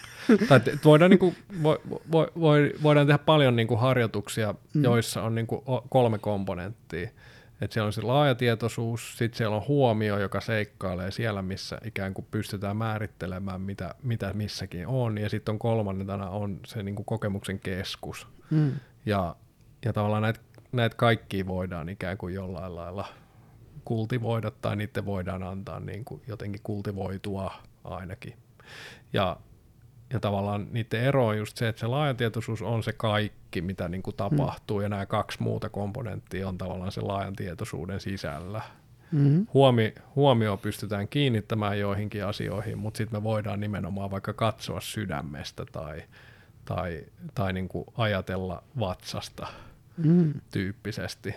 Voidaan tehdä paljon niin kuin harjoituksia, joissa on niin kuin 3 komponenttia. Et siellä on se laajatietoisuus, sitten siellä on huomio, joka seikkailee siellä, missä ikään kuin pystytään määrittelemään, mitä missäkin on. Ja sitten on kolmannetana on se niin kuin kokemuksen keskus. Ja tavallaan näitä kaikkia voidaan ikään kuin jollain lailla kultivoida tai niitä voidaan antaa niin kuin jotenkin kultivoitua ainakin. Ja tavallaan niiden ero on just se, että se laajatietoisuus on se kaikki, mitä niin kuin tapahtuu, ja nämä 2 muuta komponenttia on tavallaan se laajan tietoisuuden sisällä. Huomio pystytään kiinnittämään joihinkin asioihin, mutta sitten me voidaan nimenomaan vaikka katsoa sydämestä tai niin kuin ajatella vatsasta tyyppisesti.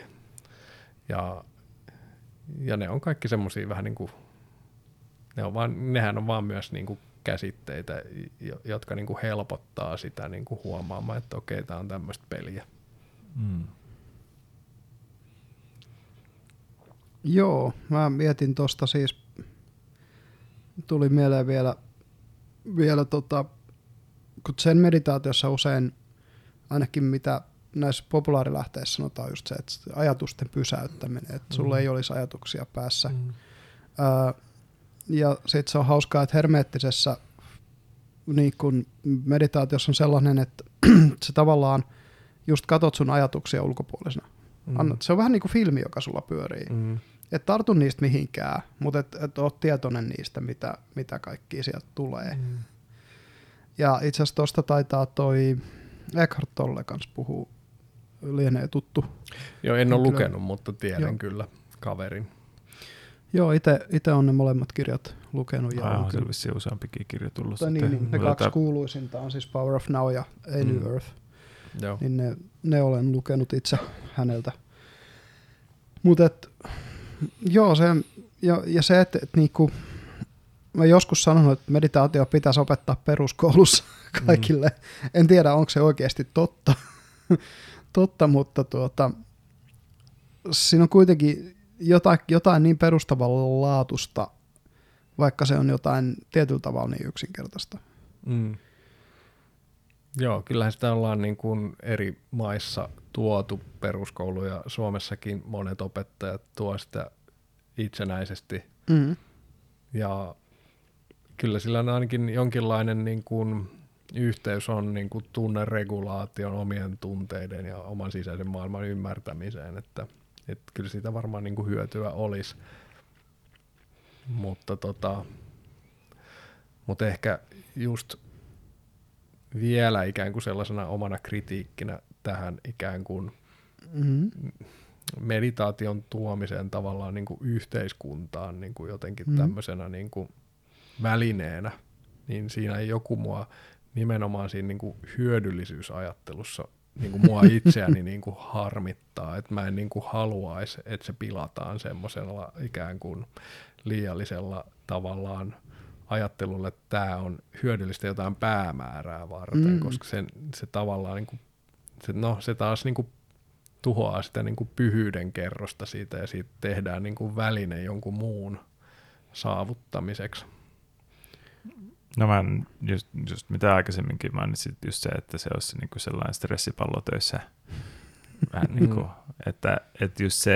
Ja ne on kaikki semmoisia vähän niin kuin, nehän on vaan myös niin kuin käsitteitä, jotka niin kuin helpottaa sitä niin kuin huomaamaan, että okei, tämä on tämmöistä peliä. Joo, mä mietin tuosta siis, tuli mieleen vielä kun sen meditaatiossa usein, ainakin mitä näissä populaarilähteissä sanotaan just se, että ajatusten pysäyttäminen, että sulla ei olisi ajatuksia päässä. Ja sitten se on hauskaa, että hermeettisessä niin kun meditaatiossa on sellainen, että se tavallaan just katot sun ajatuksia ulkopuolisena. Se on vähän niin kuin filmi, joka sulla pyörii. Et tartu niistä mihinkään, mutta et oot tietoinen niistä, mitä kaikkia sieltä tulee. Ja itse asiassa tuosta taitaa toi Eckhart Tolle kanssa puhuu, lienee tuttu. Joo, en ole lukenut, mutta tiedän kyllä kaverin. Joo, itse on ne molemmat kirjat lukenut. Ja on se vissiin useampikin kirja tullut. Niin, ne kaksi kuuluisinta on siis Power of Now ja A New Earth. Joo. Niin ne olen lukenut itse häneltä. Mutta joo, se, että niinku, mä joskus sanonut, että meditaatio pitäisi opettaa peruskoulussa kaikille. En tiedä, onko se oikeasti totta, mutta siinä on kuitenkin jotain niin perustavanlaatuista, vaikka se on jotain tietyllä tavalla niin yksinkertaista. Joo, kyllähän sitä ollaan niin kuin eri maissa tuotu peruskoulu ja Suomessakin monet opettajat tuo sitä itsenäisesti. Ja kyllä sillä on ainakin jonkinlainen niin kuin yhteys on niin kuin tunneregulaation, omien tunteiden ja oman sisäisen maailman ymmärtämiseen, että kyllä siitä varmaan niin kuin hyötyä olisi. Mutta ehkä just vielä ikään kuin sellaisena omana kritiikkinä tähän ikään kuin meditaation tuomiseen tavallaan niin kuin yhteiskuntaan niin kuin jotenkin tämmöisenä niin kuin välineenä, niin siinä ei joku mua nimenomaan siinä niin kuin hyödyllisyysajattelussa niin kuin mua itseäni niin kuin harmittaa, että mä en niin kuin haluaisi, että se pilataan semmoisella ikään kuin liiallisella tavallaan ajattelulle, että tämä on hyödyllistä jotain päämäärää varten, koska se tavallaan niin kuin, se taas niin kuin tuhoaa sitä niin kuin pyhyyden kerrosta siitä ja siitä tehdään niin kuin väline jonkun muun saavuttamiseksi. No mä just mitä aikaisemminkin mainitsit, just se, että se olisi niin kuin sellainen stressipallo töissä. Vähän niin kuin, että just se,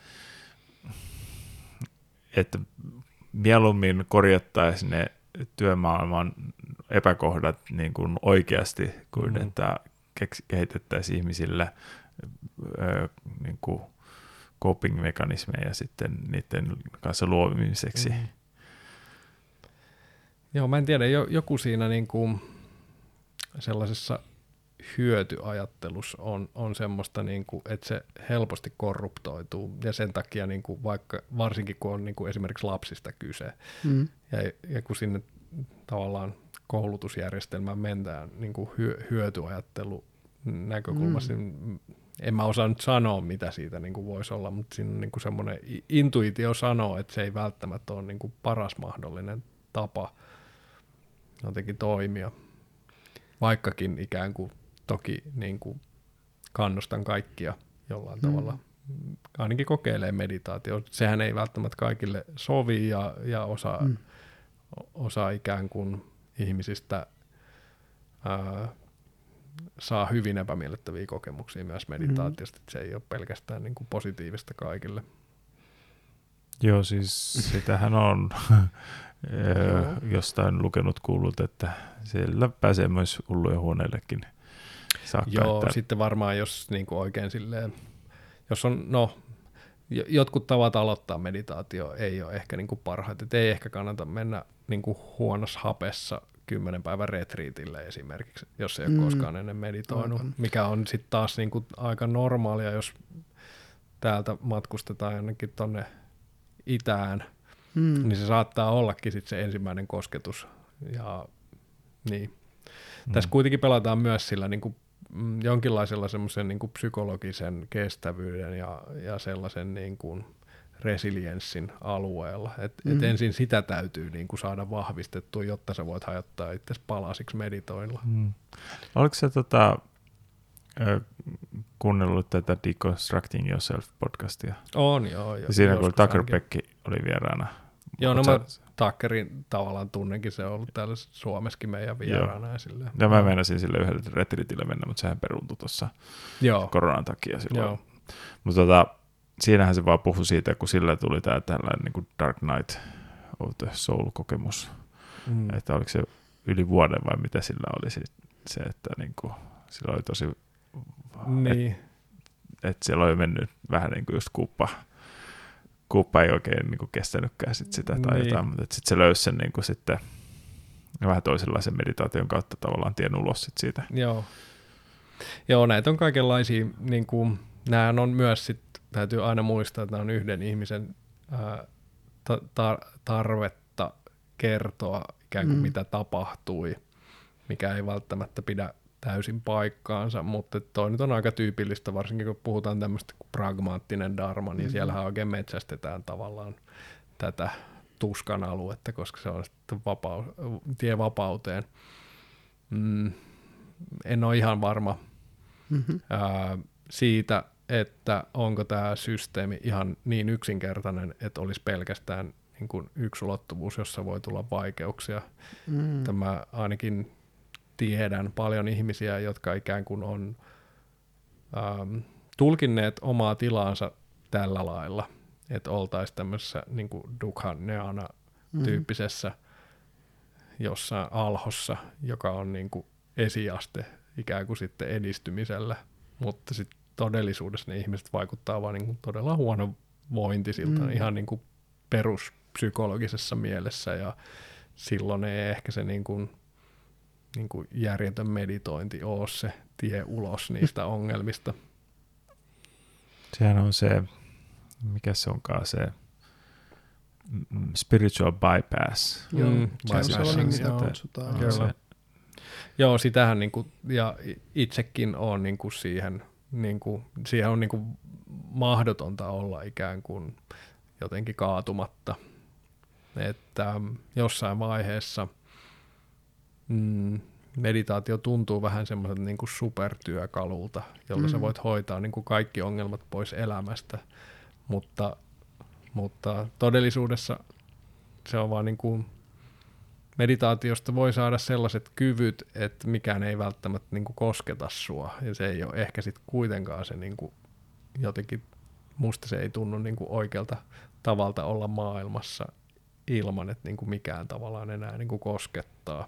että mieluummin korjattaisiin ne työmaailman epäkohdat niin kuin oikeasti, kuin että kehitettäisiin ihmisille niin kuin coping-mekanismeja sitten niiden kanssa luomiseksi. Joo, mä en tiedä, joku siinä niin kuin sellaisessa hyötyajattelussa on semmoista, niin kuin, että se helposti korruptoituu ja sen takia niin kuin vaikka, varsinkin kun on niin kuin esimerkiksi lapsista kyse ja kun sinne tavallaan koulutusjärjestelmään mentään niin kuin hyötyajattelu näkökulmassa, niin en mä osaa nyt sanoa, mitä siitä niin kuin voisi olla, mutta siinä on niin kuin semmoinen intuitio sanoo, että se ei välttämättä ole niin kuin paras mahdollinen tapa jotenkin toimia, vaikkakin ikään kuin toki niin kuin kannustan kaikkia jollain tavalla, ainakin kokeilee meditaatio. Sehän ei välttämättä kaikille sovi ja osa ikään kuin ihmisistä saa hyvin epämiellyttäviä kokemuksia myös meditaatiosta, että se ei ole pelkästään niin kuin positiivista kaikille. Joo, siis sitähän on jostain lukenut kuullut, että siellä pääsee myös hullujen huoneillekin saakka. Joo, että sitten varmaan jos niin kuin oikein silleen, jos on, jotkut tavat aloittaa meditaatio ei ole ehkä niin kuin parhaita, että ei ehkä kannata mennä niin kuin huonossa hapessa 10 päivän retriitille esimerkiksi, jos ei ole koskaan ennen meditoinut, mikä on sitten taas niin kuin aika normaalia, jos täältä matkustetaan jonnekin tonne itään, niin se saattaa ollakin sitten se ensimmäinen kosketus. Ja niin. Tässä kuitenkin pelataan myös sillä niin kuin jonkinlaisella semmoisen niin kuin psykologisen kestävyyden ja sellaisen niin kuin resilienssin alueella. Et ensin sitä täytyy niin kuin saada vahvistettua, jotta sä voit hajottaa itsesi palasiksi meditoilla. Oliko se kuunnellut tätä Deconstructing Yourself-podcastia? On, joo. Ja siinä kun Tucker Beck oli vieraana. Joo, no mä Tuckerin tavallaan tunnenkin, se on ollut täällä Suomessakin meidän vieraana. Ja mä meinasin sille yhdelle retriitille mennä, mutta sehän peruuntui tuossa koronan takia silloin. Mutta siinähän se vaan puhui siitä, kun sillä tuli tällainen niin kuin Dark Knight of the Soul-kokemus. Että oliko se yli vuoden vai mitä sillä oli se että niin kuin, sillä oli tosi... Niin. Että siellä oli mennyt vähän niin kuin just kuuppa ei oikein niin kuin kestänytkään sitä tai jotain, mutta sitten se löysi sen niin kuin sitten vähän toisenlaisen meditaation kautta tavallaan tien ulos siitä. Joo, näitä on kaikenlaisia, niin kuin, nämä on myös sitten, täytyy aina muistaa, että nämä on yhden ihmisen tarvetta kertoa ikään kuin mitä tapahtui, mikä ei välttämättä pidä täysin paikkaansa, mutta toi nyt on aika tyypillistä, varsinkin kun puhutaan tämmöistä kuin pragmaattinen dharma, niin siellähän oikein metsästetään tavallaan tätä tuskan aluetta, koska se on sitten tie vapauteen. En ole ihan varma siitä, että onko tämä systeemi ihan niin yksinkertainen, että olisi pelkästään niin kuin yksi ulottuvuus, jossa voi tulla vaikeuksia. Tämä ainakin tiedän paljon ihmisiä, jotka ikään kuin on tulkinneet omaa tilaansa tällä lailla, että oltaisiin tämmöisessä niin kuin Dukha-neana-tyyppisessä jossain alhossa, joka on niin kuin esiaste ikään kuin sitten edistymisellä, mutta sitten todellisuudessa ne ihmiset vaikuttaa vaan niin kuin todella huonovointisilta ihan niin kuin peruspsykologisessa mielessä, ja silloin ei ehkä se niin kuin järjetön meditointi ole se tie ulos niistä ongelmista. Sehän on se, mikä se onkaan se spiritual bypass. Joo, sitähän niinku, ja itsekin on niinku siihen on niinku mahdotonta olla ikään kuin jotenkin kaatumatta. Että jossain vaiheessa meditaatio tuntuu vähän semmoiselta niin kuin supertyökalulta, jolla sä voit hoitaa niin kuin kaikki ongelmat pois elämästä, mutta todellisuudessa se on vaan niin kuin, meditaatiosta voi saada sellaiset kyvyt, että mikään ei välttämättä niin kuin kosketa sua, ja se ei ole ehkä sitten kuitenkaan se niin kuin, jotenkin, musta se ei tunnu niin kuin oikealta tavalta olla maailmassa ilman, että niin kuin mikään tavallaan enää niin kuin koskettaa.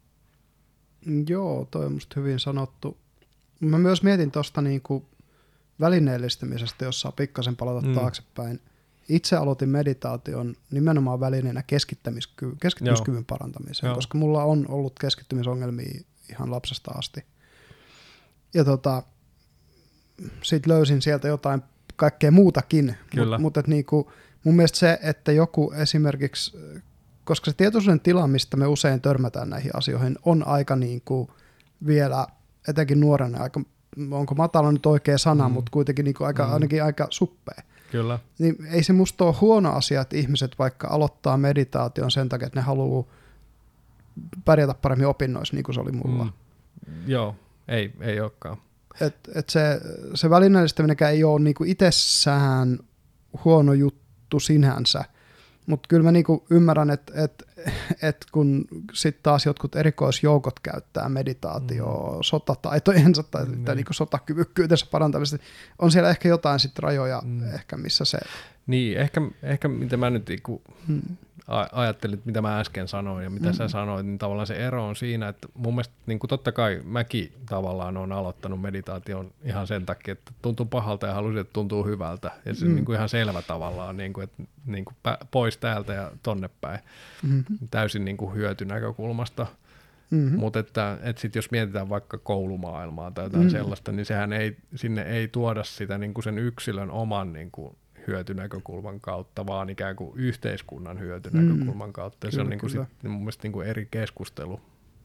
Joo, toi on musta hyvin sanottu. Mä myös mietin tuosta niinku välineellistämisestä, jos saa pikkasen palata taaksepäin. Itse aloitin meditaation nimenomaan välineenä keskittymiskyvyn parantamiseen, koska mulla on ollut keskittymisongelmia ihan lapsesta asti. Ja sit löysin sieltä jotain kaikkea muutakin. Mutta niinku, mun mielestä se, että joku esimerkiksi... Koska se tietoisuuden tila, mistä me usein törmätään näihin asioihin, on aika niin kuin vielä, etenkin nuorena, aika, onko matala nyt oikea sana, mutta kuitenkin niin kuin ainakin aika suppea. Kyllä. Niin ei se musta ole huono asia, että ihmiset vaikka aloittaa meditaation sen takia, että ne haluaa pärjätä paremmin opinnoissa, niin kuin se oli mulla. Joo, ei olekaan. Et se välineellistäminenkään ei ole niin kuin itsessään huono juttu sinänsä. Mutta kyllä mä niinku ymmärrän, että kun sitten taas jotkut erikoisjoukot käyttää meditaatioa sotataitojensa tai niinku sotakyvykkyytensä parantamista, on siellä ehkä jotain sit rajoja, ehkä missä se... Niin, ehkä mitä mä nyt ajattelin, mitä mä äsken sanoin ja mitä sä sanoit, niin tavallaan se ero on siinä, että mun mielestä niin kuin totta kai mäkin tavallaan olen aloittanut meditaation ihan sen takia, että tuntuu pahalta ja halusin, että tuntuu hyvältä. Ja se niin kuin ihan selvä tavallaan, niin kuin, että niin kuin pois täältä ja tonne päin. Täysin niin kuin hyötynäkökulmasta. Mutta että sit jos mietitään vaikka koulumaailmaa tai jotain sellaista, niin sehän sinne ei tuoda sitä niin kuin sen yksilön oman niin kuin hyötynäkökulman kautta, vaan ikään kuin yhteiskunnan hyötynäkökulman kautta. Ja kyllä, se on niin kuin sit, mun mielestä niin kuin eri keskustelu.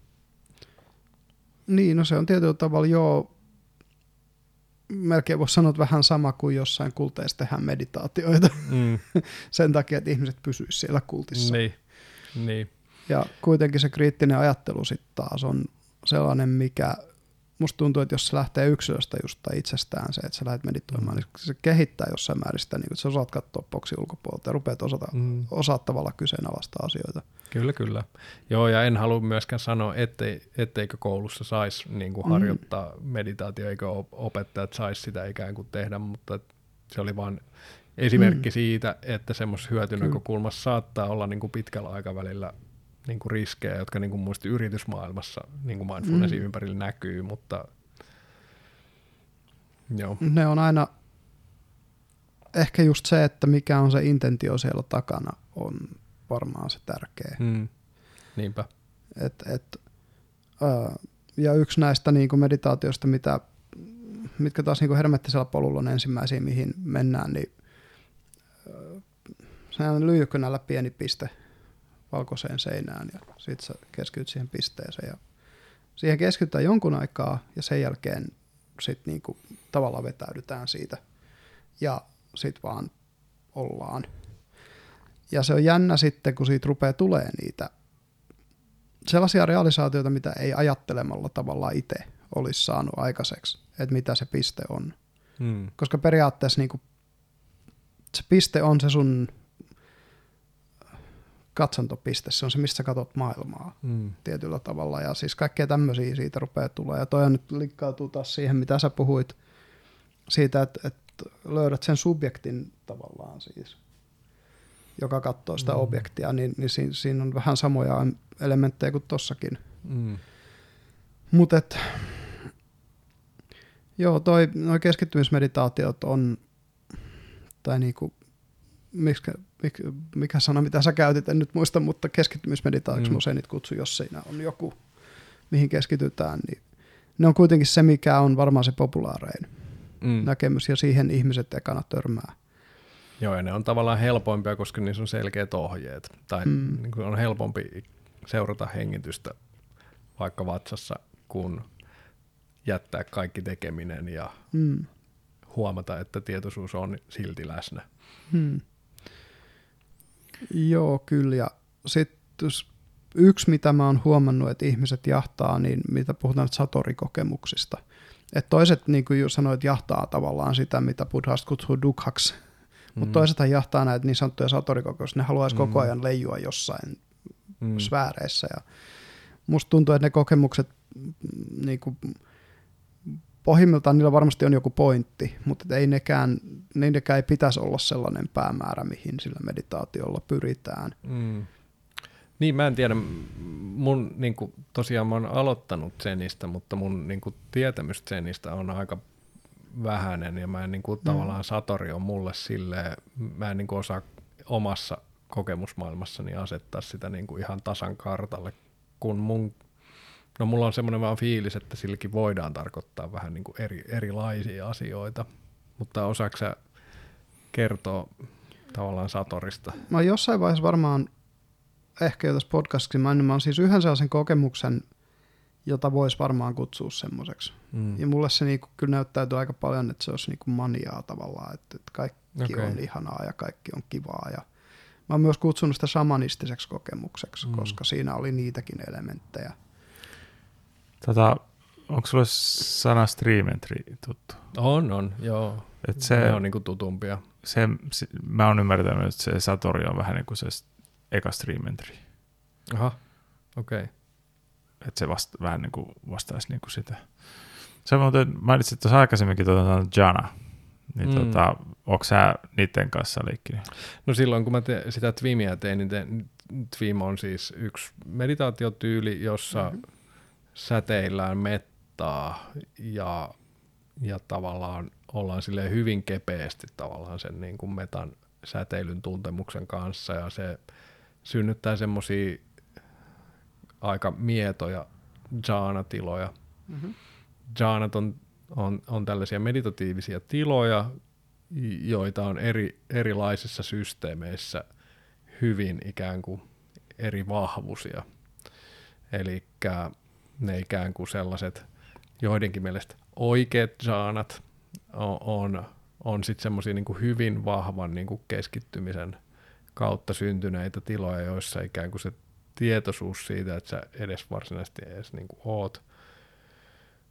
Niin, no se on tietyllä tavalla melkein voisi sanoa vähän sama kuin jossain kulteissa tehdään meditaatioita. Sen takia, että ihmiset pysyisivät siellä kultissa. Niin. Ja kuitenkin se kriittinen ajattelu sitten taas on sellainen, mikä musta tuntuu, että jos se lähtee yksilöstä just tai itsestään se, että sä lähdet meditoimaan, niin se kehittää jossain määrin sitä, niin että sä osaat katsoa boksin ulkopuolelta ja rupeat osaat tavallaan kyseenalaistaa asioita. Kyllä. Joo, ja en halua myöskään sanoa, etteikö koulussa saisi niin kuin harjoittaa meditaatio, eikö opettajat saisi sitä ikään kuin tehdä, mutta se oli vaan esimerkki siitä, että semmoisessa hyötynäkökulmassa saattaa olla niin kuin pitkällä aikavälillä niin kuin riskejä, jotka niin kuin muista yritysmaailmassa niin kuin mindfulnessin ympärillä näkyy, mutta joo. Ne on aina ehkä just se, että mikä on se intentio siellä takana, on varmaan se tärkeä. Niinpä. Ja yksi näistä niin kuin meditaatioista, mitkä taas niin kuin hermettisellä polulla on ensimmäisiä, mihin mennään, niin se on lyijykynällä pieni piste valkoiseen seinään ja sitten sä keskityt siihen pisteeseen ja siihen keskitytään jonkun aikaa ja sen jälkeen sitten niinku tavallaan vetäydytään siitä ja sitten vaan ollaan. Ja se on jännä sitten, kun siitä rupeaa tulee niitä sellaisia realisaatioita, mitä ei ajattelemalla tavallaan itse olisi saanut aikaiseksi, että mitä se piste on. Koska periaatteessa niinku se piste on se sun katsantopiste, se on se, mistä sä katsot maailmaa tietyllä tavalla. Ja siis kaikkea tämmöisiä siitä rupeaa tulla. Ja toi nyt liikkautuu taas siihen, mitä sä puhuit siitä, että löydät sen subjektin tavallaan siis, joka katsoo sitä objektia, niin siinä on vähän samoja elementtejä kuin tossakin. Mutta joo, noi keskittymismeditaatiot on, tai niinku, mikä sana, mitä sä käytit, en nyt muista, mutta keskittymismeditaatioksi usein niitä kutsu, jos siinä on joku, mihin keskitytään, niin ne on kuitenkin se, mikä on varmaan se populaarein näkemys, ja siihen ihmiset ekana törmää. Joo, ja ne on tavallaan helpoimpia, koska niissä on selkeät ohjeet, tai niin kuin on helpompi seurata hengitystä vaikka vatsassa, kun jättää kaikki tekeminen ja huomata, että tietoisuus on silti läsnä. Joo, kyllä. Ja sitten yksi, mitä mä oon huomannut, että ihmiset jahtaa, niin mitä puhutaan satori-kokemuksista. Että toiset, niin kuin sanoit, jahtaa tavallaan sitä, mitä buddhast kutsuu dukhaksi, mutta toisethan jahtaa näitä niin sanottuja satori-kokemuksia. Ne haluaisi koko ajan leijua jossain sfääreissä. Ja musta tuntuu, että ne kokemukset, niin kuin, pohjimmiltaan niillä varmasti on joku pointti, mutta ei nekään ei pitäisi olla sellainen päämäärä, mihin sillä meditaatiolla pyritään. Niin, mä en tiedä. Mun, niin kuin, tosiaan mä oon aloittanut Zenistä, mutta mun niin kuin, tietämys Zenistä on aika vähäinen ja mä en niin kuin, tavallaan satori on mulle silleen, mä en niin kuin, osaa omassa kokemusmaailmassani asettaa sitä niin kuin, ihan tasan kartalle, kun mulla on semmoinen vaan fiilis, että silläkin voidaan tarkoittaa vähän niin kuin erilaisia asioita, mutta osaatko sä kertoa tavallaan satorista? Mä jossain vaiheessa varmaan ehkä jo tässä podcastissa mä oon siis yhden sellaisen kokemuksen, jota voisi varmaan kutsua semmoiseksi. Ja mulle se niinku kyllä näyttäytyy aika paljon, että se olisi niinku maniaa tavallaan, että kaikki on ihanaa ja kaikki on kivaa. Ja mä oon myös kutsunut sitä shamanistiseksi kokemukseksi, koska siinä oli niitäkin elementtejä. Onko sulle sana stream entry tuttu? On, joo. Ne on niinku tutumpia. Mä oon ymmärtänyt, että se satori on vähän niin kuin se eka stream entry. Aha, okei. Että se vähän niin kuin vastaisi niin kuin sitä. Sä mainitsit tuossa aikaisemminkin jhana. Niin onko sä niiden kanssa leikkinyt? No silloin kun mä sitä Twimia tein, niin Twim on siis yksi meditaatiotyyli, jossa säteillään mettaa ja tavallaan ollaan silleen hyvin kepeästi tavallaan sen niin kuin metan säteilyn tuntemuksen kanssa ja se synnyttää semmosia aika mietoja jhana-tiloja. Jhanat on tällaisia meditatiivisia tiloja, joita on erilaisissa systeemeissä hyvin ikään kuin eri vahvuisia. Eli ne ikään kuin sellaiset joidenkin mielestä oikeat jhanat on sitten semmoisia niin kuin hyvin vahvan niin kuin keskittymisen kautta syntyneitä tiloja, joissa ikään kuin se tietoisuus siitä, että sä edes varsinaisesti edes niin kuin oot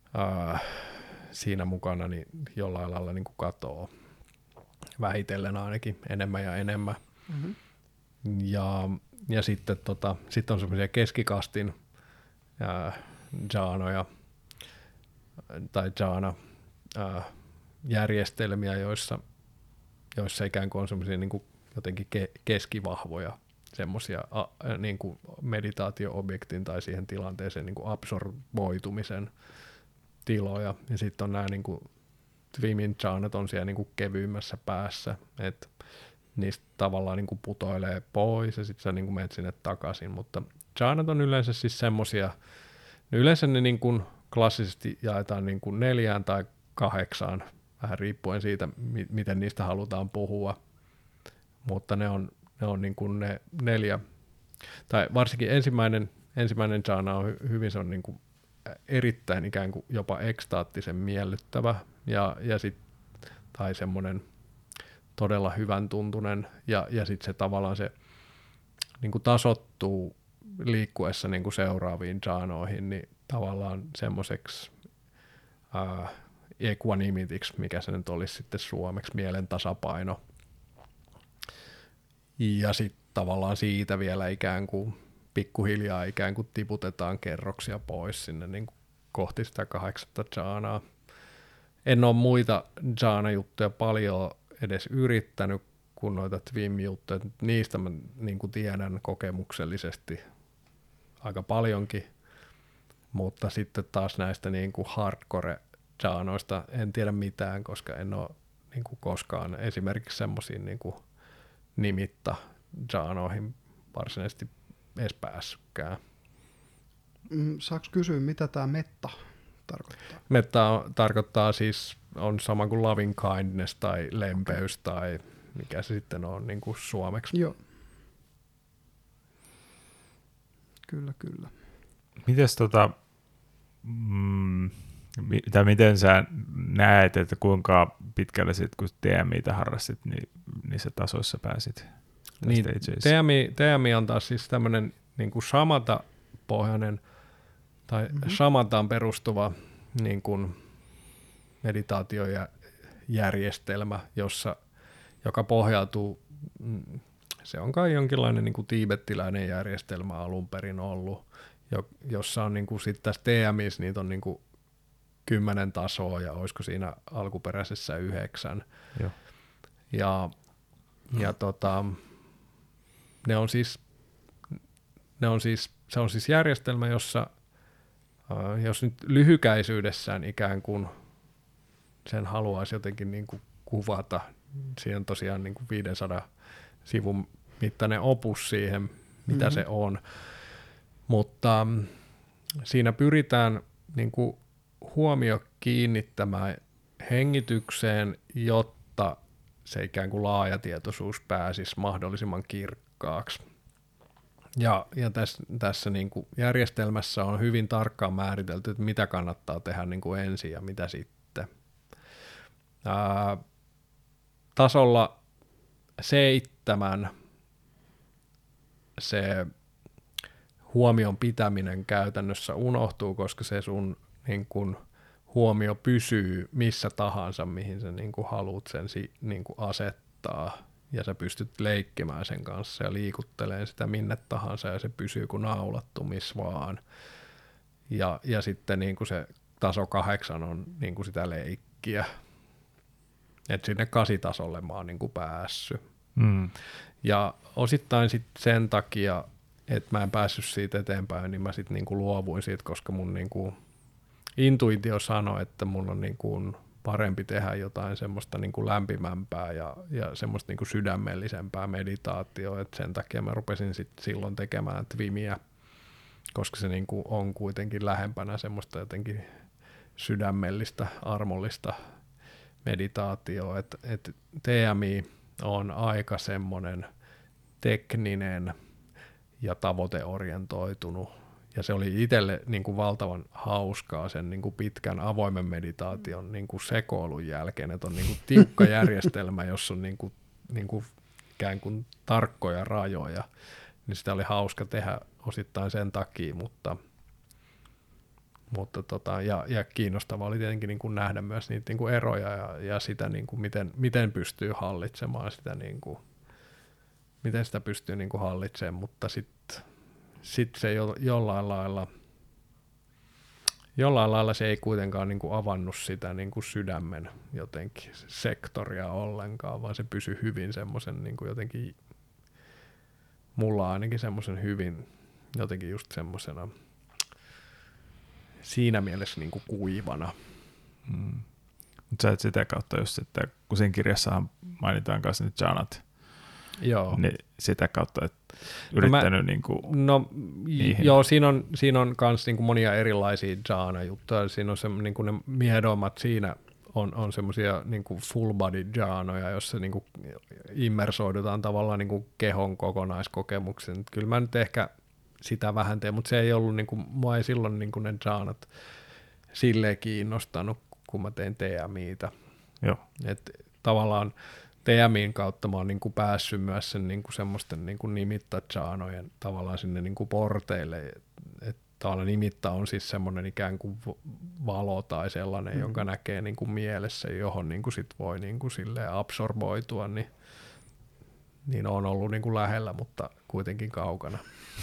siinä mukana, niin jollain lailla niin kuin katoaa vähitellen ainakin enemmän ja enemmän. Mm-hmm. Ja sitten sit on semmoisia keskikastin jaanoja tai jaana järjestelmiä, joissa ikään kuin on semmoisia niin kuin jotenkin keskivahvoja semmoisia niin kuin meditaatio-objektin tai siihen tilanteeseen niin kuin absorboitumisen tiloja. Ja sitten on nämä niin kuin Twimin jaanat on siellä niin kuin kevyimmässä päässä, että niistä tavallaan niin kuin putoilee pois ja sitten sä niin kuin menet sinne takaisin. Mutta jaanat on yleensä siis semmoisia, yleensä ne niin kuin klassisesti jaetaan niin kuin 4 tai 8, vähän riippuen siitä, miten niistä halutaan puhua. Mutta ne on niin kuin ne 4, tai varsinkin ensimmäinen jhana on hyvin, se on niin kuin erittäin ikään kuin jopa ekstaattisen miellyttävä ja sit, tai semmoinen todella hyvän tuntunen ja sitten se tavallaan se niin kuin tasoittuu liikkuessa niin kuin seuraaviin jhanoihin, niin tavallaan semmoiseksi equanimitiksi, mikä se nyt olisi sitten suomeksi, mielen tasapaino. Ja sitten tavallaan siitä vielä ikään kuin pikkuhiljaa ikään kuin tiputetaan kerroksia pois sinne niin kuin kohti sitä 8. jhanaa. En ole muita jhana-juttuja paljon edes yrittänyt kuin noita Twim-juttuja. Niistä mä niin kuin tiedän kokemuksellisesti aika paljonkin, mutta sitten taas näistä niin kuin hardcore-jhanoista en tiedä mitään, koska en ole niin kuin koskaan esimerkiksi semmoisiin niin kuin nimitta jhanoihin varsinaisesti edes päässytkään. Saanko kysyä, mitä tämä metta tarkoittaa? Metta tarkoittaa siis, on sama kuin loving kindness tai lempeys tai mikä se sitten on niin kuin suomeksi. Joo. Kyllä. Mites tai miten sä näet, että kuinka pitkälle sit, kun TMI:tä harrastit, niin niissä tasoissa pääsit? Niin, TMI on taas siis tämmöinen niin kuin samatha-pohjainen tai samataan perustuva niin kuin meditaatiojärjestelmä, joka pohjautuu, se on kai jonkinlainen niin kuin tiibettiläinen järjestelmä alun perin ollut, jossa on niin kuin sitten tässä TMI:ssä niitä on niin kuin 10 tasoa ja olisiko siinä alkuperäisessä 9. Joo. Ja se on siis järjestelmä, jossa jos nyt lyhykäisyydessään ikään kuin sen haluaisi jotenkin niin kuin kuvata, siinä on tosiaan niin kuin 500 sivun mittainen opus siihen, mitä se on, mutta siinä pyritään niin kuin huomio kiinnittämään hengitykseen, jotta se ikään kuin laajatietoisuus pääsisi mahdollisimman kirkkaaksi. Ja tässä niin kuin järjestelmässä on hyvin tarkkaan määritelty, että mitä kannattaa tehdä niin kuin ensin ja mitä sitten. Tasolla 7 se huomion pitäminen käytännössä unohtuu, koska se sun niin kuin huomio pysyy missä tahansa, mihin sä niin kuin haluat sen niin kuin asettaa. Ja sä pystyt leikkimään sen kanssa ja liikuttelemaan sitä minne tahansa ja se pysyy kuin naulattu missä vaan. Ja sitten niin kuin se taso 8 on niin kuin sitä leikkiä. Et sinne 8-tasolle mä oon niin kuin päässyt. Ja osittain sitten sen takia, että mä en päässyt siitä eteenpäin, niin mä sitten niin kuin luovuin siitä, koska mun niin kuin intuitio sanoi, että mun on niin kuin parempi tehdä jotain semmoista niin kuin lämpimämpää ja semmoista niin kuin sydämellisempää meditaatioa, että sen takia mä rupesin silloin tekemään Twimiä, koska se niin kuin on kuitenkin lähempänä semmoista jotenkin sydämellistä, armollista meditaatioa, että TMI on aika semmoinen tekninen ja tavoiteorientoitunut. Ja se oli itselle niin kuin valtavan hauskaa sen niin kuin pitkän avoimen meditaation niin kuin sekoilun jälkeen, että on niin kuin tiukka järjestelmä, jossa on niin kuin ikään kuin tarkkoja rajoja, niin sitä oli hauska tehdä osittain sen takia, mutta Mutta ja kiinnostavaa oli tietenkin niin kuin nähdä myös niitä niin kuin eroja ja sitä, niin kuin miten pystyy hallitsemaan sitä, niin kuin, miten sitä pystyy niin kuin hallitsemaan, mutta sitten se jollain lailla se ei kuitenkaan niin kuin avannut sitä niin kuin sydämen jotenkin sektoria ollenkaan, vaan se pysyi hyvin semmoisen niin kuin jotenkin, mulla ainakin semmoisen hyvin jotenkin just semmoisena siinä mielessä niin kuin kuivana. Mutta sä et sitä kautta just, että kun siinä kirjassahan mainitaan myös nyt janat, joo. Niin sitä kautta, että yrittänyt joo, siinä on kans niinku monia erilaisia jhana-juttuja. Siinä on se, niinku ne miedoimmat siinä on semmoisia niinku full body jhanoja, jossa niinku immersoidutaan tavallaan niinku kehon kokonaiskokemuksen. Kyllä mä nyt ehkä sitä vähän teen, mutta se ei ollut, niinku, mua ei silloin niinku ne jhanat silleen kiinnostanut, kun mä tein TMI:tä. Joo. Et tavallaan TMI:n kautta mä oon niinku päässyt myös sen niinku semmoisten niinku nimitta-jhanojen tavallaan sinne niinku porteille. Et tavallaan nimitta on siis semmoinen ikään kuin valo tai sellainen, jonka näkee niinku mielessä, johon niinku sit voi niinku silleen absorboitua, niin on ollut niinku lähellä, mutta kuitenkin kaukana.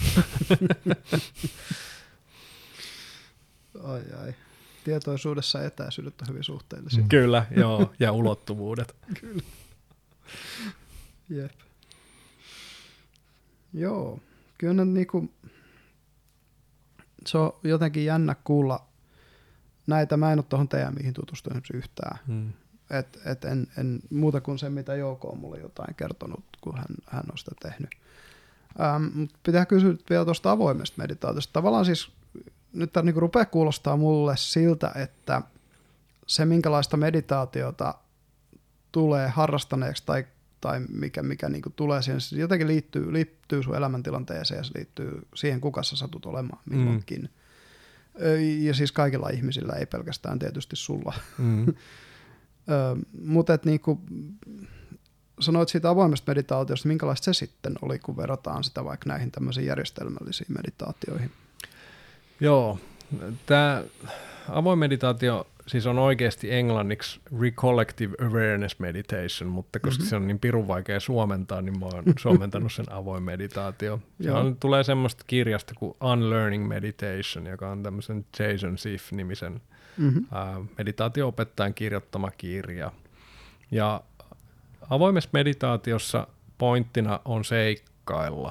Ai. Tietoisuudessa etäisyydet on hyvin suhteellisia. Kyllä, joo, ja ulottuvuudet. Kyllä. Jep. Joo, kyllä niinku, se on jotenkin jännä kuulla näitä. Mä en ole tuohon TMI:hin tutustunut yhtään. Et en muuta kuin se, mitä Jouko on mulle jotain kertonut, kun hän on sitä tehnyt. Pitää kysyä vielä tuosta avoimesta meditaatiosta. Tavallaan siis nyt tämä niinku rupeaa kuulostaa mulle siltä, että se minkälaista meditaatiota tulee harrastaneeksi tai mikä niinku tulee siihen, se jotenkin liittyy sun elämäntilanteeseen ja se liittyy siihen, kuka sä satut olemaan milloinkin. Ja siis kaikilla ihmisillä, ei pelkästään tietysti sulla. Mutta niinku, sanoit siitä avoimesta meditaatiosta, minkälaista se sitten oli, kun verrataan sitä vaikka näihin tämmöisiin järjestelmällisiin meditaatioihin? Joo, tämä avoin meditaatio siis on oikeasti englanniksi Recollective Awareness Meditation, mutta koska se on niin pirun vaikea suomentaa, niin mä oon suomentanut sen avoin meditaatio. Se tulee semmoista kirjasta kuin Unlearning Meditation, joka on tämmöisen Jason Siff-nimisen meditaatio-opettajan kirjoittama kirja. Ja avoimessa meditaatiossa pointtina on seikkailla.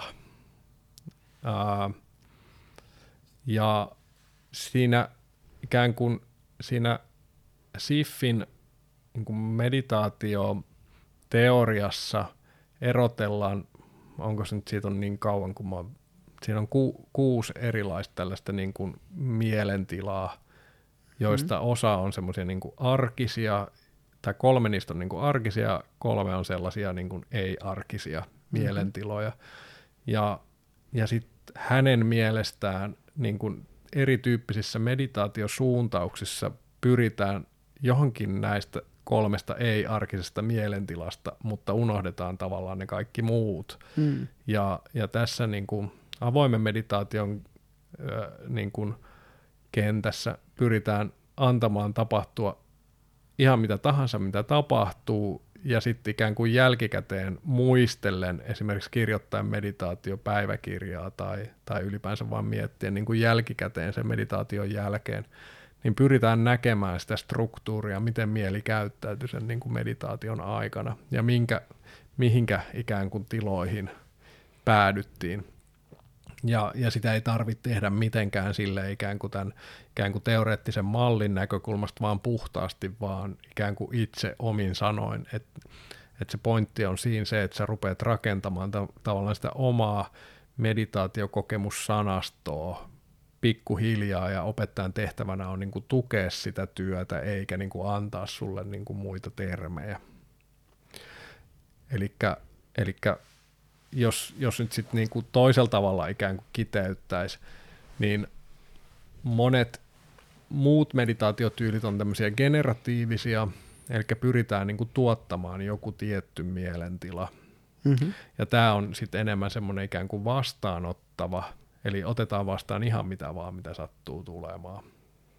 Ja siinä ikään kuin siinä Siffin niin kuin meditaatioteoriassa erotellaan, onko se nyt siitä on niin kauan, kun siinä on 6 erilaista tällaista niin kuin mielentilaa, joista osa on semmoisia niin kuin arkisia, tai 3 niistä on niin kuin arkisia, 3 on sellaisia niin kuin ei-arkisia mielentiloja. Ja sitten hänen mielestään niin kuin erityyppisissä meditaatiosuuntauksissa pyritään johonkin näistä 3 ei-arkisesta mielentilasta, mutta unohdetaan tavallaan ne kaikki muut. Ja tässä niin kuin avoimen meditaation niin kuin kentässä pyritään antamaan tapahtua ihan mitä tahansa, mitä tapahtuu, ja sitten ikään kuin jälkikäteen muistellen, esimerkiksi kirjoittaen meditaatiopäiväkirjaa tai ylipäänsä vaan miettiä niin kuin jälkikäteen sen meditaation jälkeen, niin pyritään näkemään sitä struktuuria, miten mieli käyttäytyy sen niin kuin meditaation aikana ja mihinkä ikään kuin tiloihin päädyttiin. Ja sitä ei tarvitse tehdä mitenkään sille ikään kuin teoreettisen mallin näkökulmasta, vaan puhtaasti, vaan ikään kuin itse omin sanoin. Että se pointti on siinä se, että sä rupeat rakentamaan tavallaan sitä omaa meditaatiokokemussanastoa pikkuhiljaa, ja opettajan tehtävänä on niin kuin tukea sitä työtä, eikä niin kuin antaa sulle niin kuin muita termejä. Elikkä jos nyt sitten niinku toisella tavalla ikään kuin kiteyttäisi, niin monet muut meditaatiotyylit on tämmöisiä generatiivisia, eli pyritään niinku tuottamaan joku tietty mielentila. Ja tämä on sitten enemmän semmoinen ikään kuin vastaanottava, eli otetaan vastaan ihan mitä vaan, mitä sattuu tulemaan.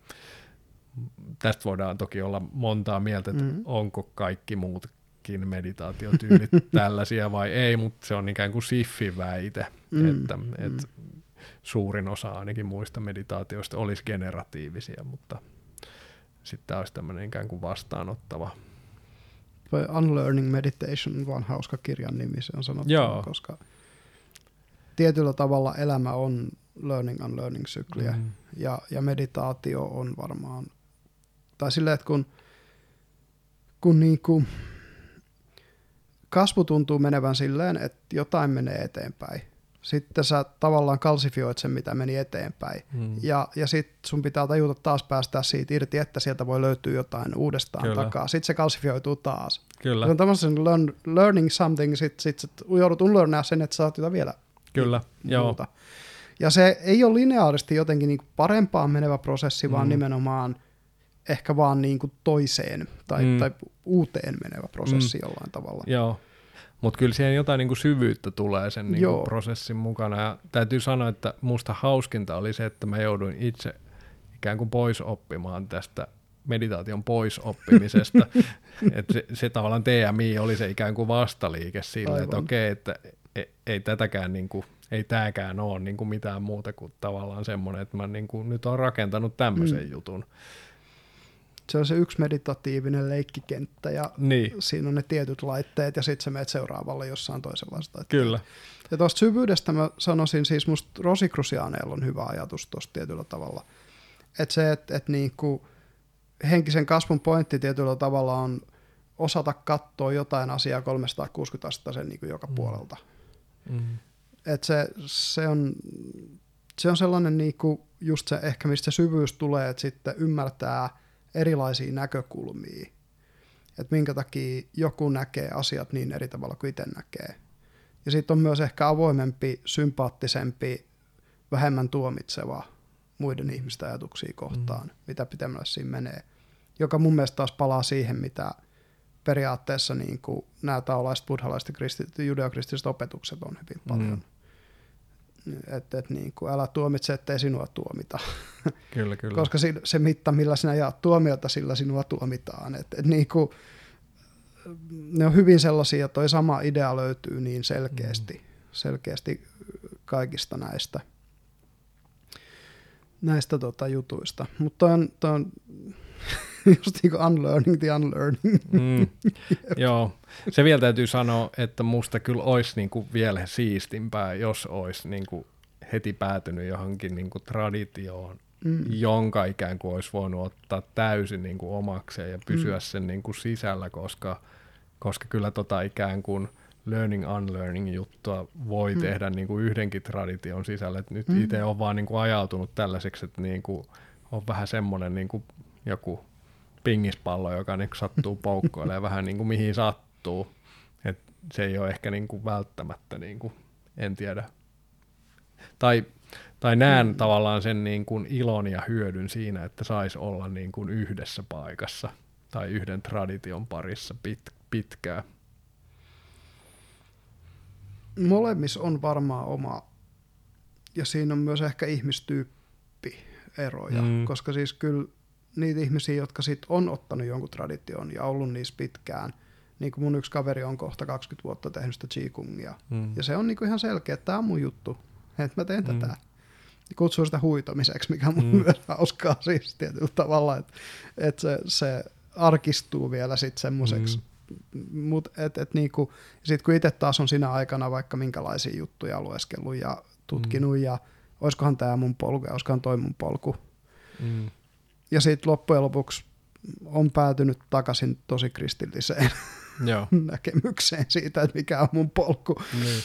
tästä voidaan toki olla montaa mieltä, että onko kaikki muutkin meditaatiotyylit tällaisia vai ei, mutta se on ikään kuin siffin väite, että suurin osa ainakin muista meditaatioista olisi generatiivisia, mutta sitten tämä olisi tämmöinen ikään kuin vastaanottava. Unlearning Meditation on vaan hauska kirjan nimi, se on sanottu, koska tietyllä tavalla elämä on learning-unlearning-sykliä, ja meditaatio on varmaan, tai silleen, että kun niinku kasvu tuntuu menevän silleen, että jotain menee eteenpäin, sitten sä tavallaan kalsifioit sen, mitä meni eteenpäin, ja sitten sun pitää tajuta taas päästää siitä irti, että sieltä voi löytyä jotain uudestaan takaa, sitten se kalsifioituu taas. Kyllä. Se on tämmöisen learning something, sitten joudut unlearnaa sen, että sä oot jotain vielä muuta. Ja se ei ole lineaarisesti jotenkin niin kuin parempaan menevä prosessi, vaan nimenomaan ehkä vaan niin kuin toiseen tai uuteen menevä prosessi jollain tavalla. Joo, mutta kyllä siihen jotain niin kuin syvyyttä tulee sen niin kuin prosessin mukana. Ja täytyy sanoa, että musta hauskinta oli se, että mä jouduin itse ikään kuin pois oppimaan tästä meditaation pois oppimisesta. Että se tavallaan TMI oli se ikään kuin vastaliike sille, että okei, että ei tätäkään niin kuin, ei tääkään ole niin kuin mitään muuta kuin tavallaan semmoinen, että mä niin kuin nyt olen rakentanut tämmöisen jutun. Se on se yksi meditatiivinen leikkikenttä ja siinä on ne tietyt laitteet ja sitten sä menet seuraavalle jossain toisenlaista. Kyllä. Ja tuosta syvyydestä mä sanoisin, siis musta Rosicrucianeella on hyvä ajatus tuosta tietyllä tavalla. Että se, että niinku henkisen kasvun pointti tietyllä tavalla on osata katsoa jotain asiaa 360 astetta sen niin kuin joka puolelta. Että se on sellainen niin kuin just se ehkä, mistä se syvyys tulee, että sitten ymmärtää erilaisia näkökulmia. Että minkä takia joku näkee asiat niin eri tavalla kuin itse näkee. Ja sitten on myös ehkä avoimempi, sympaattisempi, vähemmän tuomitseva muiden ihmisten ajatuksia kohtaan, mitä pitemmälle siinä menee. Joka mun mielestä taas palaa siihen, mitä periaatteessa niin kuin nämä taolaiset, buddhalaiset ja judeokristilliset opetukset on hyvin paljon. Että niin kuin, älä tuomitse, ettei sinua tuomita. Kyllä. Koska se mitta, millä sinä jaat tuomiota, sillä sinua tuomitaan. Niin kuin, ne on hyvin sellaisia, toi sama idea löytyy niin selkeästi kaikista näistä jutuista. Mutta toi on just niin kuin unlearning the unlearning. Joo, se vielä täytyy sanoa, että musta kyllä olisi niin kuin vielä siistimpää, jos olisi niin kuin heti päätynyt johonkin niin kuin traditioon, jonka ikään kuin olisi voinut ottaa täysin niin kuin omakseen ja pysyä sen niin kuin sisällä, koska kyllä ikään kuin learning unlearning juttua voi tehdä niin kuin yhdenkin tradition sisällä. Et nyt itse on vaan niin kuin ajautunut tällaiseksi, että niin kuin on vähän semmoinen niin kuin joku pingispallo, joka niin sattuu poukkoilemaan vähän niin kuin mihin sattuu. Et se ei ole ehkä niin kuin välttämättä, niin kuin, en tiedä. Tai näen tavallaan sen niin kuin ilon ja hyödyn siinä, että saisi olla niin kuin yhdessä paikassa tai yhden tradition parissa pitkään. Molemmissa on varmaan oma, ja siinä on myös ehkä ihmistyyppieroja, koska siis kyllä niitä ihmisiä, jotka sit on ottanut jonkun tradition ja ollut niissä pitkään, niin kuin mun yksi kaveri on kohta 20 vuotta tehnyt sitä Qigongia, ja se on niin kuin ihan selkeä, että tämä on mun juttu, että mä teen tätä. Kutsuu sitä huitomiseksi, mikä on myös hauskaa siis tietyllä tavalla, että se arkistuu vielä sitten semmoiseksi. Mutta niinku, sitten kun itse taas on siinä aikana vaikka minkälaisia juttuja lueskellut ja tutkinut ja olisikohan tämä mun polku ja olisikohan toi mun polku. Ja sitten loppujen lopuksi on päätynyt takaisin tosi kristilliseen näkemykseen siitä, että mikä on mun polku.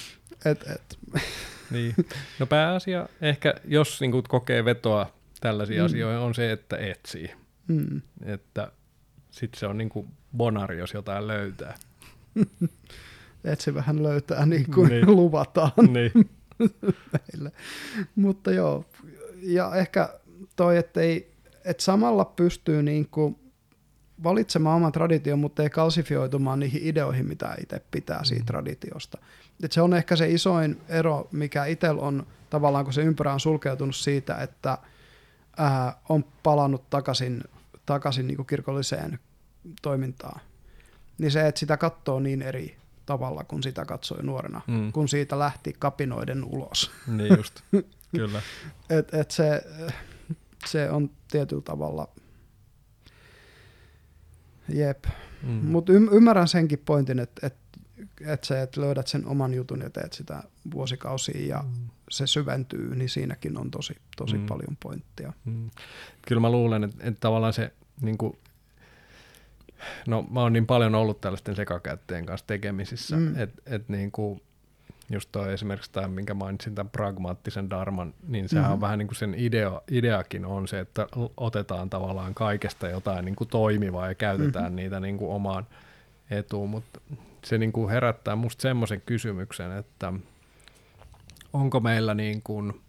Niin. No pääasia ehkä, jos niinku kokee vetoa tällaisia asioihin, on se, että etsii. Että sitten se on niinku bonari, jos jotain löytää. Etsivähän löytää niin kuin luvataan meille. Mutta joo, ja ehkä toi, että samalla pystyy niinku valitsemaan oman tradition, mutta ei kalsifioitumaan niihin ideoihin, mitä itse pitää siitä traditiosta. Et se on ehkä se isoin ero, mikä itsellä on tavallaan, kun se ympyrä on sulkeutunut siitä, että on palannut takaisin takaisin niin kuin kirkolliseen toimintaan, niin se, että sitä katsoo niin eri tavalla, kun sitä katsoi nuorena, kun siitä lähti kapinoiden ulos. Niin just, kyllä. Et se on tietyllä tavalla, jep. Mutta ymmärrän senkin pointin, että et löydät sen oman jutun ja teet sitä vuosikausia ja se syventyy, niin siinäkin on tosi paljon pointtia. Kyllä mä luulen, että tavallaan se, niin kuin, no mä oon niin paljon ollut tällaisten sekakäyttäjien kanssa tekemisissä, että niin kuin, just toi esimerkiksi tämä, minkä mainitsin, tämän pragmaattisen dharman, niin sehän on vähän niin kuin sen ideakin on se, että otetaan tavallaan kaikesta jotain niin kuin toimivaa ja käytetään niitä niin kuin omaan etuun, mutta se niin kuin herättää musta semmoisen kysymyksen, että onko meillä niin kuin,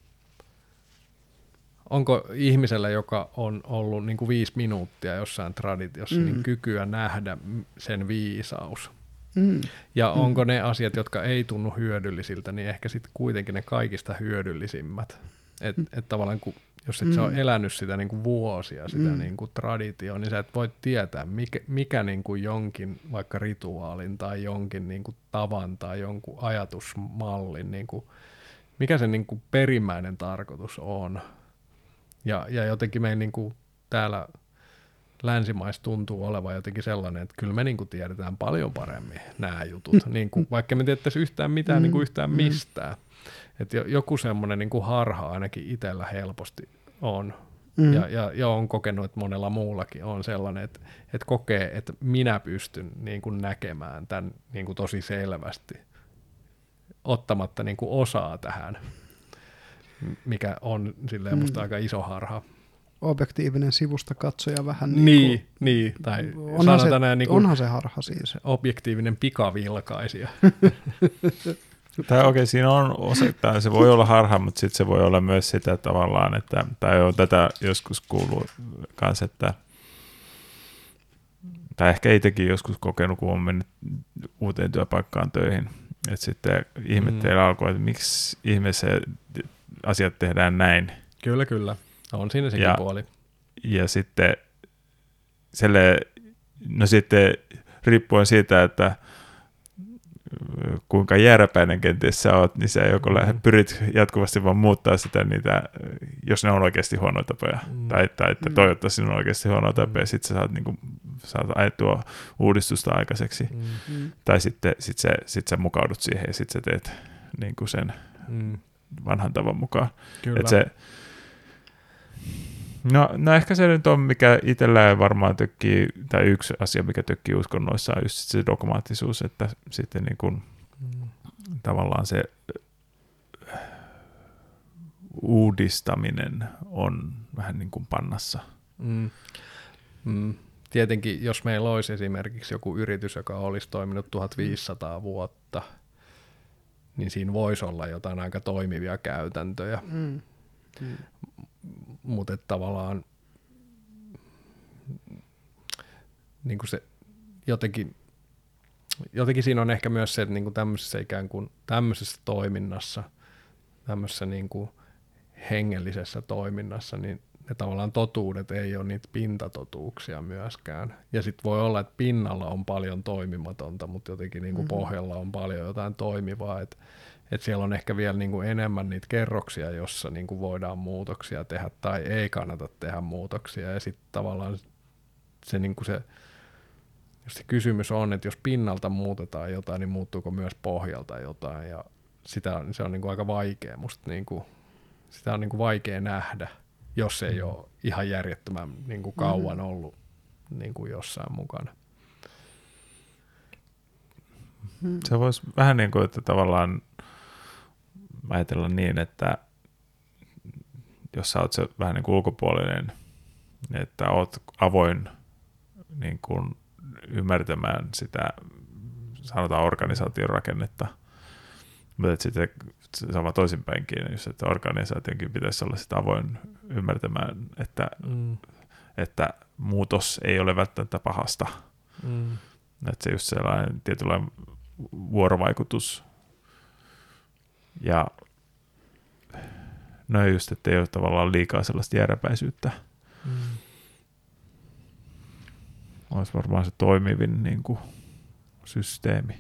onko ihmisellä, joka on ollut niin kuin 5 minuuttia jossain traditiossa, niin kykyä nähdä sen viisaus. Ja onko ne asiat, jotka ei tunnu hyödyllisiltä, niin ehkä sitten kuitenkin ne kaikista hyödyllisimmät. Että tavallaan jos et sä ole elänyt sitä niin kuin vuosia, sitä niin kuin traditioon, niin sä et voi tietää, mikä niin kuin jonkin vaikka rituaalin tai jonkin niin kuin tavan tai jonkun ajatusmallin, niin kuin, mikä sen niin kuin perimmäinen tarkoitus on. Ja jotenkin meillä niin kuin täällä länsimaissa tuntuu olevan jotenkin sellainen, että kyllä me niin kuin tiedetään paljon paremmin nämä jutut, niin kuin, vaikka me tietäisiin yhtään mitään niin kuin yhtään mistään. Että joku semmoinen niin kuin harha ainakin itsellä helposti on. Ja on kokenut, että monella muullakin on sellainen, että kokee, että minä pystyn niin kuin näkemään tämän niin kuin tosi selvästi, ottamatta niin kuin osaa tähän, mikä on silleen musta aika iso harha. Objektiivinen sivusta katsoja vähän niin tai onhan se harha siis. Objektiivinen pikavilkaisija. Tai okei, siinä on osittain, se voi olla harha, mutta sitten se voi olla myös sitä tavallaan, että, tai on tätä joskus kuuluu kanssa, että, tai ehkä itsekin joskus kokenut, kun on mennyt uuteen työpaikkaan töihin, että sitten ihmetteillä alkoi, että miksi ihmeessä asiat tehdään näin. Kyllä. On siinä sekin puoli. Ja sitten, sitten riippuen siitä, että kuinka järpäinen kenties sä oot, niin sä joko pyrit jatkuvasti vaan muuttaa sitä niitä, jos ne on oikeasti huonoja tapoja, tai että toivottavasti ne on oikeasti huonoja tapoja, sitten sä saat ajettua uudistusta aikaiseksi, tai sitten sä mukaudut siihen, ja sitten sä teet niin kuin sen vanhan tavan mukaan. Kyllä. No ehkä se nyt on, mikä itsellään varmaan tökkii, tai yksi asia, mikä tökkii uskonnoissa, on just se dogmaattisuus, että sitten niin kuin, tavallaan se uudistaminen on vähän niin kuin pannassa. Tietenkin, jos meillä olisi esimerkiksi joku yritys, joka olisi toiminut 1500 vuotta, niin siinä voisi olla jotain aika toimivia käytäntöjä. Mutta tavallaan niin kuin se jotenkin siinä on ehkä myös se, että niin kuin tämmöisessä ikään kuin tämmöisessä toiminnassa, tämmöisessä niin kuin hengellisessä toiminnassa, niin ne tavallaan totuudet ei ole niitä pintatotuuksia myöskään. Ja sitten voi olla, että pinnalla on paljon toimimatonta, mutta jotenkin niin kuin pohjalla on paljon jotain toimivaa, että siellä on ehkä vielä niin kuin enemmän niitä kerroksia, jossa niin kuin voidaan muutoksia tehdä tai ei kannata tehdä muutoksia. Ja sitten tavallaan se, niin kuin jos se kysymys on, että jos pinnalta muutetaan jotain, niin muuttuuko myös pohjalta jotain. Ja se on niin kuin aika vaikea. Musta niin kuin, sitä on niin kuin vaikea nähdä, jos ei ole ihan järjettömän niin kuin kauan ollut niin kuin jossain mukana. Se voisi vähän niin kuin, että tavallaan ajatella niin, että jos sä oot se vähän niin kuin ulkopuolinen, että oot avoin niin kuin ymmärtämään sitä, sanotaan organisaation rakennetta, mutta sitten sama toisinpäinkin, jos että organisaationkin pitäisi olla sitä avoin ymmärtämään, että muutos ei ole välttämättä pahasta. Että se just sellainen tietynlainen vuorovaikutus. Ja no just, että ei ole tavallaan liikaa sellaista järjepäisyyttä. olisi varmaan se toimivin niin kuin systeemi.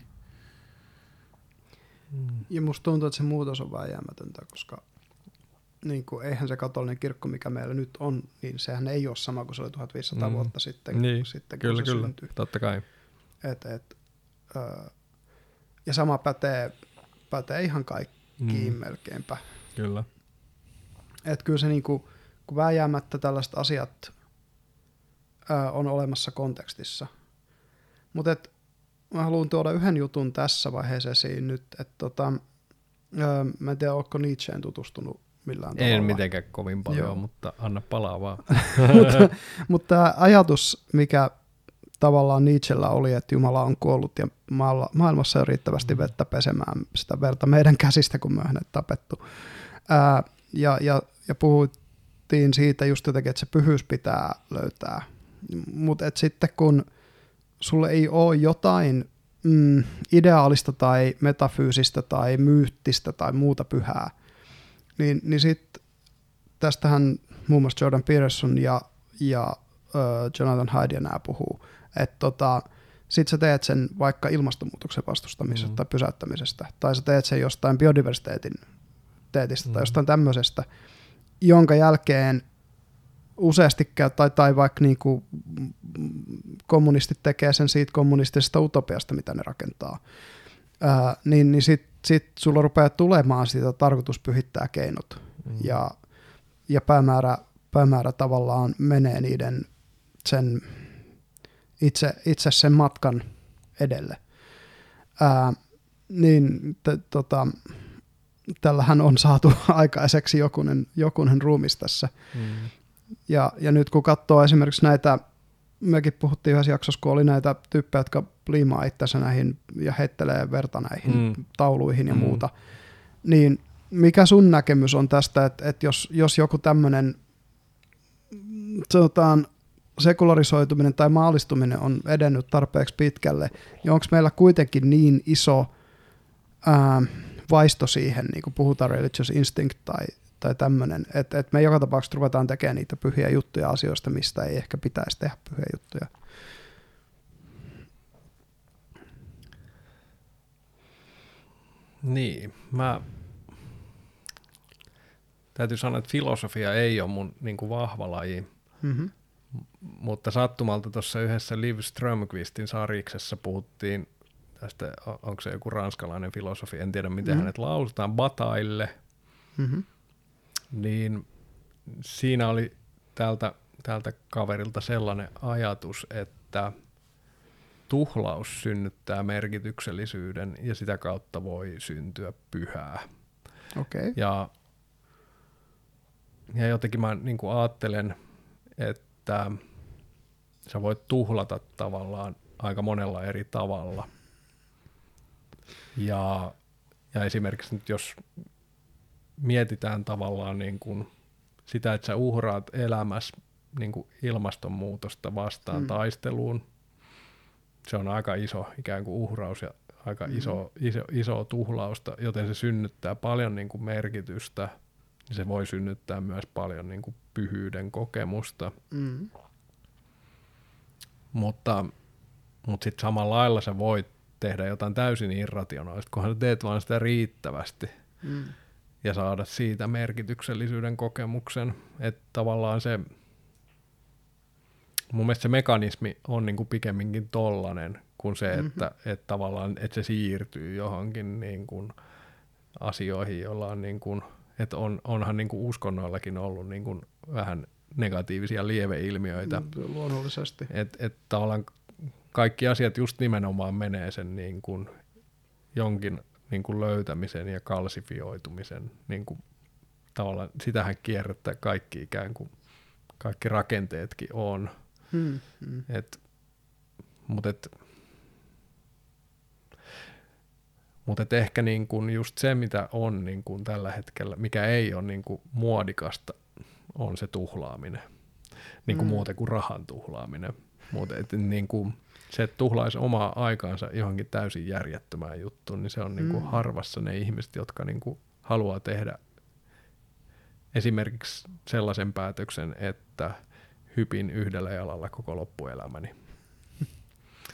Ja musta tuntuu, että se muutos on vääjäämätöntä, koska niin kuin, eihän se katolinen kirkko, mikä meillä nyt on, niin sehän ei ole sama kuin se oli 1500 vuotta sitten. Niin, sitten kyllä, kun se syntyi. totta kai. Ja sama pätee ihan kaikkiin melkeinpä. Kyllä. Että kyllä se niinku, kun vääjäämättä tällaiset asiat on olemassa kontekstissa. Mutta mä haluan tuoda yhden jutun tässä vaiheessa esiin nyt, että mä en tiedä, ootko Nietzscheen tutustunut millään tavalla. En mitenkään kovin paljon, mutta anna palaa vaan. mutta tämä ajatus, mikä tavallaan Nietzschellä oli, että Jumala on kuollut ja maailmassa on riittävästi vettä pesemään sitä verta meidän käsistä, kun me on hänet tapettu. Ja puhuttiin siitä just jotenkin, että se pyhyys pitää löytää. Mutta sitten kun sulle ei ole jotain ideaalista tai metafyysistä tai myyttistä tai muuta pyhää, niin sitten tästähän muun muassa Jordan Peterson ja Jonathan Haidt ja nämä puhuu, että sit sä teet sen vaikka ilmastonmuutoksen vastustamisesta tai pysäyttämisestä, tai sä teet sen jostain biodiversiteetin teetistä tai jostain tämmöisestä, jonka jälkeen useasti tai vaikka niinku kommunistit tekee sen siitä kommunistisesta utopiasta, mitä ne rakentaa, niin sit sulla rupeaa tulemaan siitä tarkoitus pyhittää keinot, ja päämäärä tavallaan menee niiden sen itse sen matkan edelle. Tällähän on saatu aikaiseksi jokunen ruumis tässä. Ja nyt kun katsoo esimerkiksi näitä, mekin puhuttiin yhdessä jaksossa, kun oli näitä tyyppejä, jotka liimaa itsensä näihin ja heittelee verta näihin tauluihin ja muuta, niin mikä sun näkemys on tästä, että jos joku tämmöinen sanotaan sekularisoituminen tai maallistuminen on edennyt tarpeeksi pitkälle, niin onko meillä kuitenkin niin iso vaisto siihen, niin kuin puhutaan religious instinct tai tämmöinen, että me joka tapauksessa ruvetaan tekemään niitä pyhiä juttuja asioista, mistä ei ehkä pitäisi tehdä pyhiä juttuja. Niin, täytyy sanoa, että filosofia ei ole mun niin kuin vahva laji, mutta sattumalta tuossa yhdessä Liv Strömqvistin sariksessa puhuttiin tästä, onko se joku ranskalainen filosofi, en tiedä miten hänet lausutaan, Bataille, niin siinä oli tältä kaverilta sellainen ajatus, että tuhlaus synnyttää merkityksellisyyden ja sitä kautta voi syntyä pyhää. Okay. Ja jotenkin mä niin kuin ajattelen, että sä voit tuhlata tavallaan aika monella eri tavalla. Ja esimerkiksi nyt jos mietitään tavallaan niin kuin sitä, että sä uhraat elämässä niin kuin ilmastonmuutosta vastaan taisteluun, se on aika iso ikään kuin uhraus ja aika iso tuhlausta, joten se synnyttää paljon niin kuin merkitystä, niin se voi synnyttää myös paljon niin kuin pyhyyden kokemusta. Mutta sitten samalla lailla sä voit tehdä jotain täysin irrationaalista, kunhan sä teet vaan sitä riittävästi ja saada siitä merkityksellisyyden kokemuksen. Että tavallaan se, mun mielestä se mekanismi on niinku pikemminkin tollanen kuin se, että tavallaan että se siirtyy johonkin niinku asioihin, joilla on niinku, että onhan niinku uskonnoillakin ollut niinku vähän negatiivisia lieveilmiöitä. Luonnollisesti. Että tavallaan kaikki asiat just nimenomaan menee sen niin kuin jonkin niin kuin löytämisen ja kalsifioitumisen niin kuin tavallaan sitähän kierrättää kaikki ikään kuin kaikki rakenteetkin on. Mutta ehkä niin kuin just se, mitä on niin kuin tällä hetkellä, mikä ei ole niin kuin muodikasta, on se tuhlaaminen. Niin kuin muuten kuin rahan tuhlaaminen. Mutta niin kuin se, että tuhlaisi omaa aikaansa johonkin täysin järjettömään juttuun, niin se on niin kuin harvassa ne ihmiset, jotka niin kuin haluaa tehdä esimerkiksi sellaisen päätöksen, että hypin yhdellä jalalla koko loppuelämäni.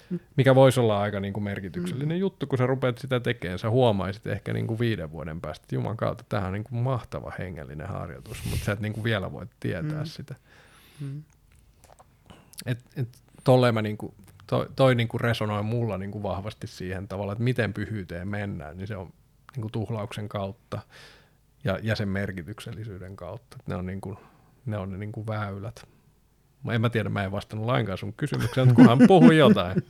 mikä voisi olla aika niin kuin merkityksellinen juttu, kun sä rupeat sitä tekemään. Sä huomaisit ehkä niin kuin 5 vuoden päästä, että juman kautta, tämähän on niin kuin mahtava hengellinen harjoitus, mutta sä et niin kuin vielä voi tietää sitä. Tolleen mä niin kuin, toi niin kuin resonoi mulla niin kuin vahvasti siihen tavalla, että miten pyhyyteen mennään, niin se on niin kuin tuhlauksen kautta ja sen merkityksellisyyden kautta. Ne on ne niin kuin väylät. En mä tiedä, mä en vastannut lainkaan sun kysymykseen, mutta kunhan puhui jotain.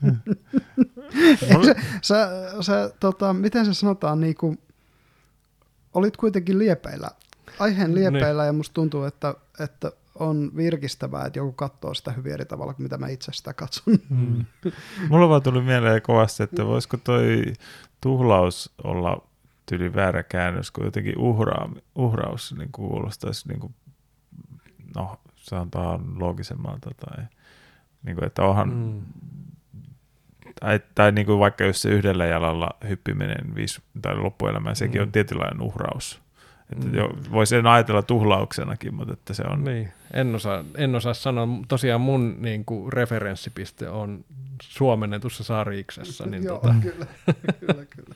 Miten se sanotaan, niin kuin, olit kuitenkin liepeillä, aiheen liepeillä, ja musta tuntuu, että on virkistävää, että joku katsoo sitä hyvin eri tavalla kuin mitä mä itse sitä katson. Mulla vaan tuli mieleen kovasti, että voisiko toi tuhlaus olla tyyli väärä käännös, kun jotenkin uhraus niin kuulostaisi, niin kuin, no sanotaan loogisemmalta, tai niin kuin, että onhan, tai niin kuin vaikka jos se yhdellä jalalla hyppiminen tai loppuelämään, sekin on tietynlainen uhraus. Että voisi ajatella tuhlauksenakin, mutta että se on... Niin, en osaa sanoa. Tosiaan mun niin kuin referenssipiste on suomennetussa Sariksessa. Niin Joo, kyllä.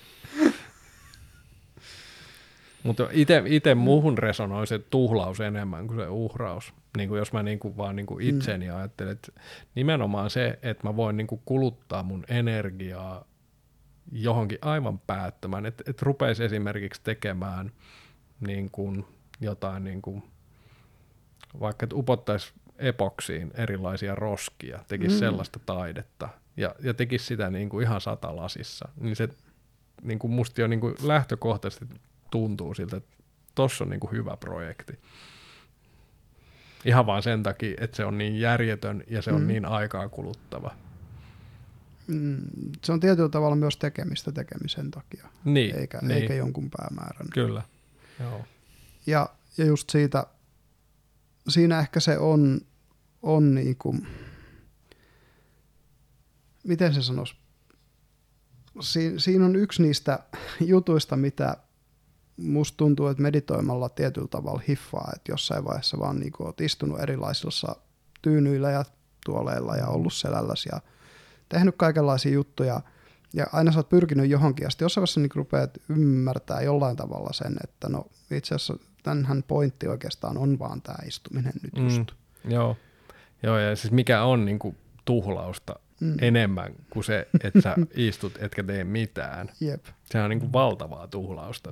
Mutta itse muuhun resonoi se tuhlaus enemmän kuin se uhraus. Niin kuin jos mä niin kuin vaan niin kuin itseni ajattelen, että nimenomaan se, että mä voin niin kuin kuluttaa mun energiaa johonkin aivan päättömään, että rupeisi esimerkiksi tekemään niin kuin jotain, niin kuin, vaikka että upottaisi epoksiin erilaisia roskia, tekisi sellaista taidetta ja tekisi sitä niin kuin ihan satalasissa, niin se niin kuin musta jo niin kuin lähtökohtaisesti tuntuu siltä, että tossa on niin kuin hyvä projekti. Ihan vaan sen takia, että se on niin järjetön ja se on niin aikaa kuluttava. Se on tietyllä tavalla myös tekemistä tekemisen takia, niin, eikä jonkun päämäärän. Kyllä, joo. Ja just siinä ehkä se on niin kuin, miten se sanoisi, siinä on yksi niistä jutuista, mitä musta tuntuu, että meditoimalla tietyllä tavalla hiffaa, että jossain vaiheessa vaan niin kuin oot istunut erilaisilla tyynyillä ja tuoleilla ja ollut selälläsi ja tehnyt kaikenlaisia juttuja ja aina sä oot pyrkinyt johonkin ja sitten jossain vaiheessa niin rupeat ymmärtää jollain tavalla sen, että no itse asiassa tämänhän pointti oikeastaan on vaan tämä istuminen nyt just. Joo, ja siis mikä on niin kuin tuhlausta enemmän kuin se, että sä istut etkä tee mitään. Jep. Sehän on niin kuin valtavaa tuhlausta.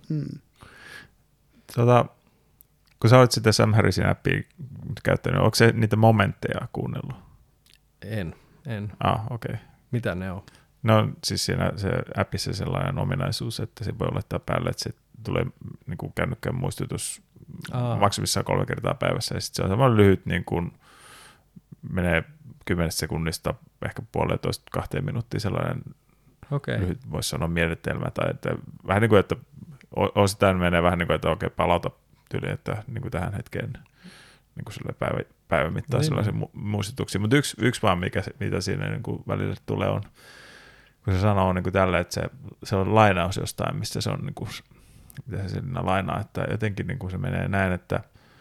Kun sä olet sitä Sam Harrisin appia käyttänyt, onko se niitä momentteja kuunnellut? En. Okei. Mitä ne on? No siis siinä se appissa sellainen ominaisuus, että se voi laittaa päälle, että se tulee niin kuin kännykkään muistutus maksimissaan 3 kertaa päivässä. Ja sitten se on semmoinen lyhyt, niin kuin menee 10 sekunnista ehkä 1,5–2 minuuttia sellainen lyhyt, voisi sanoa miellytelmä. Tai että, vähän niin kuin, että osittain menee vähän niin kuin, että okei, palauta tyyli, että niin kuin tähän hetkeen niin kuin päivän mittaan sellaisen muistutuksia. Mutta yksi vaan, mitä siinä niin kuin välillä tulee on, kun se sanoo niin kuin tällä, että se on lainaus jostain, mistä se on, niin kuin, mitä se siinä lainaa, että jotenkin niin kuin se menee näin, että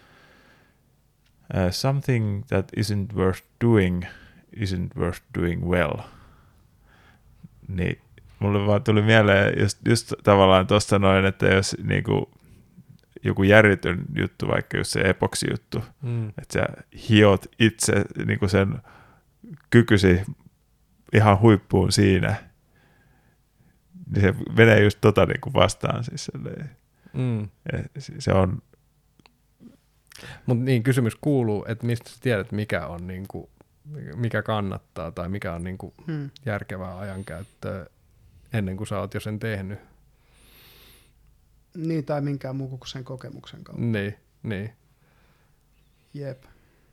something that isn't worth doing isn't worth doing well. Niin mulle vaan tuli mieleen just tavallaan tuosta noin, että jos niin kuin joku järjetön juttu, vaikka just se epoksi-juttu, että sä hiot itse niin kuin sen kykysi ihan huippuun siinä, niin se menee just niin kuin vastaan. Siis se on... Mutta niin, kysymys kuuluu, että mistä sä tiedät, mikä on niin kuin, mikä kannattaa tai mikä on niin kuin järkevää ajankäyttöä ennen kuin sä oot jo sen tehnyt. Niin, tai minkään muu kuin sen kokemuksen kautta. Niin. Jep.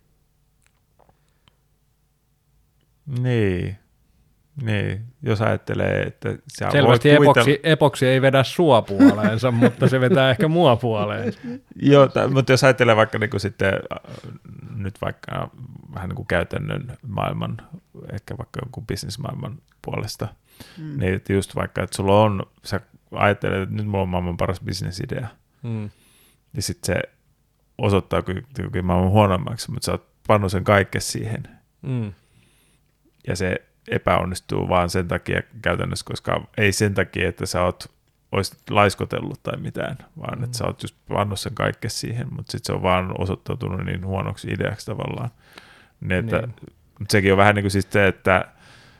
Niin, jos ajattelee, että sä selvästi epoksi ei vedä sua puoleensa, mutta se vetää ehkä mua puoleensa. Joo, mutta jos ajattelee vaikka niin kuin sitten nyt vaikka vähän niin kuin käytännön maailman, ehkä vaikka jonkun bisnesmaailman puolesta, niin että just vaikka, että sulla on, sä ajattelet, että nyt mulla on maailman paras bisnesidea, niin sitten se osoittaa kyllä maailman huonommaksi, mutta sä oot pannut sen kaikkeen siihen. Ja se epäonnistuu vaan sen takia käytännössä, koska ei sen takia, että sä olisit laiskotellut tai mitään, vaan että sä oot just pannut sen kaikkea siihen, mutta sitten se on vaan osoittautunut niin huonoksi ideaksi tavallaan. Mutta sekin on vähän niin kuin siis se, että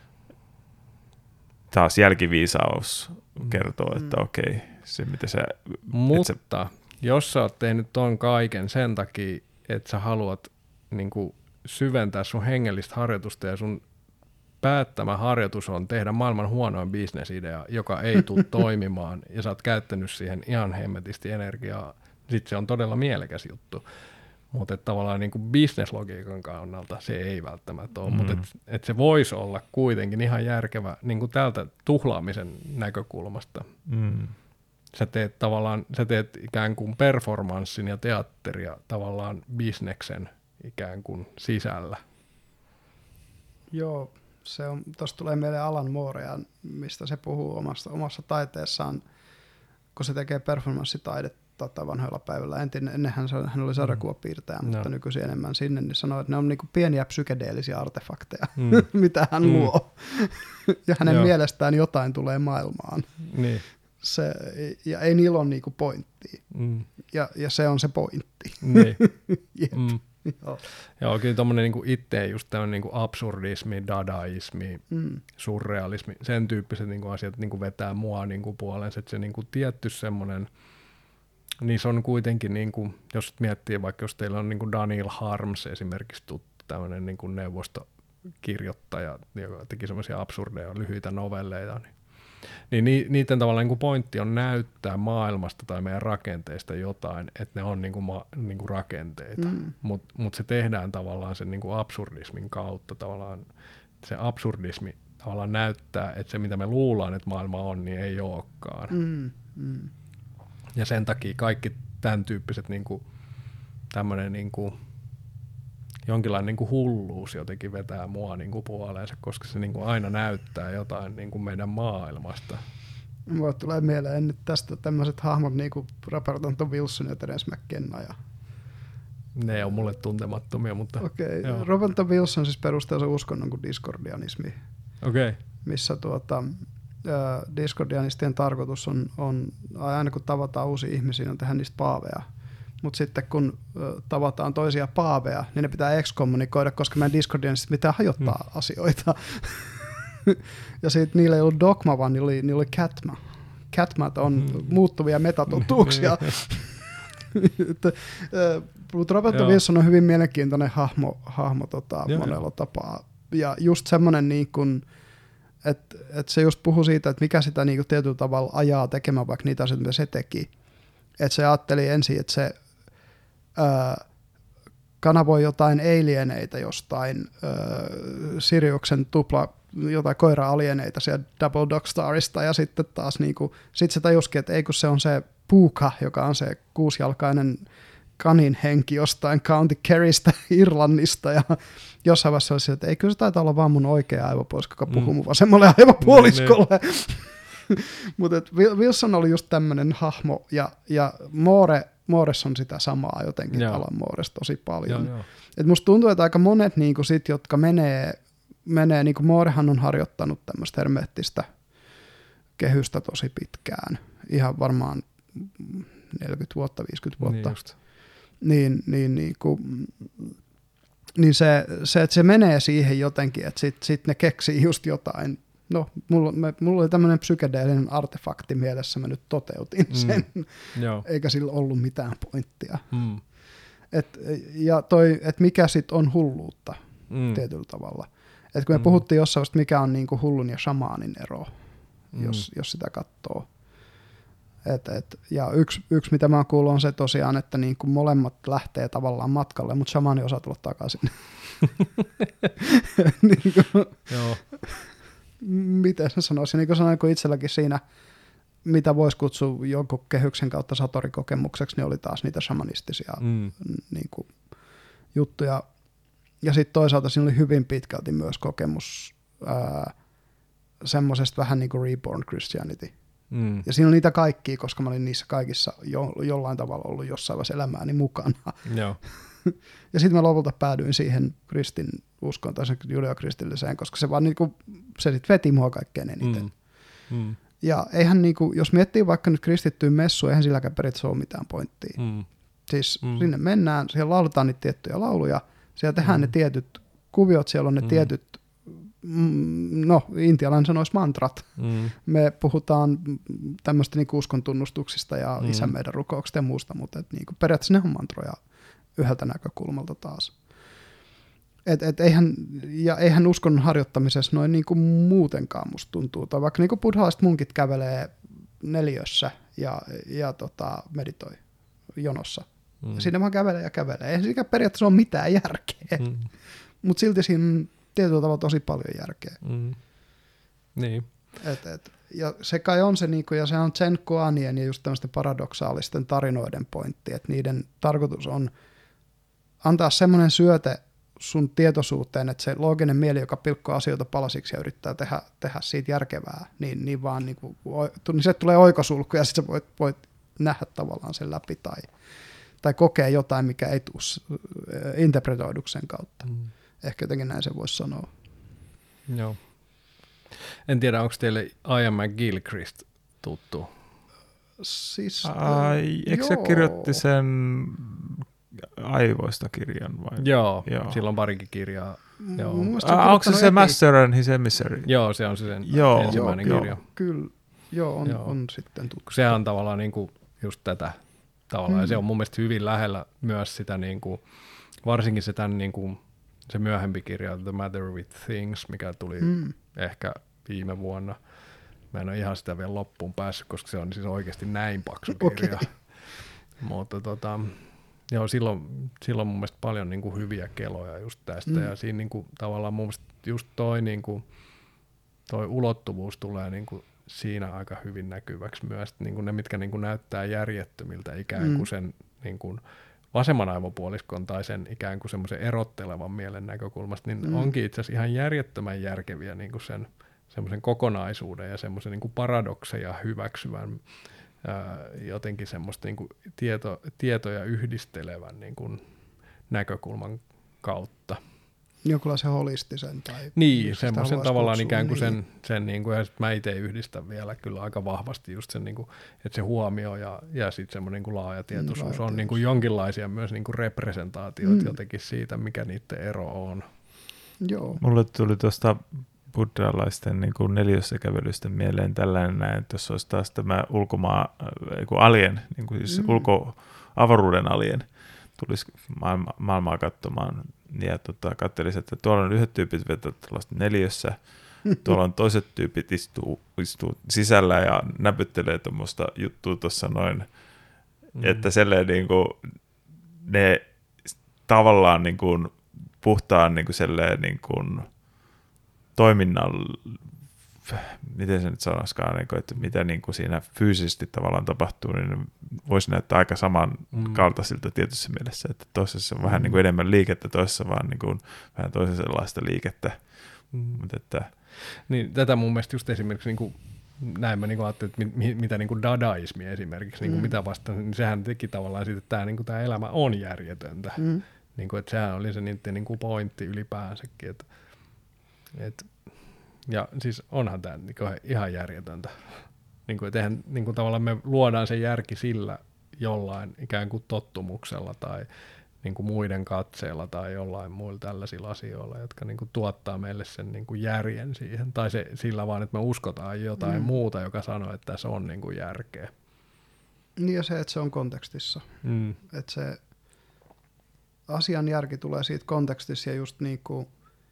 taas jälkiviisaus kertoo, että okei, se mitä sä... Mutta jos sä oot tehnyt ton kaiken sen takia, että sä haluat niin kuin syventää sun hengellistä harjoitusta ja sun päättämä harjoitus on tehdä maailman huonoin bisnesidea, joka ei tule toimimaan ja sä oot käyttänyt siihen ihan hemmetisti energiaa, sitten se on todella mielekäs juttu. Mutta tavallaan niin kuin bisneslogiikan kannalta se ei välttämättä ole, mutta et se voisi olla kuitenkin ihan järkevä niin kuin tältä tuhlaamisen näkökulmasta. Sä teet ikään kuin performanssin ja teatteria tavallaan bisneksen ikään kuin sisällä. Joo, tuosta tulee meille Alan Moorea, mistä se puhuu omassa taiteessaan, kun se tekee performanssitaidetta vanhoilla päivillä. Ennen hän oli sarjakuvapiirtäjä, mutta nykyisin enemmän sinne, niin sanoi, että ne on niinku pieniä psykedeellisiä artefakteja, mitä hän luo. Ja hänen mielestään jotain tulee maailmaan. Niin. Ja ei niillä ole niinku pointtia. Ja se on se pointti. Niin. Joo, kyllä tommonen niinku itse just tämmönen niinku absurdismi, dadaismi, surrealismi, sen tyyppiset niinku asiat niinku vetää mua niinku puolensa, että se niinku tietty semmonen, niin se on kuitenkin niinku, jos miettii vaikka jos teillä on niinku Daniel Harms esimerkiksi tuttu tämmönen niinku neuvostokirjoittaja, joka teki semmoisia absurdeja lyhyitä novelleita, niin niiden tavallaan niin kuin pointti on näyttää maailmasta tai meidän rakenteista jotain, että ne on niin kuin rakenteita, mutta se tehdään tavallaan sen niin kuin absurdismin kautta. Tavallaan se absurdismi tavallaan näyttää, että se mitä me luullaan, että maailma on, niin ei olekaan. Ja sen takia kaikki tämän tyyppiset niin kuin, tämmöinen niin kuin, jonkinlainen niin kuin hulluus jotenkin vetää mua niin kuin puoleensa, koska se niin kuin aina näyttää jotain niin kuin meidän maailmasta. Mulle tulee mieleen nyt tästä tämmöiset hahmot niin kuin Robert Anton Wilson ja Terence McKenna. Ne on mulle tuntemattomia, mutta... Okei. Robert Anton Wilson siis perustaa sen uskonnon kuin diskordianismi. Okei. Missä diskordianistien tarkoitus on, aina kun tavataan uusia ihmisiä, on tehdä niistä paaveja. Mutta sitten kun tavataan toisia paaveja, niin ne pitää ekskommunikoida, koska meidän discordianistit pitää hajottaa asioita. Ja sitten niillä ei ollut dogma, vaan niillä oli catma. Catmat on muuttuvia metatotuuksia. Mutta Robert Wilson on hyvin mielenkiintoinen hahmo monella tapaa. Ja just semmoinen, niin että se just puhui siitä, että mikä sitä niin tietyllä tavalla ajaa tekemään vaikka niitä asioita, mitä se teki. Että se ajatteli ensin, että se kanavoi jotain alieneita jostain Siriuksen jotain koira-alieneita siellä Double Dog Starista, ja sitten taas niinku, sit se tajusikin, että ei kun se on se Puuka, joka on se kuusijalkainen kanin henki jostain County Kerrystä Irlannista, ja jossain vaiheessa oli se, että ei kyllä se taitaa olla vaan mun oikea aivopuolisko, joka puhuu mun vasemmalle aivopuoliskolle. Mutta Wilson oli just tämmöinen hahmo, ja Moores on sitä samaa jotenkin, Alan Moores tosi paljon. Et musta tuntuu, että aika monet niinku sit, jotka menee niinku Moorehan on harjoittanut tämmöistä hermeettistä kehystä tosi pitkään, ihan varmaan 40 vuotta, 50 vuotta. Niin se, että se menee siihen jotenkin, että sit ne keksii just jotain. No, mulla oli tämmöinen psykedeellinen artefakti mielessä, mä nyt toteutin sen, eikä sillä ollut mitään pointtia. Et mikä sitten on hulluutta tietyllä tavalla. Et kun me puhuttiin jossain, mikä on niinku hullun ja shamaanin ero, jos sitä katsoo. Ja yksi, mitä mä oon kuullut, on se tosiaan, että niinku molemmat lähtee tavallaan matkalle, mutta shamaani osaa tulla takaisin. Joo. Miten se sanoisi? Niin kuin sanoin, kun itselläkin siinä, mitä voisi kutsua jonkun kehyksen kautta satorikokemukseksi, niin oli taas niitä shamanistisia niin kuin, juttuja. Ja sitten toisaalta siinä oli hyvin pitkälti myös kokemus semmoisesta vähän niin kuin reborn Christianity. Ja siinä on niitä kaikkia, koska mä olin niissä kaikissa jollain tavalla ollut jossain vaiheessa elämääni mukana. Ja sitten mä lopulta päädyin siihen kristin uskoon tai judeokristilliseen, koska se vaan niinku, se sit veti mua kaikkein eniten. Ja eihän niinku, jos miettii vaikka nyt kristittyyn messuun, eihän silläkään periaatteessa ole mitään pointtia. Siis sinne mennään, siellä lauletaan niitä tiettyjä lauluja, siellä tehdään ne tietyt kuviot, siellä on ne tietyt, no intialainen sanoisi mantrat. Me puhutaan tämmöistä niinku uskontunnustuksista ja isän meidän rukouksista ja muusta, mutta niinku, periaatteessa ne on mantroja yhdeltä näkökulmalta taas. Eihän uskon harjoittamisessa noin niinku muutenkaan musta tuntuu. Tai vaikka niinku buddhalaiset munkit kävelee neliössä ja meditoi jonossa. Ja siinä vaan kävelee ja kävelee. Eihän siinä periaatteessa ole mitään järkeä. Mutta silti siinä tietyllä tavalla tosi paljon järkeä. Niin. Ja se kai on se, niinku, ja se on Zen koanien ja just tämmöisten paradoksaalisten tarinoiden pointti, että niiden tarkoitus on antaa semmoinen syöte sun tietoisuuteen, että se looginen mieli, joka pilkkoo asioita palasiksi ja yrittää tehdä siitä järkevää, niin vaan niin se tulee oikosulku ja sitten sä voit nähdä tavallaan sen läpi tai kokea jotain, mikä ei tule interpretoiduksi sen kautta. Ehkä jotenkin näin se voisi sanoa. Joo. En tiedä, onko teille Ian McGilchrist tuttu? Siis, eikö se kirjoitti sen aivoista kirjan vai? Joo. Sillä on parikin kirjaa. Onko se Master and His Emissary? Joo, se on se sen ensimmäinen kirja. Kyllä, on sitten tuttu. Sehän on tavallaan niinku just tätä tavallaan, ja se on mun mielestä hyvin lähellä myös sitä, niinku, varsinkin se, niinku, se myöhempi kirja The Matter with Things, mikä tuli ehkä viime vuonna. Mä en ole ihan sitä vielä loppuun päässyt, koska se on siis oikeasti näin paksu kirja. Okay. Mutta joo, silloin mun mielestä paljon niinku hyviä keloja just tästä, ja siinä niinku, tavallaan mun mielestä just toi ulottuvuus tulee niinku siinä aika hyvin näkyväksi myös, niinku ne, mitkä niinku näyttää järjettömiltä ikään kuin sen niinku vasemman aivopuoliskon tai sen ikään kuin semmoisen erottelevan mielen näkökulmasta, niin onkin itse asiassa ihan järjettömän järkeviä niinku sen semmoisen kokonaisuuden ja semmoisen niinku paradokseja hyväksyvän jotenkin semmoista niinku tietoja yhdistelevän niinku näkökulman kautta. Jonkunlaisen holistisen tai... Niin, semmoisen tavallaan ikään kuin sen niinku, ja mä itse yhdistän vielä kyllä aika vahvasti just sen, niinku, että se huomio ja sitten semmoinen niinku laaja tietoisuus on niinku jonkinlaisia myös niinku representaatioita jotenkin siitä, mikä niiden ero on. Joo. Mulle tuli tuosta buddhalaisten niin kuin neliössä kävelysten mieleen tällainen näin, että jos olisi taas tämä alien, niin kuin siis avaruuden alien, tulisi maailmaa katsomaan ja katselisi, että tuolla on yhdet tyypit vetävät tällaista neliössä, tuolla on toiset tyypit istuu sisällä ja näpyttelee tuommoista juttua tuossa noin, että selleen niin kuin ne tavallaan niin kuin puhtaan niin kuin selleen niin kuin toiminnalla, miten se nyt sanoisikaan, että mitä niin kuin siinä fyysisesti tavallaan tapahtuu, niin voisi näyttää aika samankaltaisilta tietyssä mielessä, että toisessa on vähän niin kuin enemmän liikettä, toisessa vaan niin kuin vähän toisen sellaista liikettä. Mutta että... Niin, tätä mun mielestä just esimerkiksi niin kuin, näin mä niin kuin ajattelin, että mitä niin kuin dadaismi esimerkiksi, niin kuin mitä vastaan, niin sehän teki tavallaan siitä, että tämä elämä on järjetöntä. Niin kuin, että sehän oli se niiden niin kuin pointti ylipäänsäkin, ja siis onhan tämä niinku ihan järjetöntä. Niinku, et eihän, niinku, tavallaan me luodaan se järki sillä jollain ikään kuin tottumuksella tai niinku muiden katseella tai jollain muilla tällaisilla asioilla, jotka niinku tuottaa meille sen niinku järjen siihen. Tai sillä vaan, että me uskotaan jotain muuta, joka sanoo, että tässä on niinku järkeä. Niin ja se, että se on kontekstissa. Että se asian järki tulee siitä kontekstissa ja just niinku...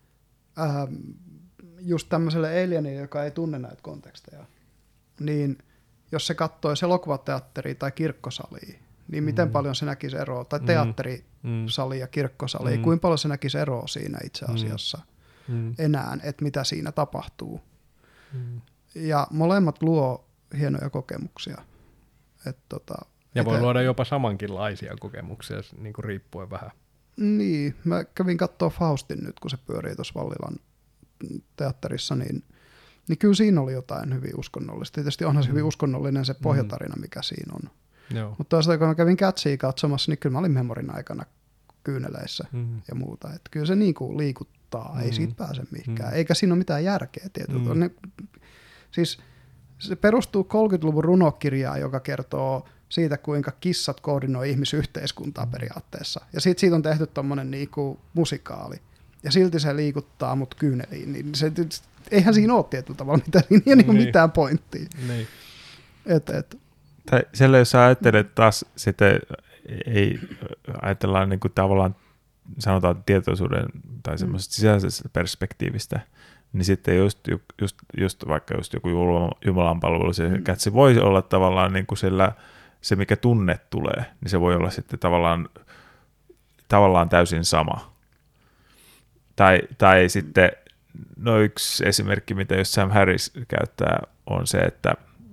just tämmöiselle alienille, joka ei tunne näitä konteksteja, niin jos se katsoisi elokuvateatteria tai kirkkosalia, niin miten paljon se näkisi eroa, tai teatterisali ja kirkkosali, kuinka paljon se näkisi eroa siinä itse asiassa enää, että mitä siinä tapahtuu. Ja molemmat luo hienoja kokemuksia. Ja voi luoda jopa samankinlaisia kokemuksia, niin kuin riippuen vähän. Niin, mä kävin katsoa Faustin nyt, kun se pyörii tuossa Vallilan teatterissa, niin kyllä siinä oli jotain hyvin uskonnollista. Tietysti onhan se hyvin uskonnollinen se pohjatarina, mikä siinä on. Mutta toisaalta kun mä kävin Catsia katsomassa, niin kyllä mä olin Memorin aikana kyyneleissä ja muuta. Että kyllä se niinku liikuttaa, ei siitä pääse mihinkään. Eikä siinä ole mitään järkeä tietysti. Siis se perustuu 30-luvun runokirjaan, joka kertoo siitä, kuinka kissat koordinoi ihmisyhteiskuntaa periaatteessa. Ja siitä on tehty tommonen niinku musikaali. Ja silti se liikuttaa mut kyyneliin. Niin se, eihän siinä ole tietyllä tavalla mitään pointtia. Niin. Tai siellä jos sä ajattelet taas sitten, ei ajatellaan niin kuin tavallaan sanotaan tietoisuuden tai semmoisesta sisäisestä perspektiivistä, niin sitten just vaikka just joku jumalanpalvelu, että se voi olla tavallaan niin kuin se mikä tunne tulee, niin se voi olla sitten tavallaan täysin sama. Tai sitten, no yksi esimerkki, mitä jos Sam Harris käyttää, on se, että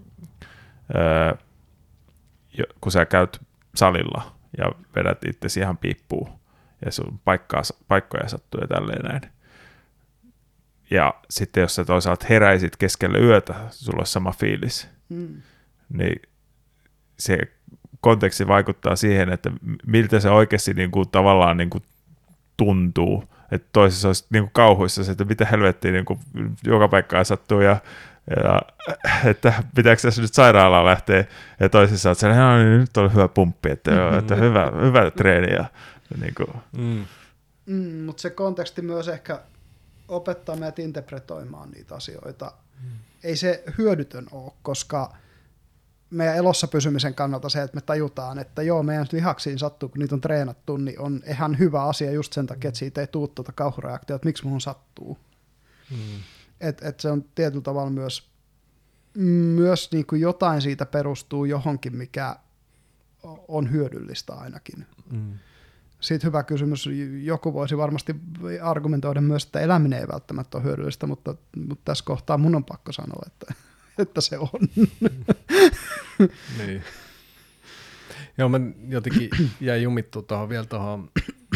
kun sä käyt salilla ja vedät itsesi ihan piippuun ja sun paikkoja sattuu ja tälleen näin. Ja sitten jos sä toisaalta heräisit keskellä yötä, sulla olisi sama fiilis, niin se konteksti vaikuttaa siihen, että miltä se oikeasti niin kuin, tavallaan niin kuin, tuntuu. Että toisessa olisi niin kuin kauhuissa se, että mitä helvettiä niin kuin, joka paikkaan sattuu ja että pitääkö tässä nyt sairaalaan lähteä, ja toisessa on sellainen, niin nyt on hyvä pumppi, että hyvä treeni. Ja, niin kuin. Mutta se konteksti myös ehkä opettaa meidät interpretoimaan niitä asioita. Ei se hyödytön ole, koska meidän elossa pysymisen kannalta se, että me tajutaan, että joo, meidän lihaksiin sattuu, kun niitä on treenattu, niin on ihan hyvä asia just sen takia, että siitä ei tule tuota kauhureaktiota, että miksi muhun sattuu. Et se on tietyllä tavalla myös niin kuin jotain siitä perustuu johonkin, mikä on hyödyllistä ainakin. Sitten hyvä kysymys, joku voisi varmasti argumentoida myös, että eläminen ei välttämättä ole hyödyllistä, mutta tässä kohtaa mun on pakko sanoa, että se on. Niin. Joo, mä jotenkin jäin jumittua tuohon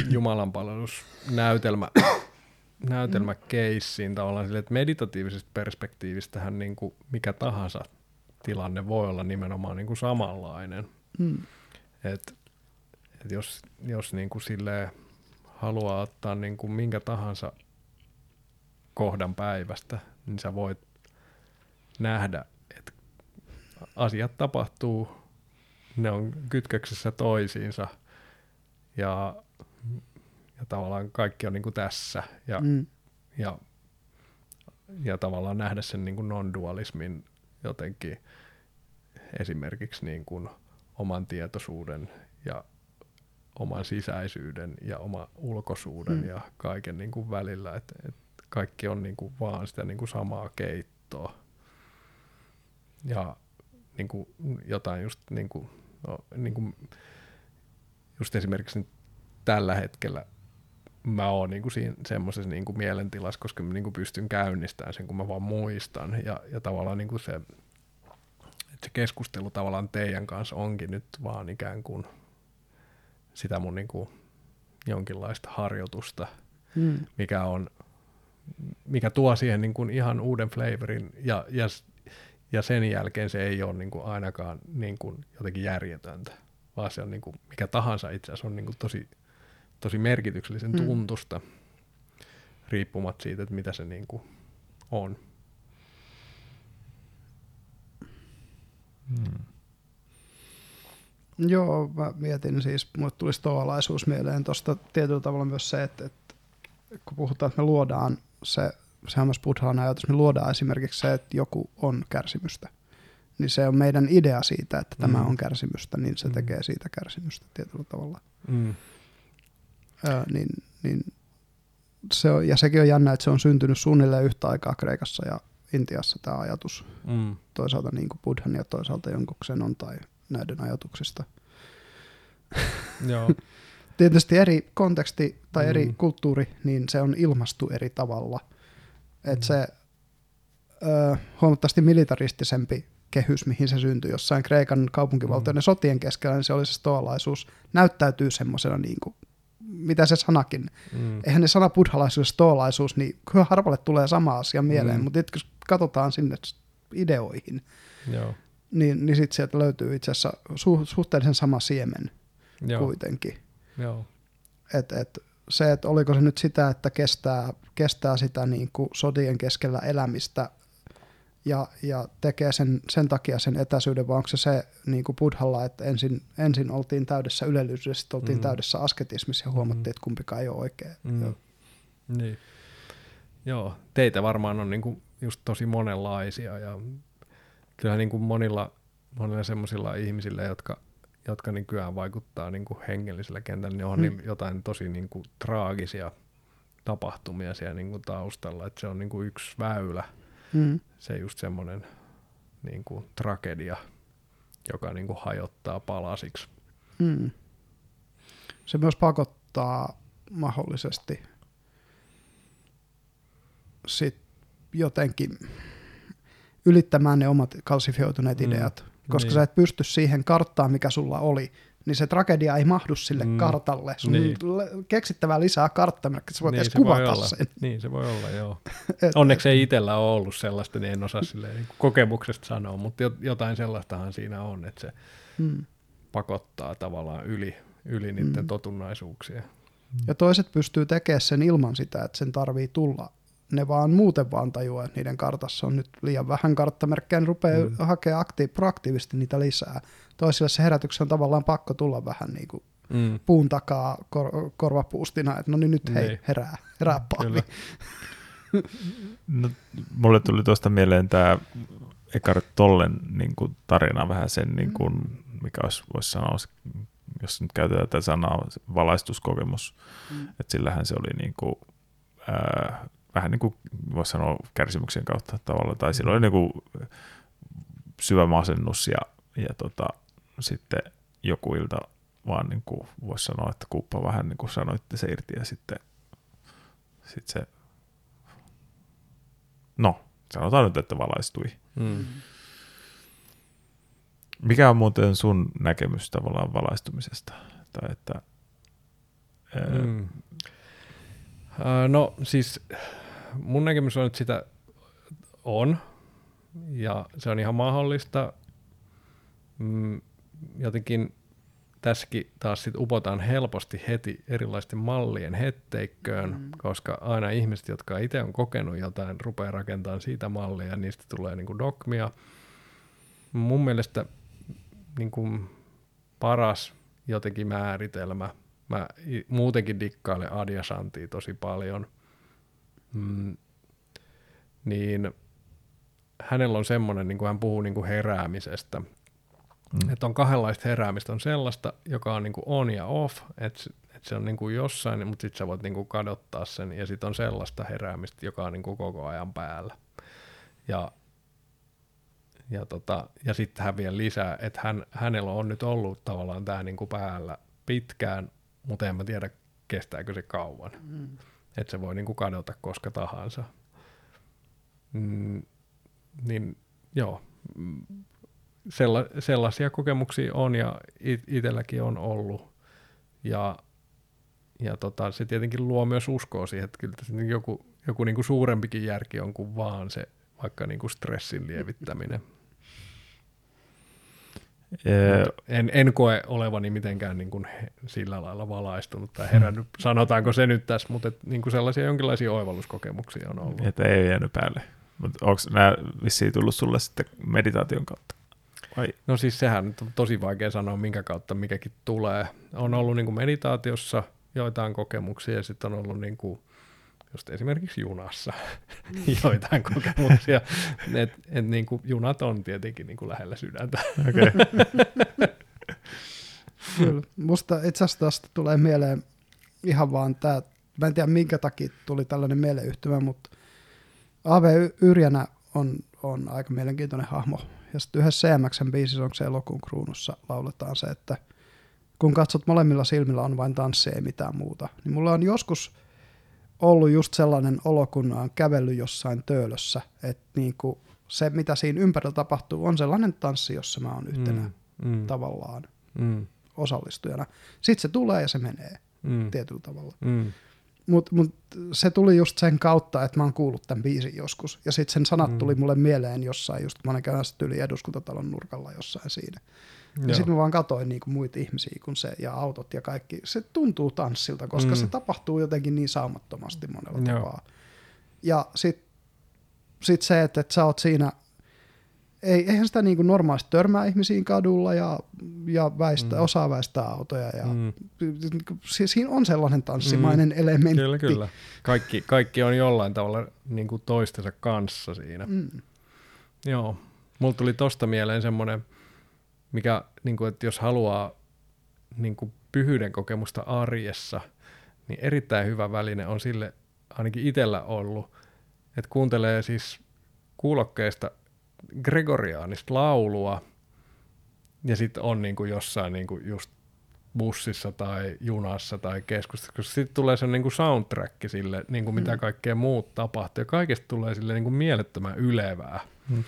jumalanpalvelusnäytelmäkeissiin tavallaan sille, että meditatiivisesta perspektiivistähän niin kuin mikä tahansa tilanne voi olla nimenomaan niin kuin samanlainen. Et jos niin kuin silleen haluaa ottaa niin kuin minkä tahansa kohdan päivästä, niin sä voit nähdä, että asiat tapahtuu, ne on kytköksessä toisiinsa ja tavallaan kaikki on niin kuin tässä ja tavallaan nähdä sen niin kuin non-dualismin jotenkin esimerkiksi niin kuin oman tietoisuuden ja oman sisäisyyden ja oma ulkoisuuden ja kaiken niin kuin välillä, että kaikki on niin kuin vaan sitä niin kuin samaa keittoa. Ja niin kuin jotain just niin kuin just esimerkiksi tällä hetkellä mä oon niin kuin semmoisessa niin kuin mielentilassa, koska mä niin kuin pystyn käynnistämään sen, kun mä vaan muistan. Ja tavallaan niin kuin se, että se keskustelu tavallaan teidän kanssa onkin nyt vaan ikään kuin sitä mun niin kuin jonkinlaista harjoitusta, mikä tuo siihen niin kuin ihan uuden flavorin ja sen jälkeen se ei ole niin kuin ainakaan niin kuin jotenkin järjetöntä, vaan se on niin kuin mikä tahansa itse asiassa on niin kuin tosi merkityksellisen tuntusta, riippumatta siitä, että mitä se niin kuin on. Joo, mä mietin siis, mulle tuli stoalaisuus mieleen tuosta tietyllä tavalla myös se, että kun puhutaan, että me luodaan sehän myös buddhalainen ajatus, me luodaan esimerkiksi se, että joku on kärsimystä. Niin se on meidän idea siitä, että tämä on kärsimystä, niin se tekee siitä kärsimystä tietyllä tavalla. Niin se on, ja sekin on jännä, että se on syntynyt suunnilleen yhtä aikaa Kreikassa ja Intiassa tämä ajatus. Toisaalta niin kuin buddhan ja toisaalta jonkun xenon tai näiden ajatuksista. Joo. Tietysti eri konteksti tai eri kulttuuri, niin se on ilmastu eri tavalla. Että se huomattavasti militaristisempi kehys, mihin se syntyi jossain Kreikan kaupunkivaltioiden sotien keskellä, niin se oli se stoalaisuus, näyttäytyy semmoisena niin kuin, mitä se sanakin. Eihän ne sana buddhalaisuus ja stoalaisuus, niin kyllä harvalle tulee sama asia mieleen, mutta jos katsotaan sinne ideoihin, niin sitten sieltä löytyy itse asiassa suhteellisen sama siemen kuitenkin. Joo. Se, että oliko se nyt sitä, että kestää sitä niin kuin sotien keskellä elämistä ja tekee sen takia sen etäisyyden, vai onko se niin kuin Buddhalla, että ensin oltiin täydessä ylellisyydessä, sitten oltiin täydessä asketismissa ja huomattiin, että kumpikaan ei ole oikein. Niin. Joo, teitä varmaan on niinku just tosi monenlaisia ja kyllähän niinku monilla semmoisilla ihmisillä, jotka nykyään vaikuttaa niinku hengellisellä kentällä, niin on niin jotain tosi niinku traagisia tapahtumia siellä niinku taustalla, että se on niinku yksi väylä, se just semmoinen niinku tragedia, joka niinku hajottaa palasiksi. Se myös pakottaa mahdollisesti sit jotenkin ylittämään ne omat kalsifioituneet ideat, koska sä et pysty siihen karttaan, mikä sulla oli, niin se tragedia ei mahdu sille kartalle. Sun keksittävää lisää karttaa, että sä voit edes kuvata sen. Niin, se voi olla, joo. Onneksi ei itsellä ole ollut sellaista, niin en osaa silleen niin kokemuksesta sanoa, mutta jotain sellaistahan siinä on, että se pakottaa tavallaan yli niiden totunnaisuuksia. Ja toiset pystyy tekemään sen ilman sitä, että sen tarvii tulla. Ne vaan muuten vaan tajuaa, että niiden kartassa on nyt liian vähän karttamerkkejä, ne rupeaa hakemaan proaktiivisesti niitä lisää. Toisille se herätyksen on tavallaan pakko tulla vähän niin kuin puun takaa korvapuustina, että no niin nyt hei, herää Paavi. No, mulle tuli tuosta mieleen tämä Eckhart Tollen niin kuin tarina vähän sen, niin kuin, mikä voisi sanoa, jos nyt käytetään tätä sanaa, valaistuskokemus, että sillähän se oli niin kuin, vähän niin kuin voisi sanoa kärsimyksen kautta tavalla, tai silloin oli niin kuin syvä masennus ja sitten joku ilta vaan niin kuin voisi sanoa, että kuppa vähän niin kuin sanoitte se irti ja sitten se, no sanotaan nyt, että valaistui. Mikä on muuten sun näkemys tavallaan valaistumisesta? Tai että, no siis mun näkemys on, että sitä on ja se on ihan mahdollista. Jotenkin tässäkin taas sit upotaan helposti heti erilaisten mallien hetteikköön, koska aina ihmiset, jotka itse on kokenut jotain, rupeaa rakentamaan siitä mallia ja niistä tulee niinku dogmia. Mun mielestä niinku paras jotenkin määritelmä, mä muutenkin dikkailen Adyashantia tosi paljon, niin hänellä on semmoinen, niin kuin hän puhuu niin kuin heräämisestä, että on kahdenlaista heräämistä. On sellaista, joka on niin kuin on ja off, että se on niin kuin jossain, mutta sitten sä voit niin kuin kadottaa sen, ja sitten on sellaista heräämistä, joka on niin kuin koko ajan päällä. Ja sitten hän vielä lisää, että hänellä on nyt ollut tavallaan tämä niin kuin päällä pitkään, mutta en mä tiedä, kestääkö se kauan. Että se voi niin kuin kadota koska tahansa. Niin joo, sellaisia kokemuksia on ja itselläkin on ollut. Ja se tietenkin luo myös uskoa siihen, että kyllä tässä joku niin kuin suurempikin järki on kuin vaan se vaikka niin kuin stressin lievittäminen. En koe olevani mitenkään niin kuin sillä lailla valaistunut tai herännyt, sanotaanko se nyt tässä, mutta niin kuin sellaisia jonkinlaisia oivalluskokemuksia on ollut. Että ei jäänyt päälle. Mutta onko nämä vissiin tullut sulle sitten meditaation kautta? Vai? No siis sehän on tosi vaikea sanoa, minkä kautta mikäkin tulee. On ollut niin kuin meditaatiossa joitain kokemuksia ja sitten on ollut niin kuin just esimerkiksi junassa joitain kokemuksia. Et niin kuin junat on tietenkin niin kuin lähellä sydäntä. Okay. Kyllä. Musta itse asiassa tästä tulee mieleen ihan vaan tämä, mä en tiedä minkä takia tuli tällainen mieleyhtymä, mutta A.V. Yrjänä on aika mielenkiintoinen hahmo. Ja sitten yhdessä CMX:n biisissä, onko se Elokuun kruunussa, lauletaan se, että kun katsot molemmilla silmillä on vain tanssia, ei mitään muuta. Niin mulla on joskus ollut just sellainen olo, kun on kävellyt jossain töölössä, että niinku se, mitä siinä ympärillä tapahtuu, on sellainen tanssi, jossa mä oon yhtenä tavallaan osallistujana. Sitten se tulee ja se menee tietyllä tavalla. Mut se tuli just sen kautta, että mä oon kuullut tämän biisin joskus. Ja sitten sen sanat tuli mulle mieleen jossain, just kun mä olin käynyt yli Eduskuntatalon nurkalla jossain siinä. Ja sitten mä vaan katsoin niinku muita ihmisiä kuin se, ja autot ja kaikki. Se tuntuu tanssilta, koska se tapahtuu jotenkin niin saumattomasti monella tapaa. Ja sit se, että sä oot siinä, eihän sitä niinku normaalisti törmää ihmisiin kadulla ja osaa väistää autoja. Ja siinä on sellainen tanssimainen elementti. Kyllä. Kaikki on jollain tavalla niinku toistensa kanssa siinä. Joo. Mulla tuli tosta mieleen semmoinen, mikä, niinku, että jos haluaa niinku, pyhyyden kokemusta arjessa, niin erittäin hyvä väline on sille ainakin itsellä ollut, että kuuntelee siis kuulokkeista gregoriaanista laulua ja sitten on niinku jossain niinku just bussissa tai junassa tai keskustassa, koska sitten tulee se niinku soundtrack sille, niinku mitä kaikkea muut tapahtuu ja kaikesta tulee sille niinku mielettömän ylevää.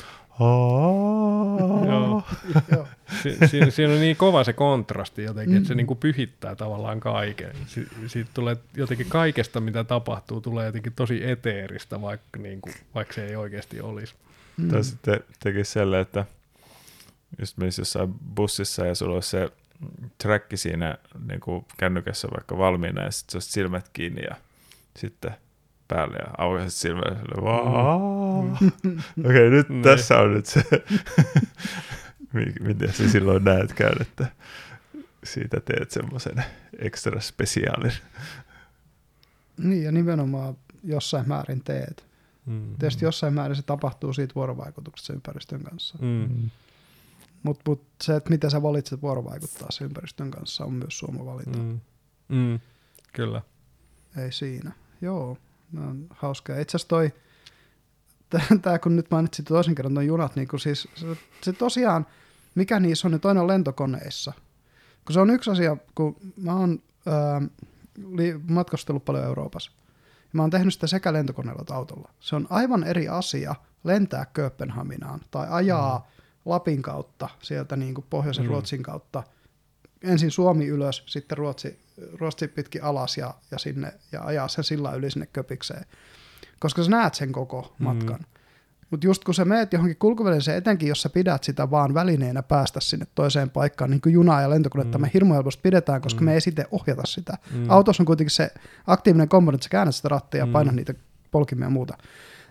Joo. Siinä on niin kova se kontrasti jotenkin, että se niinku pyhittää tavallaan kaiken. Siitä tulee jotenkin kaikesta, mitä tapahtuu, tulee jotenkin tosi eteeristä, vaikka se ei oikeasti olisi. Tai sitten tekisi sellainen, että just menisi jossain bussissa ja sulla olisi se tracki siinä niin kuin kännykässä vaikka valmiina ja sitten se olisi silmät kiinni ja sitten päälle ja aukaiset silmät. Okei, nyt tässä on nyt se, miten sä silloin näetkään, että siitä teet semmoisen extra spesiaalin. Niin ja nimenomaan jossain määrin teet. Tietysti jossain määrin se tapahtuu siitä vuorovaikutuksesta ympäristön kanssa. Mutta se, että miten sä valitset vuorovaikuttaa sen ympäristön kanssa, on myös sun oma valinta. Kyllä. Ei siinä. Joo, no on hauskaa. Itse asiassa tämä kun nyt mainitsit toisen kerran ton junat, niin kun siis se tosiaan, mikä niissä on, niin toinen on lentokoneissa. Kun se on yksi asia, kun mä oon matkustellut paljon Euroopassa. Mä oon tehnyt sitä sekä lentokoneella että autolla. Se on aivan eri asia lentää Kööpenhaminaan tai ajaa Lapin kautta, sieltä niin kuin pohjoisen Ruotsin kautta. Ensin Suomi ylös, sitten Ruotsi pitkin alas ja sinne ja ajaa sen sillä yli sinne Köpikseen. Koska sä näet sen koko matkan. Mutta just kun sä meet johonkin kulkuvälineeseen, etenkin jos sä pidät sitä vaan välineenä päästä sinne toiseen paikkaan, niin kuin junaa ja lentokonetta me hirmu helposti pidetään, koska me ei sitten ohjata sitä. Autossa on kuitenkin se aktiivinen komponentti, sä käännät sitä rattia ja painat niitä polkimia ja muuta.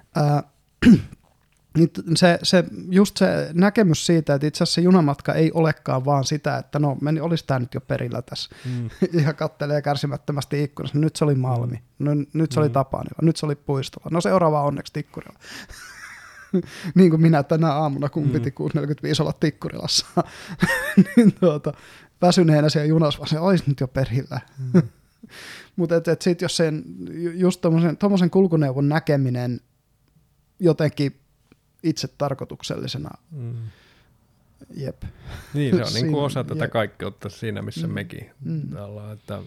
Just se näkemys siitä, että itse asiassa se junamatka ei olekaan vaan sitä, että no olisi tämä nyt jo perillä tässä. Ja kattelee kärsimättömästi ikkunassa. Nyt se oli Malmi, nyt se oli Tapanilla, nyt se oli Puistolla. No seuraava onneksi Tikkurilla. Niin kuin minä tänä aamuna, kun piti 6.45 olla Tikkurilassa. Niin väsyneenä siellä junassa, vaan se olisi nyt jo perillä. Mutta sitten jos sen, just tommosen kulkuneuvon näkeminen jotenkin itse tarkoituksellisena, jep. Niin, se on niin kuin osa tätä kaikkeutta siinä, missä mekin ollaan, että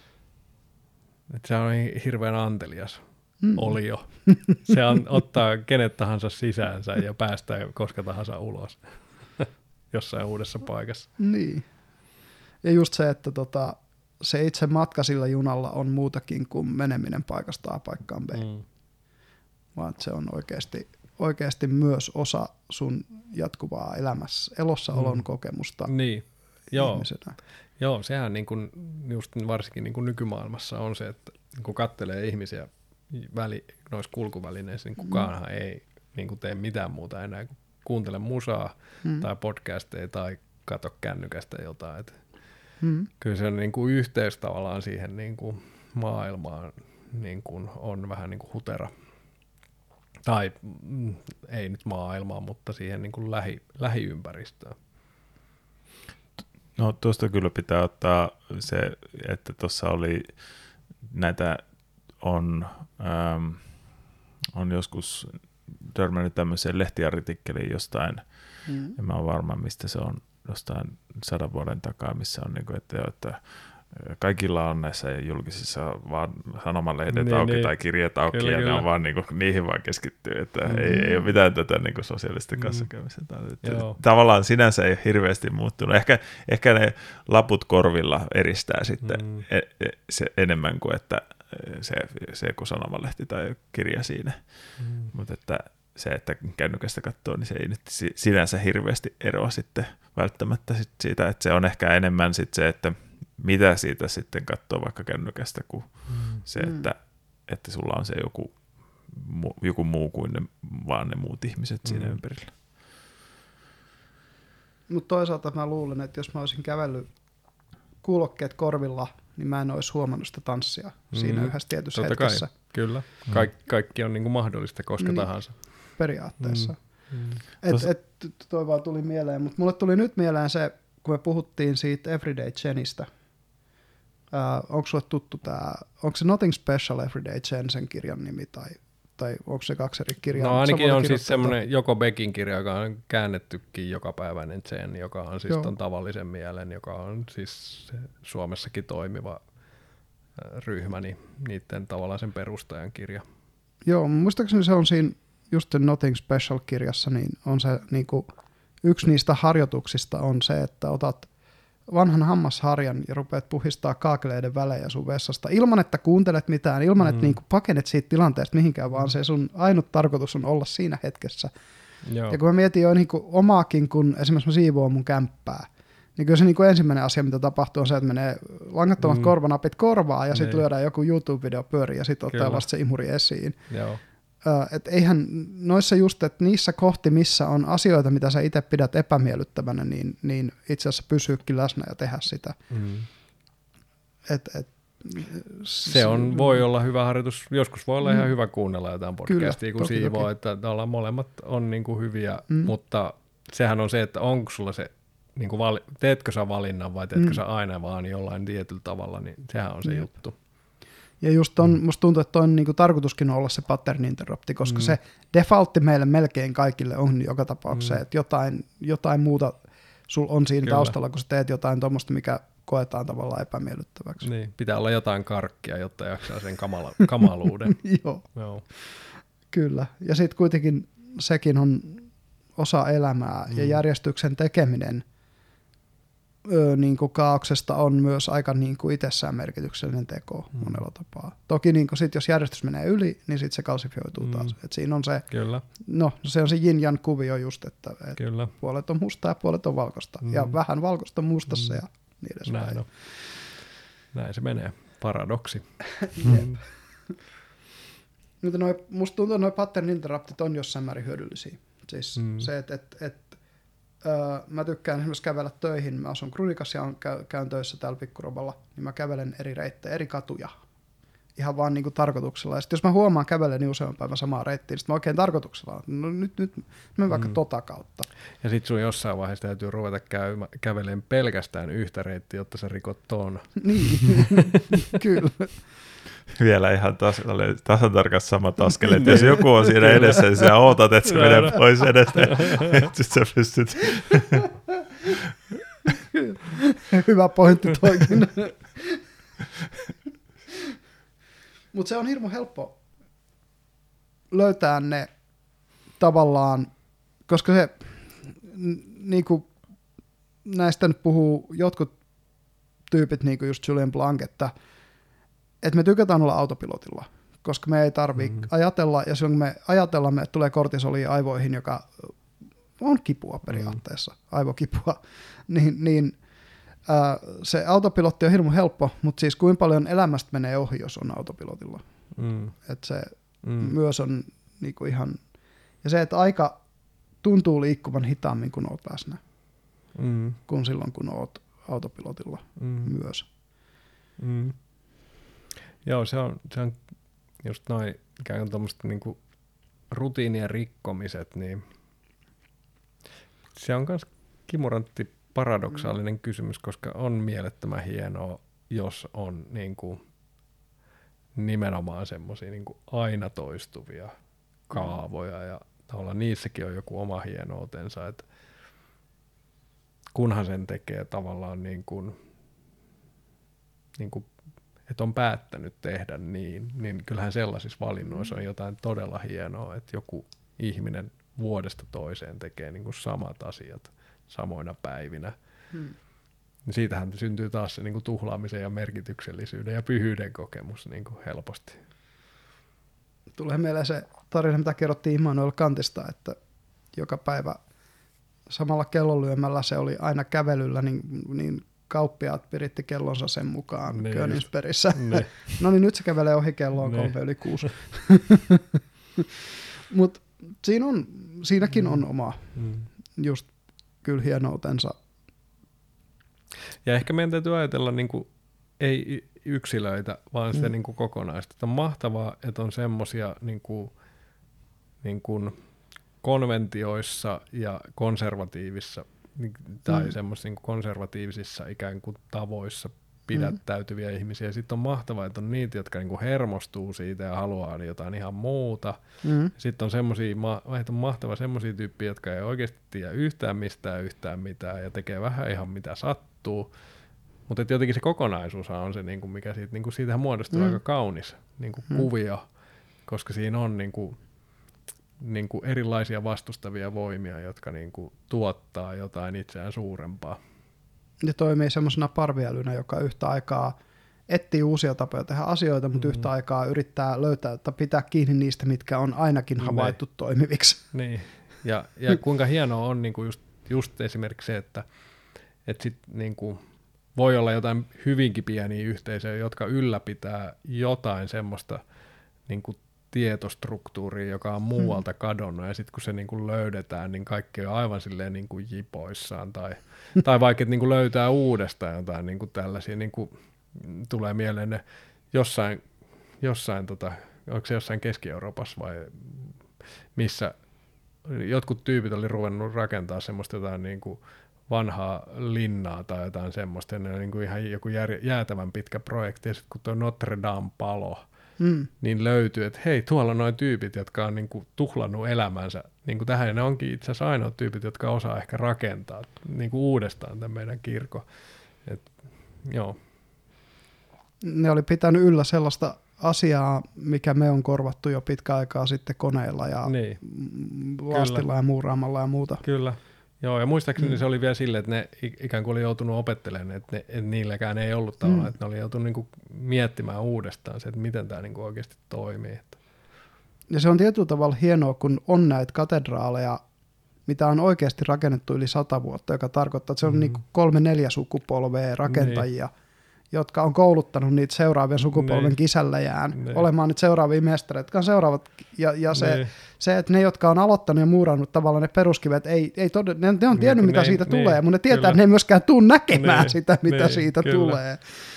se on hirveän antelias olio. Se ottaa kenet tahansa sisäänsä ja päästää koska tahansa ulos jossain uudessa paikassa. Niin. Ja just se, että se itse matka sillä junalla on muutakin kuin meneminen paikasta A paikkaan B. Vaan se on oikeasti myös osa sun jatkuvaa elossaolon kokemusta ihmisenä. Joo, sehän niin kuin, just varsinkin niin kuin nykymaailmassa on se, että kun katselee ihmisiä noissa kulkuvälineissä, niin kukaanhan ei niin kuin tee mitään muuta enää kuin kuuntele musaa tai podcasteja tai katso kännykästä jotain. Kyllä se on niin kuin yhteys tavallaan siihen niin kuin maailmaan niin kuin on vähän niin kuin hutera. Tai ei nyt maailmaan, mutta siihen niin kuin lähiympäristöön. No tuosta kyllä pitää ottaa se, että tuossa oli näitä on joskus törmännyt tämmöiseen lehtiartikkeliin jostain, en mä ole varma mistä se on, jostain 100 vuoden takaa, missä on niinku, että kaikilla on näissä julkisissa vaan sanomalehdet auki tai kirjat auki kyllä, ja ne on vaan niinku, niihin vaan keskittyy, että ei ole mitään tätä niinku sosiaalista kanssakäymistä. Tavallaan sinänsä ei ole hirveästi muuttunut. Ehkä ne laput korvilla eristää sitten se enemmän kuin että se joku sanomalehti tai kirja siinä. Mutta että se, että kännykästä katsoo, niin se ei nyt sinänsä hirveästi eroa sitten välttämättä siitä, että se on ehkä enemmän sit se, että mitä siitä sitten katsoo vaikka kännykästä, kuin se, että sulla on se joku muu kuin vaan ne muut ihmiset siinä ympärillä. Mutta toisaalta mä luulen, että jos mä olisin kävellyt kuulokkeet korvilla, niin mä en olisi huomannut sitä tanssia siinä yhdessä tietyssä hetkessä. Kai. Kyllä. Kaikki on niinku mahdollista koska tahansa. Periaatteessa. Toi vaan tuli mieleen, mutta mulle tuli nyt mieleen se, kun me puhuttiin siitä Everyday Jenistä. Onko sulle tuttu onko se Nothing Special Everyday Jen sen kirjan nimi, tai onko se 2 eri kirjaa? No ainakin on siis semmoinen joko Beckin kirja, joka on käännettykin jokapäiväinen Jen, joka on siis ton tavallisen mielen, joka on siis Suomessakin toimiva ryhmä, niin niiden tavallaan sen perustajan kirja. Joo, muistaakseni se on siinä just Nothing Special-kirjassa, niin on se niinku, yksi niistä harjoituksista on se, että otat vanhan hammasharjan ja rupeat puhistaa kaakeleiden välejä sun vessasta ilman, että kuuntelet mitään, ilman, että niinku pakenet siitä tilanteesta mihinkään, vaan se sun ainut tarkoitus on olla siinä hetkessä. Joo. Ja kun mä mietin jo niinku omaakin, kun esimerkiksi mä siivoan mun kämppää, niin kyllä se niinku ensimmäinen asia, mitä tapahtuu, on se, että menee langattomat korvanapit korvaan ja sitten lyödään joku YouTube-video pyöriin ja sitten ottaa vasta se imuri esiin. Joo. Et eihän noissa just, että niissä kohti, missä on asioita, mitä sä itse pidät epämiellyttävänä, niin itse asiassa pysyykin läsnä ja tehdä sitä. Se voi olla hyvä harjoitus. Joskus voi olla ihan hyvä kuunnella jotain podcastia, kun siivoo, että molemmat on niinku hyviä, mutta sehän on se, että onko sulla se, niinku teetkö sä valinnan vai teetkö sä aina vaan jollain tietyllä tavalla, niin sehän on se juttu. Ja just musta tuntuu, että on niinku tarkoituskin olla se pattern interrupti, koska se defaultti meille melkein kaikille on joka tapauksessa, että jotain muuta sul on siinä taustalla, kun sä teet jotain tuommoista, mikä koetaan tavallaan epämiellyttäväksi. Niin, pitää olla jotain karkkia, jotta jaksaa sen kamaluuden. Joo. Kyllä. Ja sitten kuitenkin sekin on osa elämää ja järjestyksen tekeminen niin kuin kaauksesta on myös aika niin kuin itsessään merkityksellinen teko monella tapaa. Toki niin kuin sit, jos järjestys menee yli, niin sitten se kalsifioituu taas. Et siinä on se, se on se yin-yang kuvio just, että puolet on mustaa ja puolet on valkoista. Ja vähän valkoista mustassa ja niin edespäin. Näin se menee. Paradoksi. Mutta musta tuntuu, että nuo pattern interruptit on jossain määrin hyödyllisiä. Siis se, että mä tykkään esimerkiksi kävellä töihin. Mä asun Krunikassa ja käyn töissä täällä Pikkuroballa, niin mä kävelen eri reittejä, eri katuja. Ihan vaan niin kuin tarkoituksella. Ja sit jos mä huomaan käveleni useamman päivän samaa reittiä, niin sit mä oikein tarkoituksella, no nyt menen vaikka tota kautta. Ja sit sun jossain vaiheessa täytyy ruveta kävelemään pelkästään yhtä reittiä, jotta sä rikot ton. Niin, kyllä. Vielä ihan tasan tarkasti samat askeleet. Jos joku on siinä edessä, niin sä ootat, että se menee pois edestä. Sitten sä pystyt. Hyvä pointti toikin. Mutta se on hirmu helppo löytää ne tavallaan, koska se niinku, näistä nyt puhuu jotkut tyypit, niin kuin just Julien Blanc, että me tykätään olla autopilotilla, koska me ei tarvitse ajatella, ja silloin kun me ajatellaan, että tulee kortisolia aivoihin, joka on kipua periaatteessa, aivokipua, niin se autopilotti on hirmu helppo, mutta siis kuinka paljon elämästä menee ohi, jos on autopilotilla. Että se myös on niinku ihan, ja se, että aika tuntuu liikkuvan hitaammin, kun oot läsnä, kuin silloin, kun oot autopilotilla myös. Joo, se on just noin ikään kuin tommoset niinku rutiinien rikkomiset, niin se on myös kimurantti paradoksaalinen kysymys, koska on mielettömän hienoa, jos on niinku nimenomaan semmoisia niinku aina toistuvia kaavoja ja tavallaan niissäkin on joku oma hienoutensa, että kunhan sen tekee tavallaan niin kuin että on päättänyt tehdä niin kyllähän sellaisissa valinnoissa on jotain todella hienoa, että joku ihminen vuodesta toiseen tekee niin kuin samat asiat samoina päivinä. Niin siitähän syntyy taas se niin kuin tuhlaamisen ja merkityksellisyyden ja pyhyyden kokemus niin kuin helposti. Tulee mieleen se tarina, mitä kerrottiin Immanuel Kantista, että joka päivä samalla kellonlyömällä se oli aina kävelyllä, niin kauppiaat piritti kellonsa sen mukaan niin Königsbergissä. No niin, nyt se kävelee ohi kelloon 3:06. Mutta siinäkin on oma just kyllä hienoutensa. Ja ehkä meidän täytyy ajatella niin kuin, ei yksilöitä, vaan sitä niin kuin kokonaista. On mahtavaa, että on semmoisia niin kuin konventioissa ja konservatiivissa tai semmoisissa niin kuin konservatiivisissa ikään kuin tavoissa pidättäytyviä ihmisiä. Sitten on mahtavaa, että on niitä, jotka niin kuin hermostuu siitä ja haluaa jotain ihan muuta. Sitten on on mahtavaa semmoisia tyyppiä, jotka ei oikeasti tiedä yhtään mitään ja tekee vähän ihan mitä sattuu. Mutta jotenkin se kokonaisuus on se, niin kuin mikä siitähän muodostuu aika kaunis niin kuin kuvio, koska siinä on niin kuin erilaisia vastustavia voimia, jotka niin kuin tuottaa jotain itseään suurempaa. Ja toimii semmoisena parviälynä, joka yhtä aikaa etsii uusia tapoja tehdä asioita, mutta yhtä aikaa yrittää löytää tai pitää kiinni niistä, mitkä on ainakin havaittu toimiviksi. Niin. Ja kuinka hienoa on niin kuin just esimerkiksi se, että sit niin kuin voi olla jotain hyvinkin pieniä yhteisöjä, jotka ylläpitää jotain semmoista niin kuin tietostruktuuria, joka on muualta kadonnut, ja sitten kun se niin kuin löydetään, niin kaikki on aivan silleen niin kuin jipoissaan, tai vaikka niin kuin löytää uudestaan jotain niin kuin tällaisia, niin kuin tulee mieleen ne jossain onko se jossain Keski-Euroopassa vai missä jotkut tyypit oli ruvennut rakentaa semmoista jotain niin kuin vanhaa linnaa tai jotain semmoista, ja ne on niin kuin ihan joku jäätävän pitkä projekti, ja sitten kun tuo Notre Dame palo, niin löytyy, että hei, tuolla on noin tyypit, jotka on niin kuin tuhlannut elämänsä niin kuin tähän, ja ne onkin itse asiassa ainoat tyypit, jotka osaa ehkä rakentaa niin kuin uudestaan tämän meidän kirkon. Joo. Ne oli pitänyt yllä sellaista asiaa, mikä me on korvattu jo pitkä aikaa sitten koneilla ja lastilla ja muuraamalla ja muuta. Kyllä. Joo, ja muistaakseni se oli vielä silleen, että ne ikään kuin oli joutunut opettelemaan, että niilläkään ei ollut tavallaan, että ne oli joutunut niin kuin miettimään uudestaan se, että miten tämä niin kuin oikeasti toimii. Ja se on tietyllä tavalla hienoa, kun on näitä katedraaleja, mitä on oikeasti rakennettu yli 100 vuotta, joka tarkoittaa, että se on niin kuin 3-4 sukupolvea rakentajia, jotka on kouluttanut niitä seuraavien sukupolven kisällejään olemaan niitä seuraavia mestareita, jotka on seuraavat. Ja se, että ne, jotka on aloittanut ja muurannut tavallaan ne peruskivet, ne on tiennyt, mitä siitä tulee, mutta ne tietää, että ne ei myöskään tule näkemään sitä, mitä siitä tulee.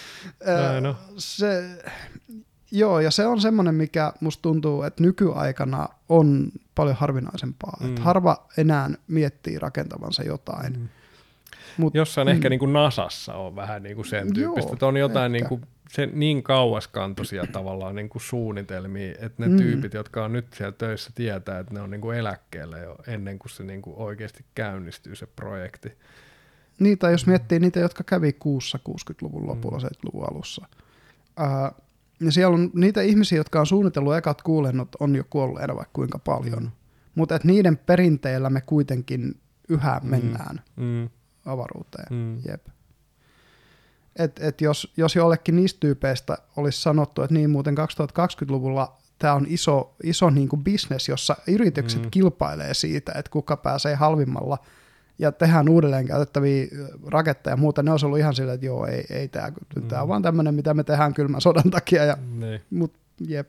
Ja se on semmoinen, mikä musta tuntuu, että nykyaikana on paljon harvinaisempaa. Että harva enää miettii rakentavansa jotain. Jossain ehkä niin kuin NASAssa on vähän niin kuin sen tyyppistä, että on jotain niin, kuin, niin kauaskantoisia tavallaan niin kuin suunnitelmia, että ne tyypit, jotka on nyt siellä töissä, tietää, että ne on niin kuin eläkkeellä jo ennen kuin se niin kuin oikeasti käynnistyy se projekti. Niitä, jos miettii niitä, jotka kävi kuussa 60-luvun lopulla, 70-luvun alussa. Ja siellä on niitä ihmisiä, jotka on suunnitellut ekat kuulennot, on jo kuolleena vaikka kuinka paljon. Mutta niiden perinteillä me kuitenkin yhä mennään avaruuteen. Jep. Et jos jollekin niistä tyypeistä olisi sanottu, että niin muuten 2020-luvulla tämä on iso niin kuin business, jossa yritykset kilpailee siitä, että kuka pääsee halvimmalla ja tehdään uudelleen käytettäviä raketteja ja muuta, ne olisi ollut ihan silleen, että joo, ei tämä on vaan tämmöinen, mitä me tehdään kylmän sodan takia. Mut jep.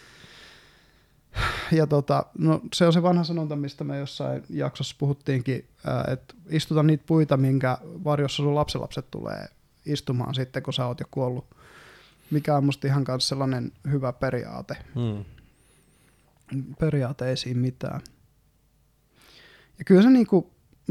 Ja no, se on se vanha sanonta, mistä me jossain jaksossa puhuttiinkin, että istuta niitä puita, minkä varjossa sun lapsenlapset tulee istumaan sitten, kun sä oot jo kuollut. Mikä on musta ihan kanssa sellainen hyvä periaate. Periaate ei siinä mitään. Ja kyllä se niinku,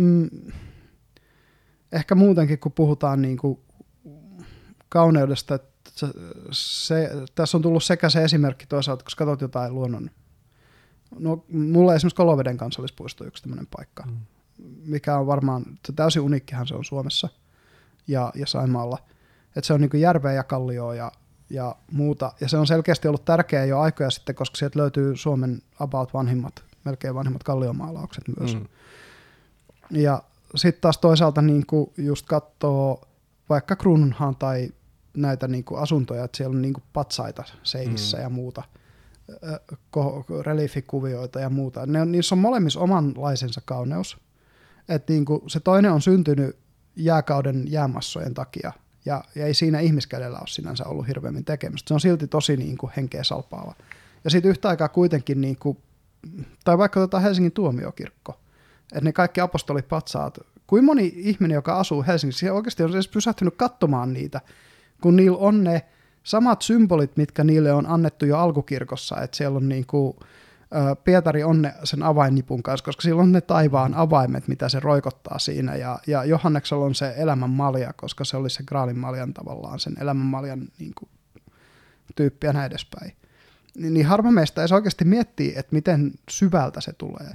ehkä muutenkin, kun puhutaan niinku kauneudesta, että tässä on tullut sekä se esimerkki toisaalta, kun katsot jotain luonnon. No, mulla esimerkiksi Koloveden kansallispuisto on yksi tämmöinen paikka, mikä on varmaan, täysin uniikkihan se on Suomessa ja Saimaalla. Että se on niinku järveä ja kallioa ja muuta. Ja se on selkeästi ollut tärkeää jo aikoja sitten, koska sieltä löytyy Suomen melkein vanhimmat kalliomaalaukset myös. Ja sitten taas toisaalta niinku just katsoo vaikka Kruununhaan tai näitä niin kuin asuntoja, että siellä on niin kuin patsaita seinissä ja muuta, reliefikuvioita ja muuta. Niissä on molemmissa omanlaisensa kauneus. Että niin kuin se toinen on syntynyt jääkauden jäämassojen takia, ja ei siinä ihmiskädellä ole sinänsä ollut hirveämmin tekemistä. Se on silti tosi niin kuin henkeä salpaava. Ja sitten yhtä aikaa kuitenkin, niin kuin, tai vaikka Helsingin tuomiokirkko, että ne kaikki apostolipatsaat, kuin moni ihminen, joka asuu Helsingissä, oikeasti on edes pysähtynyt katsomaan niitä, kun niillä on ne samat symbolit, mitkä niille on annettu jo alkukirkossa, että siellä on niin kuin, Pietari on sen avainnipun kanssa, koska sillä on ne taivaan avaimet, mitä se roikottaa siinä, ja Johanneksella on se elämän malja, koska se oli se Graalin maljan tavallaan, sen elämän maljan niin kuin, tyyppi ja näin edespäin. Niin harva meistä edes oikeasti miettii, että miten syvältä se tulee.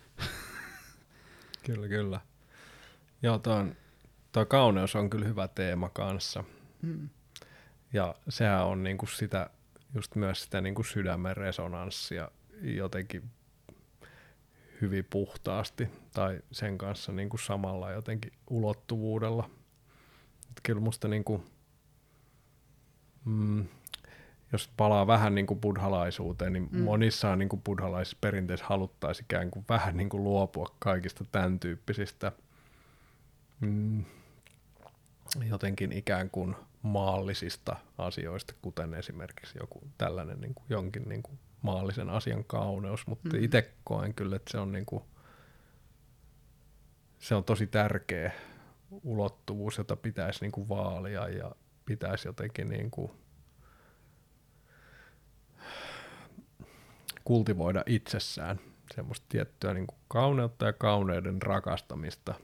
Kyllä. Joo, tuo kauneus on kyllä hyvä teema kanssa. Ja sehän on niinku sitä, just myös sitä niinku sydämen resonanssia jotenkin hyvin puhtaasti tai sen kanssa niinku samalla jotenkin ulottuvuudella. Et kyllä musta niinku, jos palaa vähän niinku buddhalaisuuteen, niin monissa niinku buddhalaisissa perinteissä haluttaisiin ikään kuin vähän niinku luopua kaikista tämän tyyppisistä jotenkin ikään kuin maallisista asioista, kuten esimerkiksi joku tällainen niin kuin jonkin niin kuin maallisen asian kauneus, mutta itse koen kyllä, että se on tosi tärkeä ulottuvuus, jota pitäisi niin kuin vaalia ja pitäisi jotenkin niin kuin kultivoida itsessään semmoista tiettyä niin kuin kauneutta ja kauneuden rakastamista.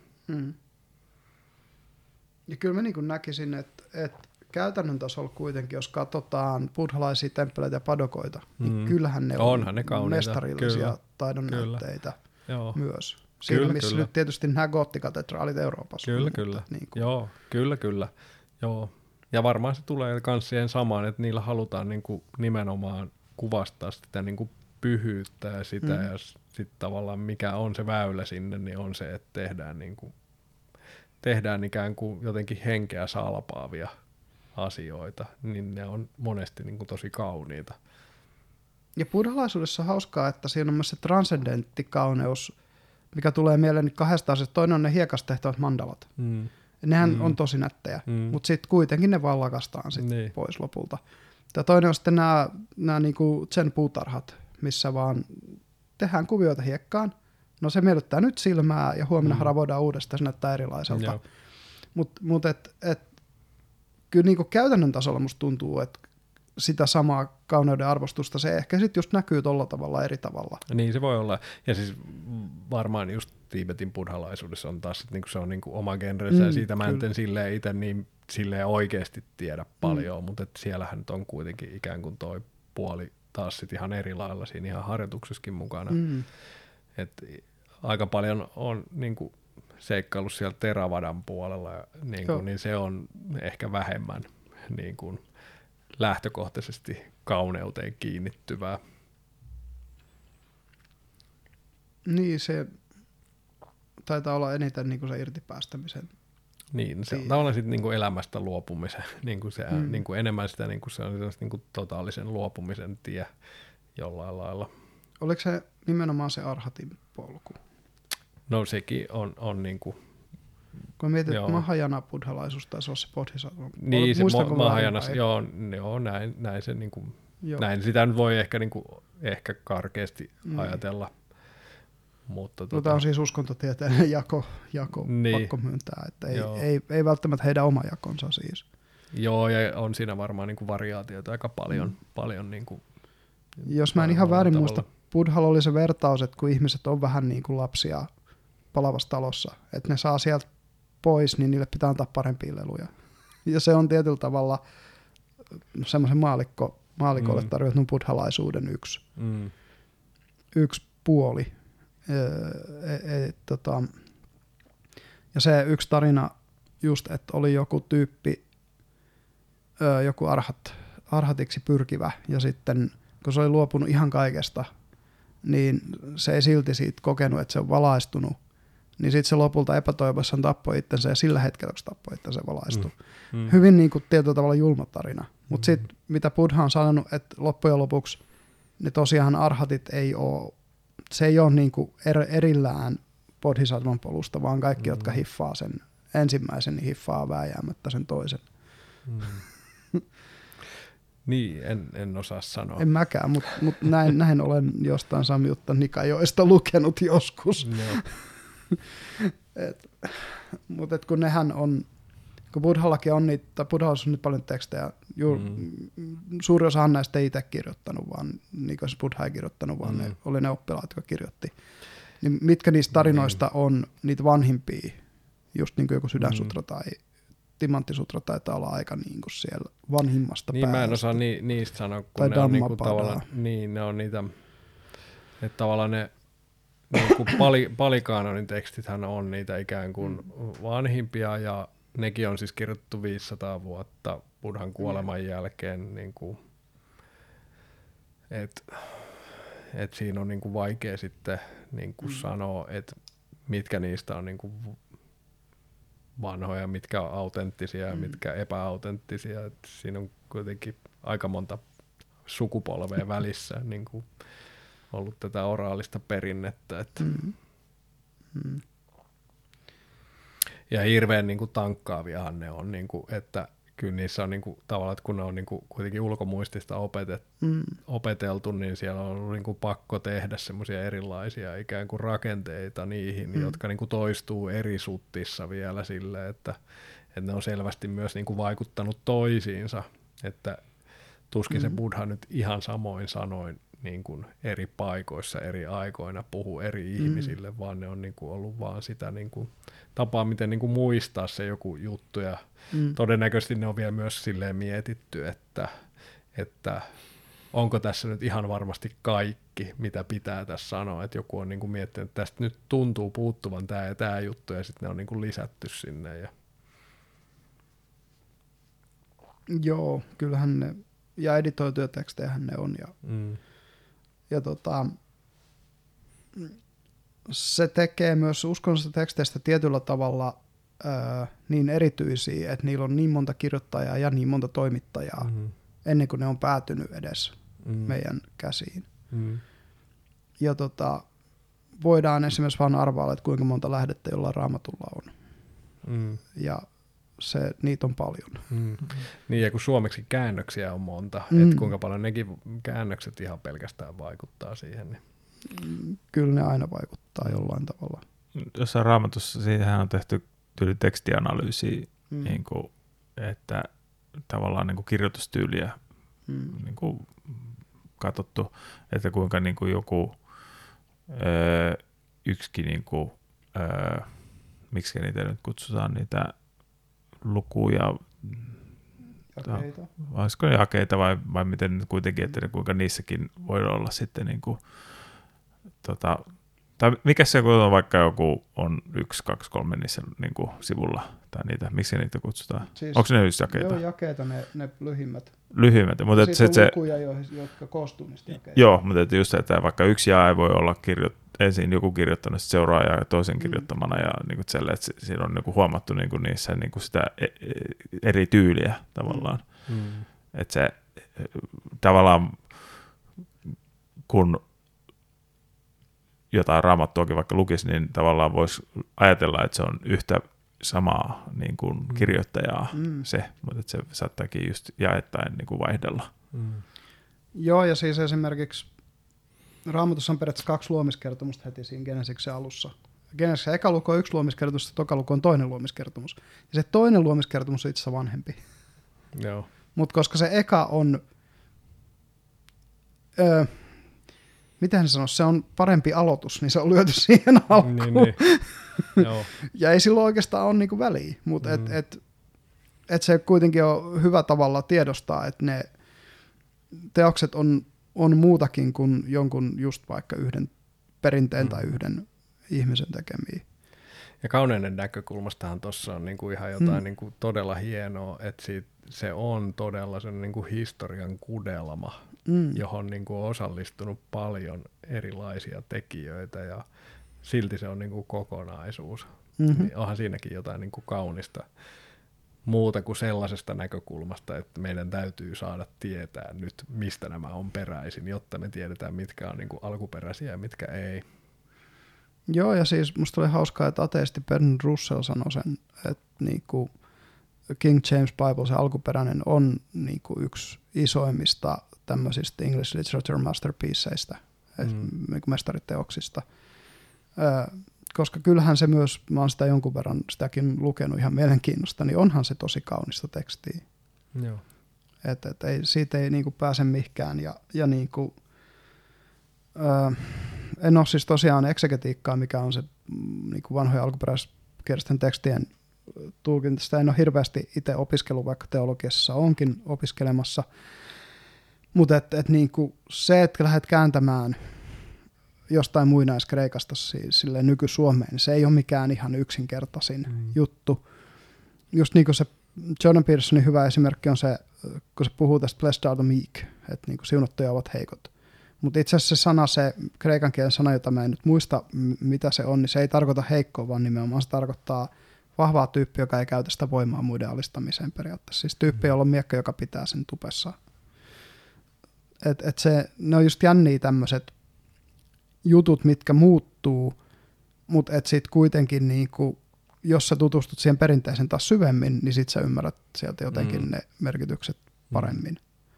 Ja kyllä mä niin näkisin, että käytännön tasolla kuitenkin, jos katsotaan buddhalaisia temppeleitä ja padokoita, niin kyllähän ne on mestarillisia taidonnäytteitä myös. Siinä missä nyt tietysti nämä goottikatedraalit Euroopassa. Kyllä. Niin joo, kyllä. Joo. Ja varmaan se tulee myös siihen samaan, että niillä halutaan niin kuin nimenomaan kuvastaa sitä niin kuin pyhyyttä ja sitä, ja sitten tavallaan mikä on se väylä sinne, niin on se, että tehdään ikään kuin jotenkin henkeä salpaavia asioita, niin ne on monesti niin kuin tosi kauniita. Ja buddhalaisuudessa on hauskaa, että siinä on myös se transcendentti kauneus, mikä tulee mieleen kahdesta asiasta. Toinen on ne hiekasta tehtävät mandalat. Nehän on tosi nättejä, mutta sitten kuitenkin ne vaan lakastaan sit pois lopulta. Ja toinen on sitten nämä niinku zen-puutarhat, missä vaan tehdään kuvioita hiekkaan. No se miellyttää nyt silmää ja huomenna haravoidaan uudestaan, se näyttää erilaiselta. Mutta kyllä niinku käytännön tasolla musta tuntuu, että sitä samaa kauneuden arvostusta, se ehkä sitten just näkyy tolla tavalla eri tavalla. Niin se voi olla. Ja siis varmaan just Tiibetin buddhalaisuudessa on taas, että niinku se on niinku oma genrensä, ja siitä mä en silleen itse niin silleen oikeasti tiedä paljon, mutta siellähän nyt on kuitenkin ikään kuin toi puoli taas sit ihan eri lailla siinä ihan harjoituksessakin mukana. Et aika paljon on niinku seikkaillut siellä Theravadan puolella, niin se on ehkä vähemmän niinku lähtökohtaisesti kauneuteen kiinnittyvää. Niin, se taitaa olla eniten niinku se irtipäästämisen. Niin, se on tavallaan sitten niinku elämästä luopumisen, niinku se, niinku enemmän sitä, niinku se on niinku totaalisen luopumisen tie jollain lailla. Oliko se nimenomaan se arhatin polku? No sekin on niinku... Kun mietit, että Mahajana buddhalaisuus taisi olla se bodhisattva. Niin, se Mahajana, näin se niinku, näin sitä nyt voi ehkä, niinku, ehkä karkeasti ajatella. Mutta tämä on siis uskontotieteellinen jako pakko myöntää, että ei välttämättä heidän oma jakonsa siis. Joo, ja on siinä varmaan niinku variaatioita aika paljon niinku. Jos mä en ihan väärin muista, buddhalla oli se vertaus, että kun ihmiset on vähän niin kuin lapsia palavassa talossa, että ne saa sieltä pois, niin niille pitää antaa parempia leluja. Ja se on tietyllä tavalla semmoisen maalikolle tarjotun buddhalaisuuden yksi puoli. Ja se yksi tarina just, että oli joku tyyppi, joku arhatiksi pyrkivä, ja sitten kun se oli luopunut ihan kaikesta, niin se ei silti siitä kokenut, että se on valaistunut, niin sitten se lopulta epätoivoissaan tappoi itsensä ja sillä hetkellä, kun se tappoi itsensä, valaistui. Hyvin niin kuin tietyllä tavalla julma tarina. Mutta sitten mitä Buddha on sanonut, että loppujen lopuksi niin tosiaan arhatit ei ole, se ei ole niin kuin erillään bodhisattvan polusta, vaan kaikki, jotka hiffaa sen ensimmäisen, niin hiffaa vääjäämättä sen toisen. Niin, en osaa sanoa. En mäkään, mutta näin olen jostain Samyutta Nikajoista lukenut joskus. Mutta kun nehän on, kun Buddhallakin on niitä, Buddhalla on nyt paljon tekstejä, suuri osahan näistä ei itse kirjoittanut, vaan niin kuin Buddha ei kirjoittanut, vaan ne oli ne oppilaat, jotka kirjoitti. Niin mitkä niistä tarinoista on niitä vanhimpia, just niin kuin joku Sydänsutra tai Timanttisutra taitaa olla aika niin kuin siellä vanhimmasta niin, päästä. Mä en osaa niistä sanoa, kun tai ne on niinku tavallaan, niin ne on niitä, että tavallaan ne niinku Palikaanonin tekstithän on niitä ikään kuin vanhimpia ja nekin on siis kirjoitettu 500 vuotta Buddhan kuoleman jälkeen, niinku, et siinä on niinku vaikea sitten niinku sanoa, että mitkä niistä on niinku vanhoja, mitkä on autenttisia ja mitkä epäautenttisia. Et siinä on kuitenkin aika monta sukupolvea välissä niin kuin ollut tätä oraalista perinnettä. Ja hirveän niin kuin tankkaaviahan ne on, niin kuin, että kyllä niissä on niin kuin, tavallaan, että kun ne on niin kuin, kuitenkin ulkomuistista opeteltu, niin siellä on ollut niin kuin, pakko tehdä semmoisia erilaisia ikään kuin rakenteita niihin, jotka niin kuin, toistuu eri suttissa vielä sille, että ne on selvästi myös niin kuin, vaikuttanut toisiinsa, että tuskin se Buddha nyt ihan samoin sanoin niin kuin eri paikoissa, eri aikoina puhuu eri ihmisille, vaan ne on niin kuin ollut vaan sitä niin kuin tapaa, miten niin kuin muistaa se joku juttu, ja todennäköisesti ne on vielä myös silleen mietitty, että onko tässä nyt ihan varmasti kaikki, mitä pitää tässä sanoa, että joku on niin kuin miettinyt, että tästä nyt tuntuu puuttuvan tämä ja tämä juttu, ja sitten ne on niin kuin lisätty sinne. Ja Joo, kyllähän ne, ja editoituja tekstejähän ne on, ja se tekee myös uskonnollisista teksteistä tietyllä tavalla niin erityisiä, että niillä on niin monta kirjoittajaa ja niin monta toimittajaa ennen kuin ne on päätynyt edes meidän käsiin. Ja voidaan esimerkiksi vaan arvailla, että kuinka monta lähdettä jollain Raamatulla on. Ja niitä on paljon. Niin, ja kun suomeksi käännöksiä on monta, että kuinka paljon nekin käännökset ihan pelkästään vaikuttaa siihen. Niin. Kyllä ne aina vaikuttaa jollain tavalla. Jossain Raamatussa siihen on tehty tekstianalyysiä, niin kuin, että tavallaan niin kuin kirjoitustyyliä niin kuin katsottu, että kuinka niin kuin joku yksikin, niin kuin, miksi niitä nyt kutsutaan, niitä lukuja, olisiko ne jakeita vai miten nyt kuitenkin, että kuinka niissäkin voi olla sitten niin kuin, tai mikä se on, vaikka joku on 1, 2, 3 niissä niin kuin sivulla, tai niitä, miksi niitä kutsutaan? Siis, onko ne just jakeita? Joo, jakeita ne lyhimmät. Mutta sitten on lukuja, jotka koostuu niistä jakeista. Joo, mutta just se, että vaikka yksi jae voi olla ensin joku kirjoittanut, sitten seuraaja ja toisen kirjoittamana, ja niin kuin että siinä on niin kuin huomattu niin kuin niissä niin kuin sitä eri tyyliä tavallaan. Että se tavallaan, kun jotain Raamattuakin vaikka lukisi, niin tavallaan voisi ajatella, että se on yhtä samaa niin kuin kirjoittajaa se, mutta että se saattaakin just jaettain niin kuin vaihdella. Joo, ja siis esimerkiksi Raamatussa on periaatteessa 2 luomiskertomusta heti siinä Genesiksen alussa. Genesiksen eka luku on 1 luomiskertomus, ja toka luku on toinen luomiskertomus. Ja se toinen luomiskertomus on itse asiassa vanhempi. Joo. Mutta koska se eka on, miten se on parempi aloitus, niin se on lyöty siihen alkuun. Niin. Joo. Ja ei silloin oikeastaan ole niinku väliä, mutta et se kuitenkin on hyvä tavalla tiedostaa, että ne teokset on muutakin kuin jonkun just vaikka yhden perinteen tai yhden ihmisen tekemiä. Ja kauneuden näkökulmastahan tuossa on niinku ihan jotain niinku todella hienoa, että se on todella sen niinku historian kudelma, johon niinku on osallistunut paljon erilaisia tekijöitä, ja silti se on niin kuin kokonaisuus. Niin onhan siinäkin jotain niin kuin kaunista muuta kuin sellaisesta näkökulmasta, että meidän täytyy saada tietää nyt, mistä nämä on peräisin, jotta me tiedetään, mitkä on niin kuin alkuperäisiä ja mitkä ei. Joo, ja siis musta oli hauskaa, että ateisti Bertrand Russell sanoi sen, että niinku King James Bible, se alkuperäinen, on niinku yksi isoimmista tämmöisistä English literature masterpieceistä, mestariteoksista. Koska kyllähän se myös, mä oon sitä jonkun verran sitäkin lukenut ihan mielenkiinnosta, niin onhan se tosi kaunista tekstiä. Joo. Siitä ei niinku pääse mihinkään. Ja niinku, en ole siis tosiaan eksegetiikkaa, mikä on se niinku vanhojen alkuperäiskirjallisten tekstien tulkinta. Sitä en ole hirveästi itse opiskellut, vaikka teologiassa onkin opiskelemassa. Mutta niinku se, että lähdet kääntämään jostain muinaiskreikasta sille nyky-Suomeen, niin se ei ole mikään ihan yksinkertaisin juttu. Just niin kuin se Jordan Petersonin hyvä esimerkki on se, kun se puhuu tästä blessed are the meek, että niin kuin siunattuja ovat heikot. Mutta itse asiassa se sana, se kreikan kielen sana, jota mä en nyt muista, mitä se on, niin se ei tarkoita heikkoa, vaan nimenomaan se tarkoittaa vahvaa tyyppiä, joka ei käytä sitä voimaa muiden alistamiseen periaatteessa. Siis tyyppi, jolla on miekka, joka pitää sen tupessa. Ne on just jänniä tämmöiset jutut, mitkä muuttuu, mutta et sit kuitenkin niinku, jos sä tutustut siihen perinteeseen taas syvemmin, niin sit sä ymmärrät sieltä jotenkin ne merkitykset paremmin.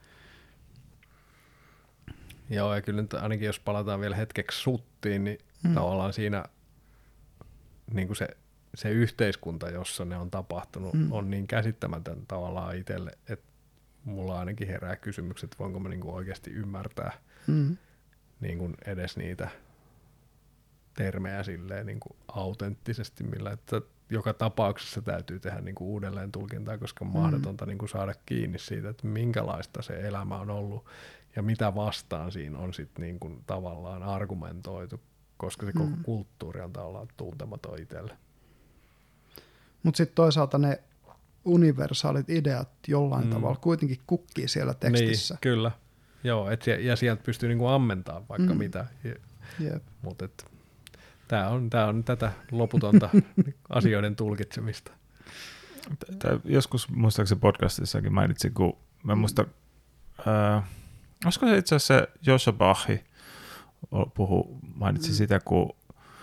Joo, ja kyllä nyt ainakin jos palataan vielä hetkeksi Suttiin, niin tavallaan siinä niin se yhteiskunta, jossa ne on tapahtunut, on niin käsittämätön tavallaan itselle, että mulla ainakin herää kysymykset, voinko mä niin kuin oikeasti ymmärtää niin kuin edes niitä termejä silleen niin kuin autenttisesti, millä että joka tapauksessa täytyy tehdä niin kuin uudelleen tulkintaa, koska on mahdotonta niin kuin saada kiinni siitä, että minkälaista se elämä on ollut ja mitä vastaan siinä on sitten niin kuin tavallaan argumentoitu, koska se koko kulttuuri on tavallaan tuntematon itselle. Mutta sitten toisaalta ne universaalit ideat jollain tavalla kuitenkin kukkii siellä tekstissä. Niin, kyllä. Joo, ja sieltä pystyy niinku ammentamaan vaikka mitä. Mutta tämä on tätä loputonta asioiden tulkitsemista. Joskus muistaakseni podcastissakin mainitsin, kun mä muistan, olisiko se itse asiassa Joshua Bachi mainitsi sitä, kun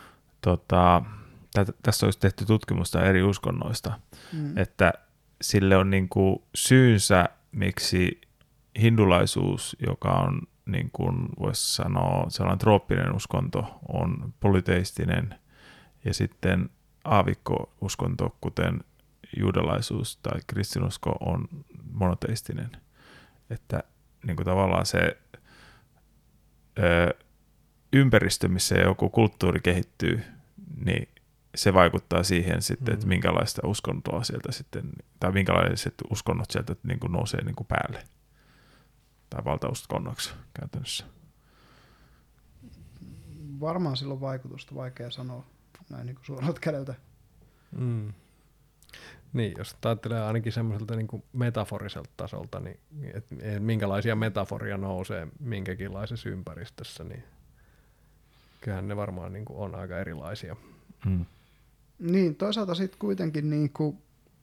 tässä olisi tehty tutkimusta eri uskonnoista, että sille on niin kuin syynsä, miksi hindulaisuus, joka on niin kuin voisi sanoa sellainen trooppinen uskonto, on polyteistinen, ja sitten aavikko-uskonto, kuten juudalaisuus tai kristinusko, on monoteistinen. Että niin kuin tavallaan se ympäristö, missä joku kulttuuri kehittyy, niin se vaikuttaa siihen sitten, että minkälaista uskontoa sieltä sitten, tai minkälaiset uskonnot sieltä niin kuin nousee niin kuin päälle. Tai valtauskonnoksi käytännössä. Varmaan sillä on vaikutusta, vaikea sanoa näin niin kuin suoralta kädeltä. Niin, jos ajattelee ainakin semmoiselta niin kuin metaforiselta tasolta, niin että minkälaisia metaforia nousee minkäkinlaisessa ympäristössä, niin kyllähän ne varmaan niin kuin on aika erilaisia. Niin, toisaalta sitten kuitenkin niin kuin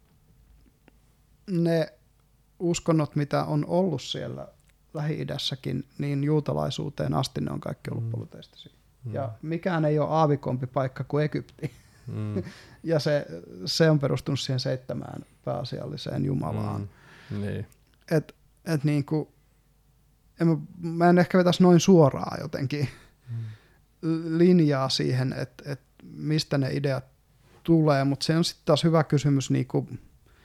ne uskonnot, mitä on ollut siellä Lähi-idässäkin, niin juutalaisuuteen asti ne on kaikki ollut polyteistisia. Ja mikään ei ole aavikompi paikka kuin Egypti. Ja se on perustunut siihen 7 pääasialliseen Jumalaan. Niin. Et niin kuin, mä en ehkä vetäisi noin suoraan jotenkin linjaa siihen, että mistä ne ideat tulee, mutta se on sitten taas hyvä kysymys, niin kuin,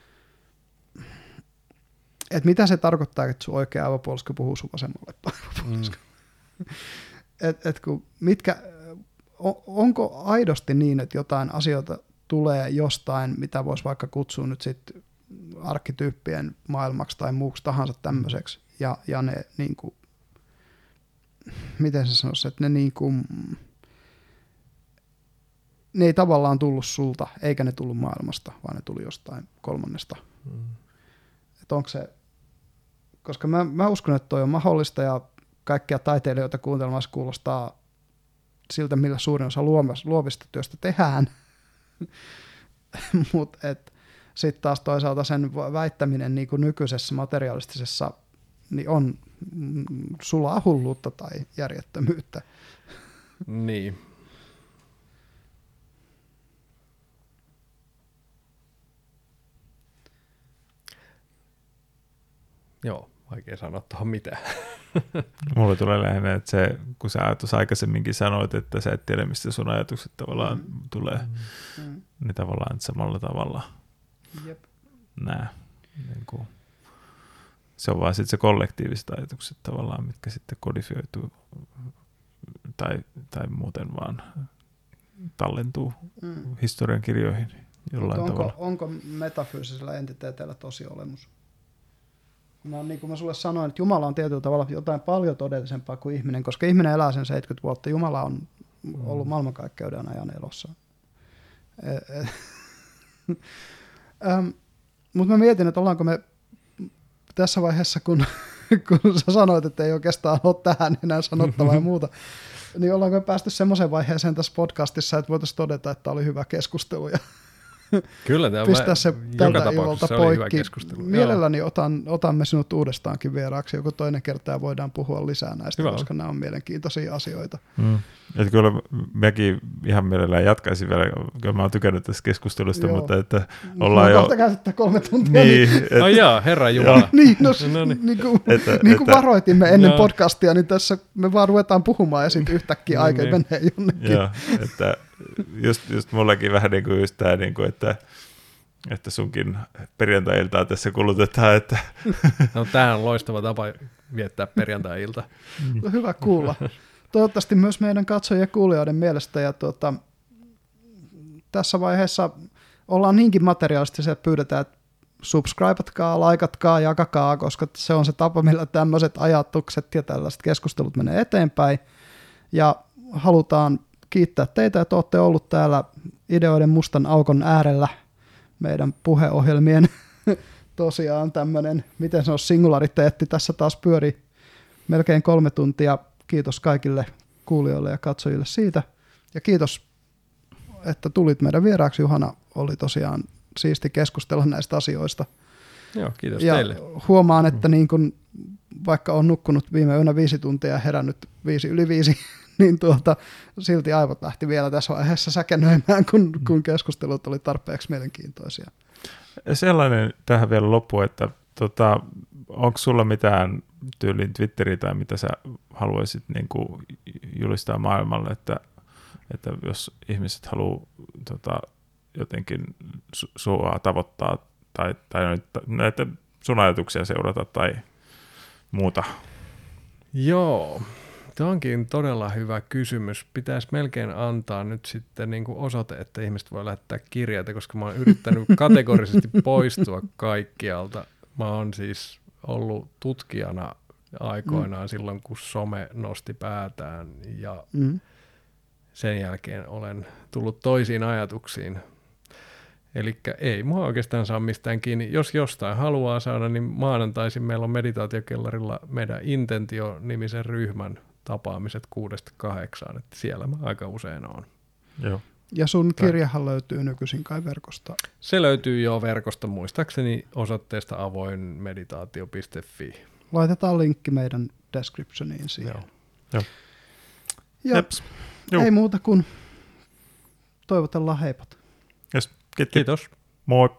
että mitä se tarkoittaa, että sun oikea aivopuolisko puhuu sun vasemmalle aivopuolisko. Onko aidosti niin, että jotain asioita tulee jostain, mitä voisi vaikka kutsua nyt sitten arkkityyppien maailmaksi tai muuksi tahansa tämmöiseksi, ja ne niin kuin, miten se sanoisi, että ne niin kuin, ne ei tavallaan tullut sulta, eikä ne tullut maailmasta, vaan ne tuli jostain kolmannesta. Että onko se, koska mä uskon, että toi on mahdollista, ja kaikkia taiteilijoita kuuntelemassa kuulostaa siltä, millä suurin osa luovista työstä tehdään. Mutta sitten taas toisaalta sen väittäminen niin kuin nykyisessä materialistisessa niin on sulaa hulluutta tai järjettömyyttä. Niin. Joo, vaikea sanoa tuohon mitään. Mulle tulee lähinnä, että se, kun sä tuossa aikaisemminkin sanoit, että sä et tiedä, mistä sun ajatukset tavallaan tulee, niin tavallaan samalla tavalla nää. Niin kuin, se on vaan sitten se kollektiiviset ajatukset tavallaan, mitkä sitten kodifioituu tai muuten vaan tallentuu historian kirjoihin jollain tavalla. Onko metafyysisellä entiteeteillä tosi olemus? Niin kuin mä sulle sanoin, että Jumala on tietyllä tavalla jotain paljon todellisempaa kuin ihminen, koska ihminen elää sen 70 vuotta. Jumala on ollut maailmankaikkeuden ajan elossa. Mutta mä mietin, että ollaanko me tässä vaiheessa, kun sä sanoit, että ei oikeastaan ole tähän enää sanottavaa ja muuta, niin ollaanko me päästy semmoiseen vaiheeseen tässä podcastissa, että voitaisiin todeta, että oli hyvä keskustelu ja kyllä tämä pistää se tältä illalta poikki. Mielelläni Joo. otamme sinut uudestaankin vieraaksi joku toinen kerta ja voidaan puhua lisää näistä, Hyvä. koska nämä on mielenkiintoisia asioita. Että kyllä mäkin ihan mielellään jatkaisin vielä, kyllä mä oon tykännyt tästä keskustelusta, mutta että ollaan jo... Kohta käytetään 3 tuntia. Niin, Herra Jumala. Niin kuin varoitimme ennen podcastia, niin tässä me vaan ruvetaan puhumaan ja sitten yhtäkkiä aika menee jonnekin. Joo, että just mullakin vähän niin kuin just tämä, niin kuin, että sunkin perjantai-iltaa tässä kulutetaan. Että No, tämä on loistava tapa viettää perjantai-ilta. No, hyvä kuulla. Toivottavasti myös meidän katsojien ja kuulijoiden mielestä. Ja tässä vaiheessa ollaan niinkin materiaalisesti, että pyydetään, että subscribeatkaa, laikatkaa, jakakaa, koska se on se tapa, millä tämmöiset ajatukset ja tällaiset keskustelut menee eteenpäin. Ja halutaan kiittää teitä, että olette ollut täällä ideoiden mustan aukon äärellä meidän puheohjelmien tosiaan tämmöinen, miten se on singulariteetti, tässä taas pyöri melkein 3 tuntia. Kiitos kaikille kuulijoille ja katsojille siitä. Ja kiitos, että tulit meidän vieraaksi, Juhana. Oli tosiaan siisti keskustella näistä asioista. Joo, kiitos ja teille. Huomaan, että niin kun, vaikka on nukkunut viime yönä 5 tuntia ja herännyt 5:05, niin silti aivot lähti vielä tässä vaiheessa säkenöimään, kun keskustelut oli tarpeeksi mielenkiintoisia. Sellainen tähän vielä loppu, että onko sulla mitään tyyliin Twitteriä tai mitä sä haluaisit niin kuin julistaa maailmalle, että jos ihmiset haluaa jotenkin sua tavoittaa tai näitä sun ajatuksia seurata tai muuta? Joo, tämä onkin todella hyvä kysymys. Pitäisi melkein antaa nyt sitten niin kuin osoite, että ihmiset voi lähettää kirjeitä, koska mä oon yrittänyt kategorisesti poistua kaikkialta. Mä oon siis ollut tutkijana aikoinaan silloin, kun some nosti päätään ja sen jälkeen olen tullut toisiin ajatuksiin. Eli ei mua oikeastaan saa mistään kiinni. Jos jostain haluaa saada, niin maanantaisin meillä on Meditaatiokellarilla meidän Intentio-nimisen ryhmän tapaamiset 6-8, että siellä mä aika usein oon. Joo. Ja sun kirjahan löytyy nykyisin kai verkosta. Se löytyy jo verkosta, muistaakseni osoitteesta avoinmeditaatio.fi. Laitetaan linkki meidän descriptioniin siihen. Joo. Ja ei muuta kuin toivotellaan heipat. Yes. Kiitos. Moi.